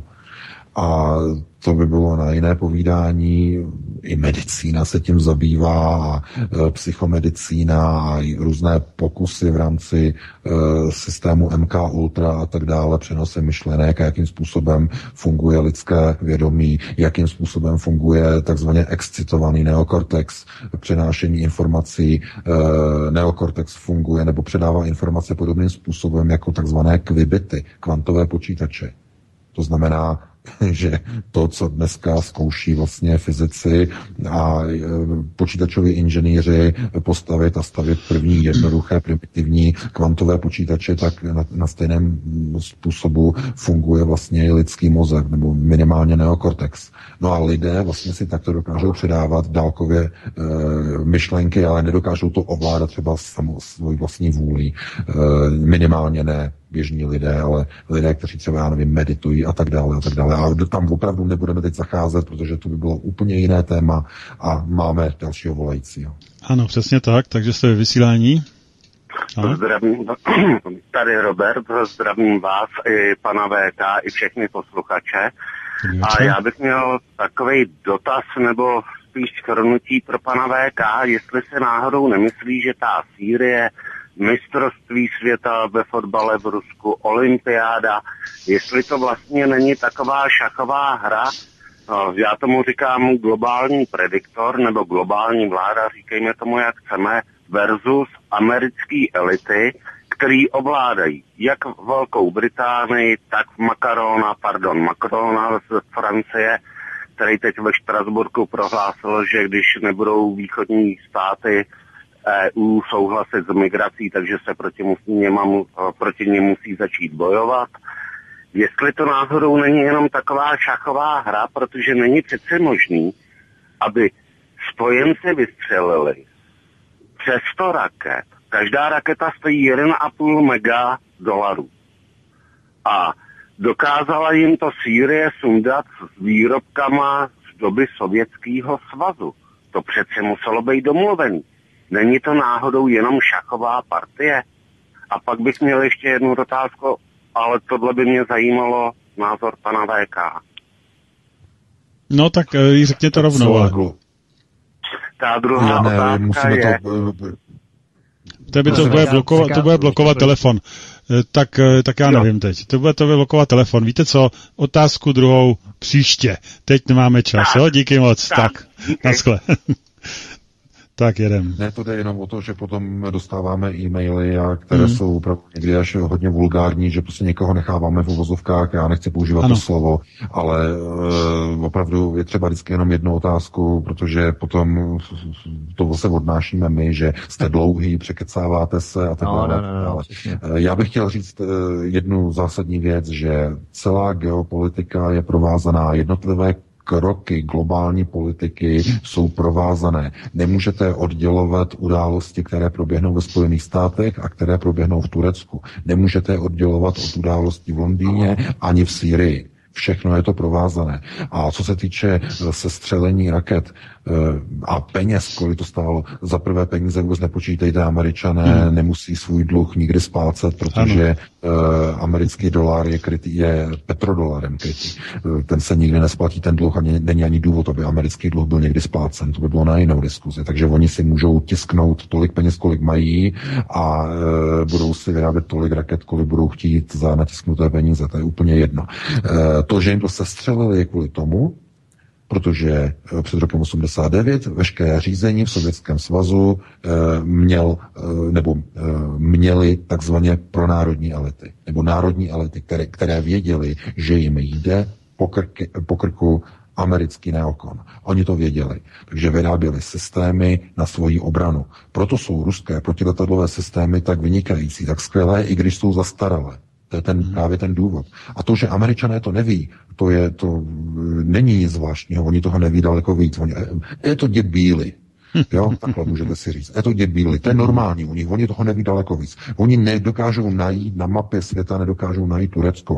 A to by bylo na jiné povídání. I medicína se tím zabývá, psychomedicína a různé pokusy v rámci systému MK Ultra a tak dále, přenosy myšlenek, a jakým způsobem funguje lidské vědomí, jakým způsobem funguje takzvaně excitovaný neokortex, přenášení informací. Neokortex funguje nebo předává informace podobným způsobem jako takzvané kvibity, kvantové počítače. To znamená, že to, co dneska zkouší vlastně fyzici a počítačoví inženýři postavit a stavět první jednoduché, primitivní kvantové počítače, tak na stejném způsobu funguje vlastně lidský mozek, nebo minimálně neokortex. No a lidé vlastně si takto dokážou předávat dálkově myšlenky, ale nedokážou to ovládat třeba svojí vlastní vůli. Minimálně ne běžní lidé, ale lidé, kteří třeba, já nevím, meditují a tak dále a tak dále. A tam opravdu nebudeme teď zacházet, protože to by bylo úplně jiné téma a máme dalšího volajícího. Ano, přesně tak, takže jste ve vysílání. Zdravím, tady Robert, zdravím vás i pana VK, i všechny posluchače. A já bych měl takovej dotaz, nebo spíš shrnutí pro pana VK, jestli se náhodou nemyslí, že ta Sýrie, mistrovství světa ve fotbale v Rusku, olympiáda, jestli to vlastně není taková šachová hra, já tomu říkám globální prediktor nebo globální vláda, říkejme tomu jak chceme, versus americký elity, který ovládají jak Velkou Británii, tak Macrona z Francie, který teď ve Štrasburku prohlásil, že když nebudou východní státy EU souhlasit s migrací, takže se proti ně musí začít bojovat. Jestli to náhodou není jenom taková šachová hra, protože není přece možný, aby spojenci vystřelili přes 100 raket. Každá raketa stojí $1,5 mega. A dokázala jim to Sýrie sundat s výrobkama z doby Sovětského svazu. To přece muselo být domluvený. Není to náhodou jenom šachová partie? A pak bych měl ještě jednu otázku, ale tohle by mě zajímalo názor pana VK. No tak řekně to rovnou. Ta druhá otázka je... To bude blokovat telefon. Tak já nevím teď. To bude blokovat telefon. Víte co? Otázku druhou příště. Teď nemáme čas. Jo? Díky moc. Tak. Naschle. Tak jedem. Ne, to jde jenom o to, že potom dostáváme e-maily, které jsou opravdu někdy až hodně vulgární, že prostě někoho necháváme v uvozovkách, já nechci používat to slovo, ale opravdu je třeba vždycky jenom jednu otázku, protože potom to se odnášíme my, že jste dlouhý, překecáváte se a tak dále. Já bych chtěl říct jednu zásadní věc, že celá geopolitika je provázaná, jednotlivé kroky globální politiky jsou provázané. Nemůžete oddělovat události, které proběhnou ve Spojených státech a které proběhnou v Turecku. Nemůžete oddělovat od událostí v Londýně ani v Sýrii. Všechno je to provázané. A co se týče sestřelení raket, A peněz, kolik to stálo. Za prvé peníze vůbec nepočítejte, Američané nemusí svůj dluh nikdy splácet, protože americký dolar je petrodolarem krytý. Ten se nikdy nesplatí, ten dluh, ani není ani důvod, aby americký dluh byl někdy splácen. To by bylo na jinou diskuzi. Takže oni si můžou tisknout tolik peněz, kolik mají a budou si vyrábět tolik raket, kolik budou chtít za natisknuté peníze. To je úplně jedno. To, že jim to sestřelili, je kvůli tomu, protože před rokem 89 veškeré řízení v Sovětském svazu měly takzvaně pronárodní elity, nebo národní elity, které věděli, že jim jde po krku americký neokon. Oni to věděli, takže vyráběli systémy na svoji obranu. Proto jsou ruské protiletadlové systémy tak vynikající, tak skvělé, i když jsou zastaralé. To je právě ten důvod. A to, že Američané to neví, to není nic zvláštního, oni toho neví daleko víc. Je to děbíli. Jo, takhle můžete si říct. Je to děbíli, to je normální u nich, oni toho neví daleko víc. Oni nedokážou najít na mapě světa, nedokážou najít Turecko,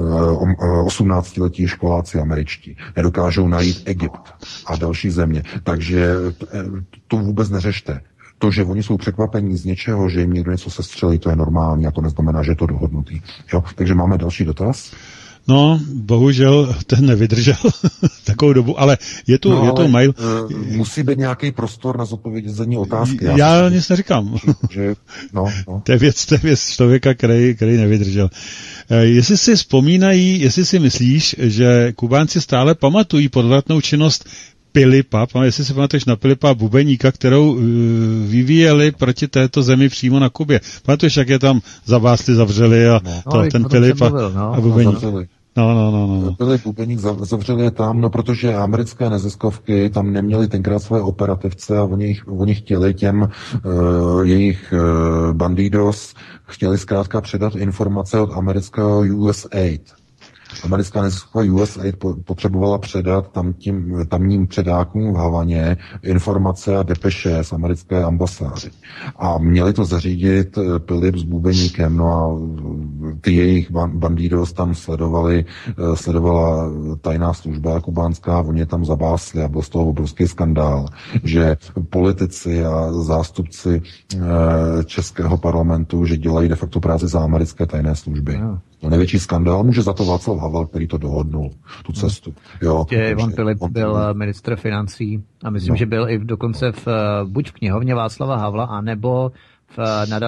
18letí školáci američtí, nedokážou najít Egypt a další země. Takže to vůbec neřešte. To, že oni jsou překvapení z něčeho, že jim někdo něco sestřelí, to je normální a to neznamená, že je to dohodnutý. Jo? Takže máme další dotaz. No, bohužel ten nevydržel takovou dobu, ale je tu mail. Musí být nějaký prostor na zodpovězení otázky. Já nic neříkám. Že, To je věc člověka, který nevydržel. Jestli si vzpomínají, jestli si myslíš, že Kubánci stále pamatují podvratnou činnost Pilipa, jestli si pamatuješ na Pilipa Bubeníka, kterou vyvíjeli proti této zemi přímo na Kubě. Pamatuješ, jak je tam zabásli, zavřeli a ten Pilip a Bubeník. No. Pilip Bubeník zavřeli je tam, protože americké neziskovky tam neměly tenkrát své operativce a oni chtěli těm jejich bandidos, chtěli zkrátka předat informace od amerického USAID. Americká neziskovka USAID potřebovala předat tamním předákům v Havaně informace a depeše z americké ambasády. A měli to zařídit Pilip s Bubeníkem, no a ty jejich bandidos tam sledovala tajná služba kubánská, oni je tam zabásli a byl z toho obrovský skandál, že politici a zástupci českého parlamentu, že dělají de facto práci za americké tajné služby. No, největší skandál může za to Václav Havel, který to dohodnul, tu cestu. Ivan Pilip byl ministr financí a myslím, že byl i dokonce buď v knihovně Václava Havla, anebo v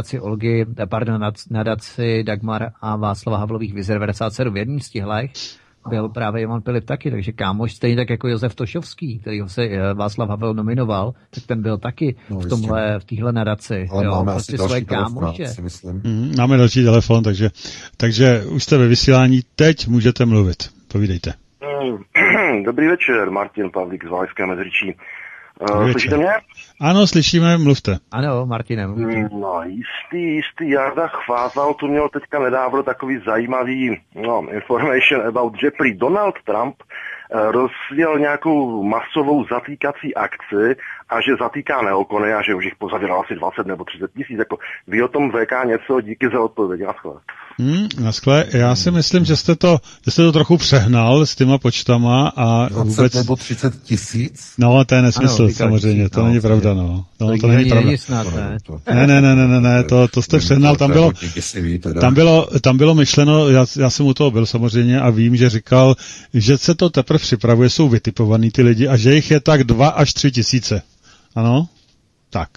nadaci Dagmar a Václava Havlových vizer 97. V jedním z těchhlech byl právě Ivan Pilip taky, takže kámoš, stejně tak jako Josef Tošovský, kterýho se Václav Havel nominoval, tak ten byl taky v téhle nadaci. Ale máme prostě asi svoje kámoše. Si myslím. Máme další telefon, takže už jste ve vysílání, teď můžete mluvit. Povídejte. Dobrý večer, Martin Pavlík z Valašské Meziříčí. Slyšíte mě? Ano, slyšíme, mluvte. Ano, Martine, mluvte. No, jistý Jarda Chvázal tu měl teďka nedávno takový zajímavý information about, že prý Donald Trump rozjel nějakou masovou zatýkací akci a že zatýká neokony a že už jich pozavíralo asi 20 nebo 30 tisíc. Jako, ví o tom VK něco, díky za odpověď. Naschle. Já si myslím, že jste to trochu přehnal s těma počtama a 20 vůbec... nebo 30 tisíc? No, to je nesmysl, samozřejmě, to není pravda, no. To není pravda. Ne, to jste přehnal, tam bylo myšleno, já jsem u toho byl samozřejmě a vím, že říkal, že se to teprve připravuje, jsou vytipovaný ty lidi a že jich je tak 2 až 3 tisíce. Ano? Tak.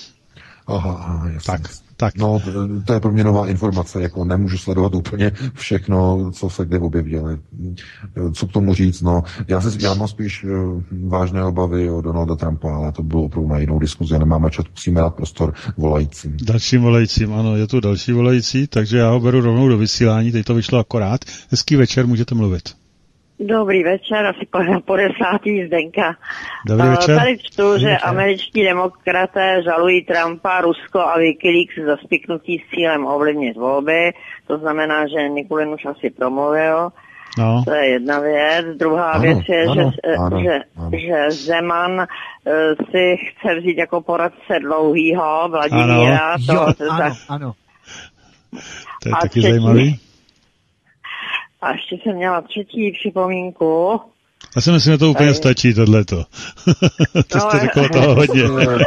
Aha, jasně. Tak. No, to je pro mě nová informace, jako nemůžu sledovat úplně všechno, co se kde objevilo. Co k tomu říct, no, já mám spíš vážné obavy o Donalda Trumpa, ale to bylo opravdu na jinou diskuzi, nemáme čas, musíme dát prostor volajícím. Dalším volajícím, ano, je tu další volající, takže já ho beru rovnou do vysílání, teď to vyšlo akorát. Hezký večer, můžete mluvit. Dobrý večer, asi po 10. Zdenka. Dobrý večer. Tady čtu, že američtí demokraté žalují Trumpa, Rusko a Wikileaks za spiknutí s cílem ovlivnit volby. To znamená, že Nikulin už asi promluvil. No. To je jedna věc. Druhá věc je, že Zeman si chce vzít jako poradce Dlouhýho, Vladimíra. Ano. To je taky zajímavý. A ještě jsem měla třetí připomínku. Já si myslím, že to úplně stačí, tohleto. To jste řekl toho hodně.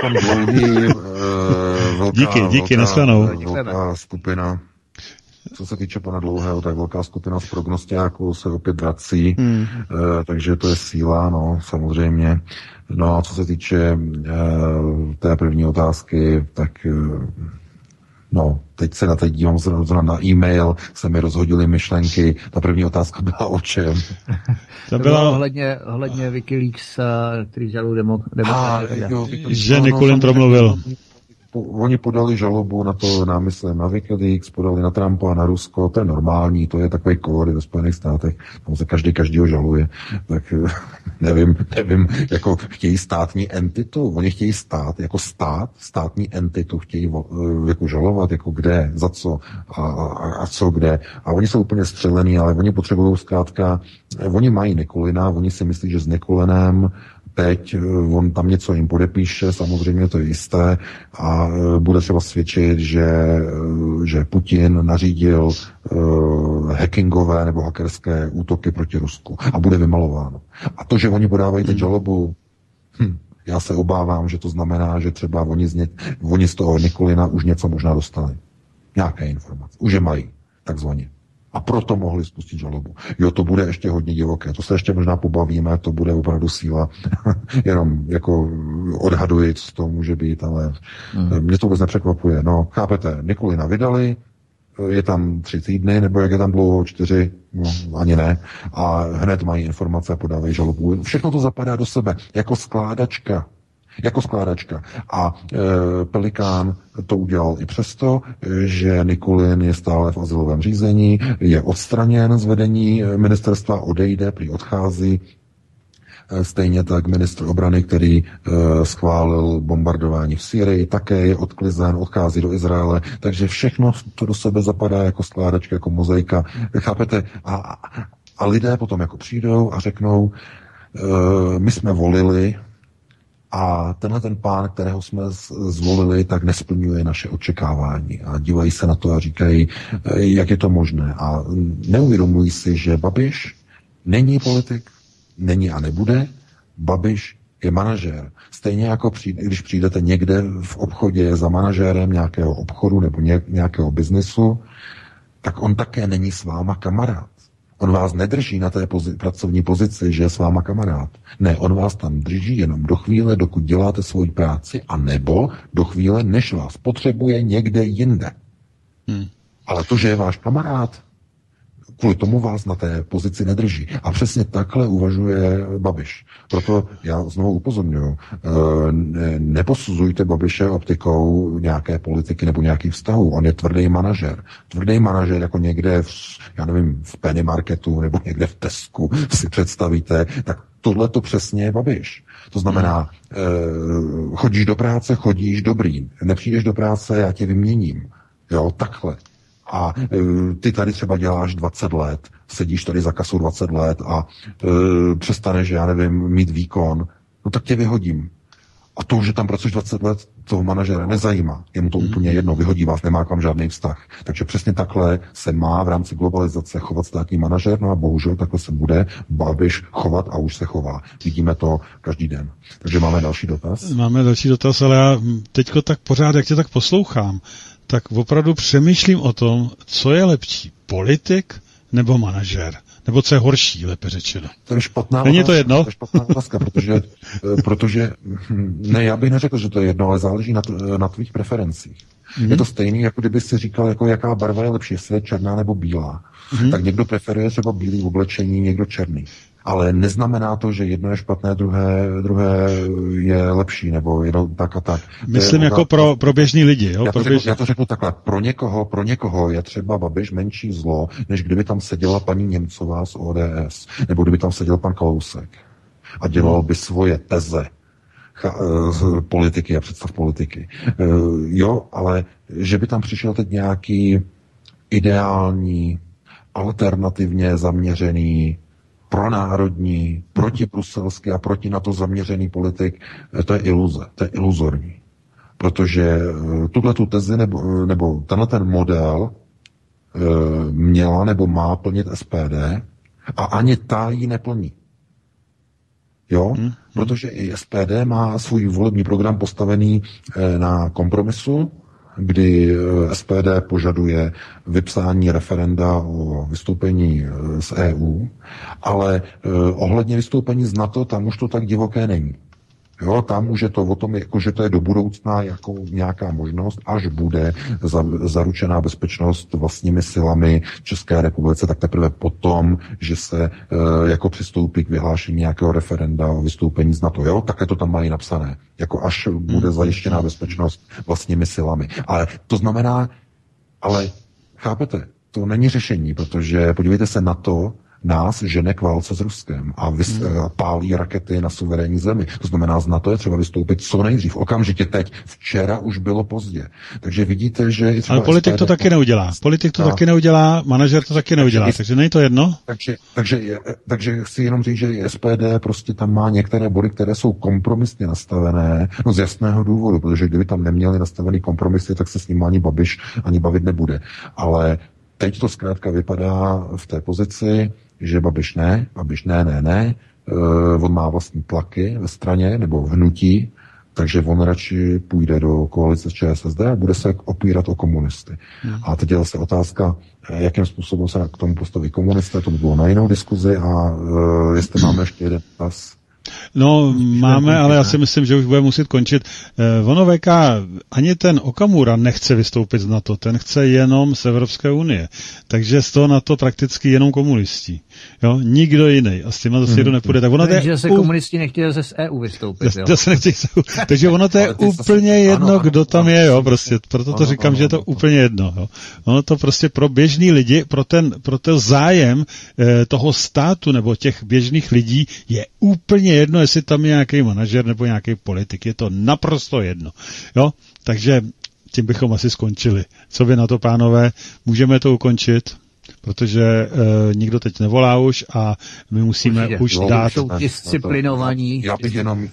Díky, nashledanou. Velká skupina. Co se týče pana Dlouhého, tak velká skupina z prognostiáků se opět vrací, takže to je síla, no, samozřejmě. No a co se týče té první otázky, tak no, teď se dívám na e-mail, se mi rozhodily myšlenky. Ta první otázka byla o čem? To bylo ohledně Wikileaks, který žalují demokraty. Že Nikulin promluvil. Oni podali žalobu na to námysle na Wikileaks, podali na Trumpa, na Rusko, to je normální, to je takový kód ve Spojených státech, tam se každýho žaluje, tak nevím, jako chtějí státní entitu, oni chtějí stát, jako státní entitu chtějí jako žalovat, jako kde, za co a co kde. A oni jsou úplně střelení, ale oni potřebují zkrátka, oni mají Nikulina, oni si myslí, že s Nikulinem teď on tam něco jim podepíše, samozřejmě to je jisté, a bude třeba svědčit, že Putin nařídil hackingové nebo hackerské útoky proti Rusku a bude vymalováno. A to, že oni podávají teď žalobu, já se obávám, že to znamená, že třeba oni z toho Nikulina už něco možná dostali. Nějaké informace. Už je mají, takzvaně. A proto mohli spustit žalobu. Jo, to bude ještě hodně divoké. To se ještě možná pobavíme, to bude opravdu síla. Jenom jako odhaduji, co to může být, ale mě to vůbec nepřekvapuje. No, chápete, Nikulina vydali, je tam 3 týdny, nebo jak je tam dlouho, 4, no, ani ne. A hned mají informace a podávají žalobu. Všechno to zapadá do sebe, jako skládačka. A Pelikán to udělal i přesto, že Nikulin je stále v azylovém řízení, je odstraněn z vedení ministerstva, odejde, prý odchází. Stejně tak ministr obrany, který schválil bombardování v Sýrii, také je odklizen, odchází do Izraele, takže všechno to do sebe zapadá jako skládačka, jako mozaika. Chápete? A lidé potom jako přijdou a řeknou, my jsme volili, a tenhle ten pán, kterého jsme zvolili, tak nesplňuje naše očekávání. A dívají se na to a říkají, jak je to možné. A neuvědomují si, že Babiš není politik, není a nebude. Babiš je manažér. Stejně jako když přijdete někde v obchodě za manažérem nějakého obchodu nebo nějakého biznesu, tak on také není s váma kamarád. On vás nedrží na té pracovní pozici, že je s váma kamarád. Ne, on vás tam drží jenom do chvíle, dokud děláte svoji práci, a nebo do chvíle, než vás potřebuje někde jinde. Ale to, že je váš kamarád, kvůli tomu vás na té pozici nedrží. A přesně takhle uvažuje Babiš. Proto já znovu upozorňuji, neposuzujte Babiše optikou nějaké politiky nebo nějakých vztahů. On je tvrdý manažer. Tvrdý manažer jako někde v Penny Marketu nebo někde v Tesku si představíte, tak tohle to přesně je Babiš. To znamená, chodíš do práce, chodíš dobrý. Nepřijdeš do práce, já tě vyměním. Jo, takhle. A ty tady třeba děláš 20 let, sedíš tady za kasou 20 let a přestaneš, mít výkon, no tak tě vyhodím. A to, že tam pracuješ 20 let, toho manažera nezajímá. Je mu to úplně jedno, vyhodí vás, nemá k vám žádný vztah. Takže přesně takhle se má v rámci globalizace chovat státní manažer, no a bohužel takhle se bude Babiš chovat a už se chová. Vidíme to každý den. Takže máme další dotaz. Máme další dotaz, ale já teďko tak pořád, jak tě tak poslouchám, tak opravdu přemýšlím o tom, co je lepší, politik nebo manažer. Nebo co je horší, lépe řečeno. To je špatná Není to jedno? To je špatná otázka, protože ne, já bych neřekl, že to je jedno, ale záleží na tvých preferencích. Je to stejný, jako kdyby si říkal, jako jaká barva je lepší, jestli je černá nebo bílá. Tak někdo preferuje třeba bílý oblečení, někdo černý. Ale neznamená to, že jedno je špatné, druhé je lepší, nebo jedno tak a tak. Myslím jako pro běžný lidi. Jo? Já to řeknu takhle. Pro někoho je třeba Babiš menší zlo, než kdyby tam seděla paní Němcová z ODS, nebo kdyby tam seděl pan Kalousek a dělal by svoje teze politiky a představ politiky. Jo, ale že by tam přišel teď nějaký ideální, alternativně zaměřený, pronárodní, protibruselský a proti NATO zaměřený politik, to je iluze, to je iluzorní. Protože tu tezi nebo tenhle ten model měla nebo má plnit SPD a ani ta ji neplní. Jo? Protože i SPD má svůj volební program postavený na kompromisu, kdy SPD požaduje vypsání referenda o vystoupení z EU, ale ohledně vystoupení z NATO, tam už to tak divoké není. Jo, tam už je to o tom, jako, že to je do budoucna jako nějaká možnost, až bude zaručená bezpečnost vlastními silami České republice, tak teprve potom, že se jako přistoupí k vyhlášení nějakého referenda o vystoupení z NATO. Jo, také to tam mají napsané. Jako až bude zajištěná bezpečnost vlastními silami. Ale to znamená, ale chápete, to není řešení, protože podívejte se na to, nás žene k válce s Ruskem a pálí rakety na suverénní zemi. To znamená, z NATO je třeba vystoupit co nejdřív. Okamžitě teď. Včera už bylo pozdě. Takže vidíte, že... Ale politik to taky neudělá. Politik to taky neudělá, manažer to taky neudělá. Takže není to jedno? Takže chci jenom říct, že SPD prostě tam má některé body, které jsou kompromisně nastavené, no z jasného důvodu, protože kdyby tam neměli nastavený kompromisy, tak se s ním ani Babiš ani bavit nebude. Ale teď to zkrátka vypadá v té pozici, že Babiš ne, on má vlastní tlaky ve straně nebo v hnutí, takže on radši půjde do koalice s ČSSD a bude se opírat o komunisty. A teď je zase otázka, jakým způsobem se k tomu postaví komunisté, to by bylo na jinou diskuzi a jestli máme ještě jeden čas. No, máme, ale já si myslím, že už bude muset končit. Ono VK, ani ten Okamura nechce vystoupit z NATO, ten chce jenom z Evropské unie. Takže z toho NATO prakticky jenom komunisti. Jo, nikdo jiný. A s tím zase někdo nepůjde. Tak ono takže se komunisti nechtějí z EU vystoupit, jo. Takže ono to je úplně jedno, kdo tam je, jo, prostě. Proto to říkám, že je to úplně jedno, jo. Ono to prostě pro běžný lidi, pro ten zájem toho státu nebo těch běžných lidí je úplně jedno, jestli tam je nějaký manažer nebo nějaký politik. Je to naprosto jedno. Jo? Takže tím bychom asi skončili. Co vy na to, pánové? Můžeme to ukončit? Protože nikdo teď nevolá už a my musíme už dát... Jsou disciplinovaní. Já bych jenom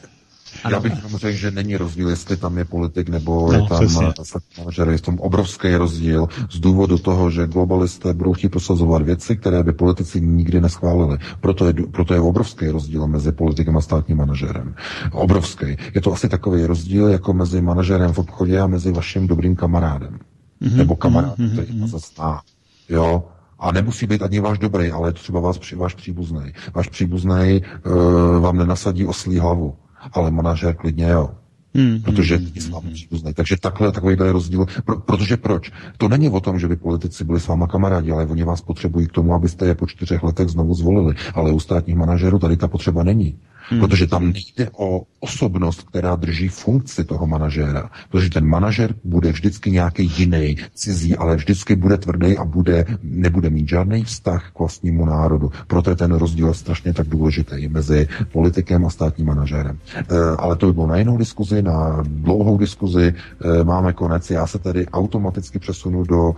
řekl, že není rozdíl, jestli tam je politik nebo je tam manažer. Je tam obrovský rozdíl z důvodu toho, že globalisté budou chtít prosazovat věci, které by politici nikdy neschválili. Proto je obrovský rozdíl mezi politikem a státním manažerem. Obrovský. Je to asi takový rozdíl jako mezi manažerem v obchodě a mezi vaším dobrým kamarádem. Nebo kamarádem, který vás zná. Jo? A nemusí být ani váš dobrý, ale je to třeba váš příbuzný. Váš příbuzný vám nenasadí oslí hlavu. Ale manažer klidně jo. Protože je s vámi příbuzný. Takže takový je rozdíl. Protože proč? To není o tom, že by politici byli s váma kamarádi, ale oni vás potřebují k tomu, abyste je po 4 letech znovu zvolili. Ale u státních manažerů tady ta potřeba není. Protože tam nejde o osobnost, která drží funkci toho manažéra. Protože ten manažer bude vždycky nějaký jiný, cizí, ale vždycky bude tvrdý a nebude mít žádný vztah k vlastnímu národu. Proto je ten rozdíl strašně tak důležitý mezi politikem a státním manažérem. Ale to by bylo na jinou diskuzi, na dlouhou diskuzi. Máme konec. Já se tedy automaticky přesunu do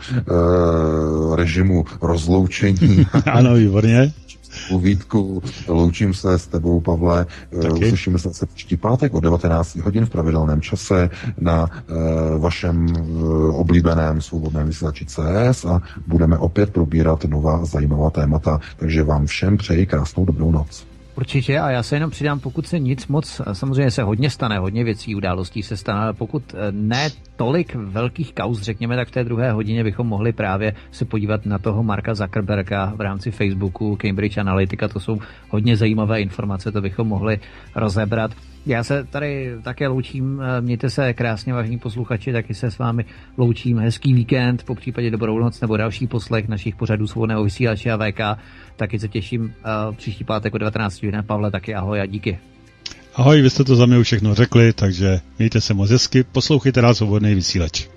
režimu rozloučení. Ano, výborně. Vítku, loučím se s tebou, Pavle. Uslyšíme se příští pátek o 19 hodin v pravidelném čase na vašem oblíbeném svobodném vysílači CS a budeme opět probírat nová zajímavá témata. Takže vám všem přeji krásnou dobrou noc. Určitě a já se jenom přidám, pokud se nic moc, samozřejmě se hodně stane, hodně věcí, událostí se stane, ale pokud ne tolik velkých kauz, řekněme, tak v té druhé hodině bychom mohli právě se podívat na toho Marka Zuckerberga v rámci Facebooku, Cambridge Analytica, to jsou hodně zajímavé informace, to bychom mohli rozebrat. Já se tady také loučím, mějte se krásně, vážení posluchači, taky se s vámi loučím, hezký víkend, po případě dobrou noc nebo další poslech našich pořadů Svobodného vysílače a VK, taky se těším příští pátek o 19 hodin. Pavle, taky ahoj a díky. Ahoj, vy jste to za mě už všechno řekli, takže mějte se moc hezky, poslouchejte rád Svobodný vysílač.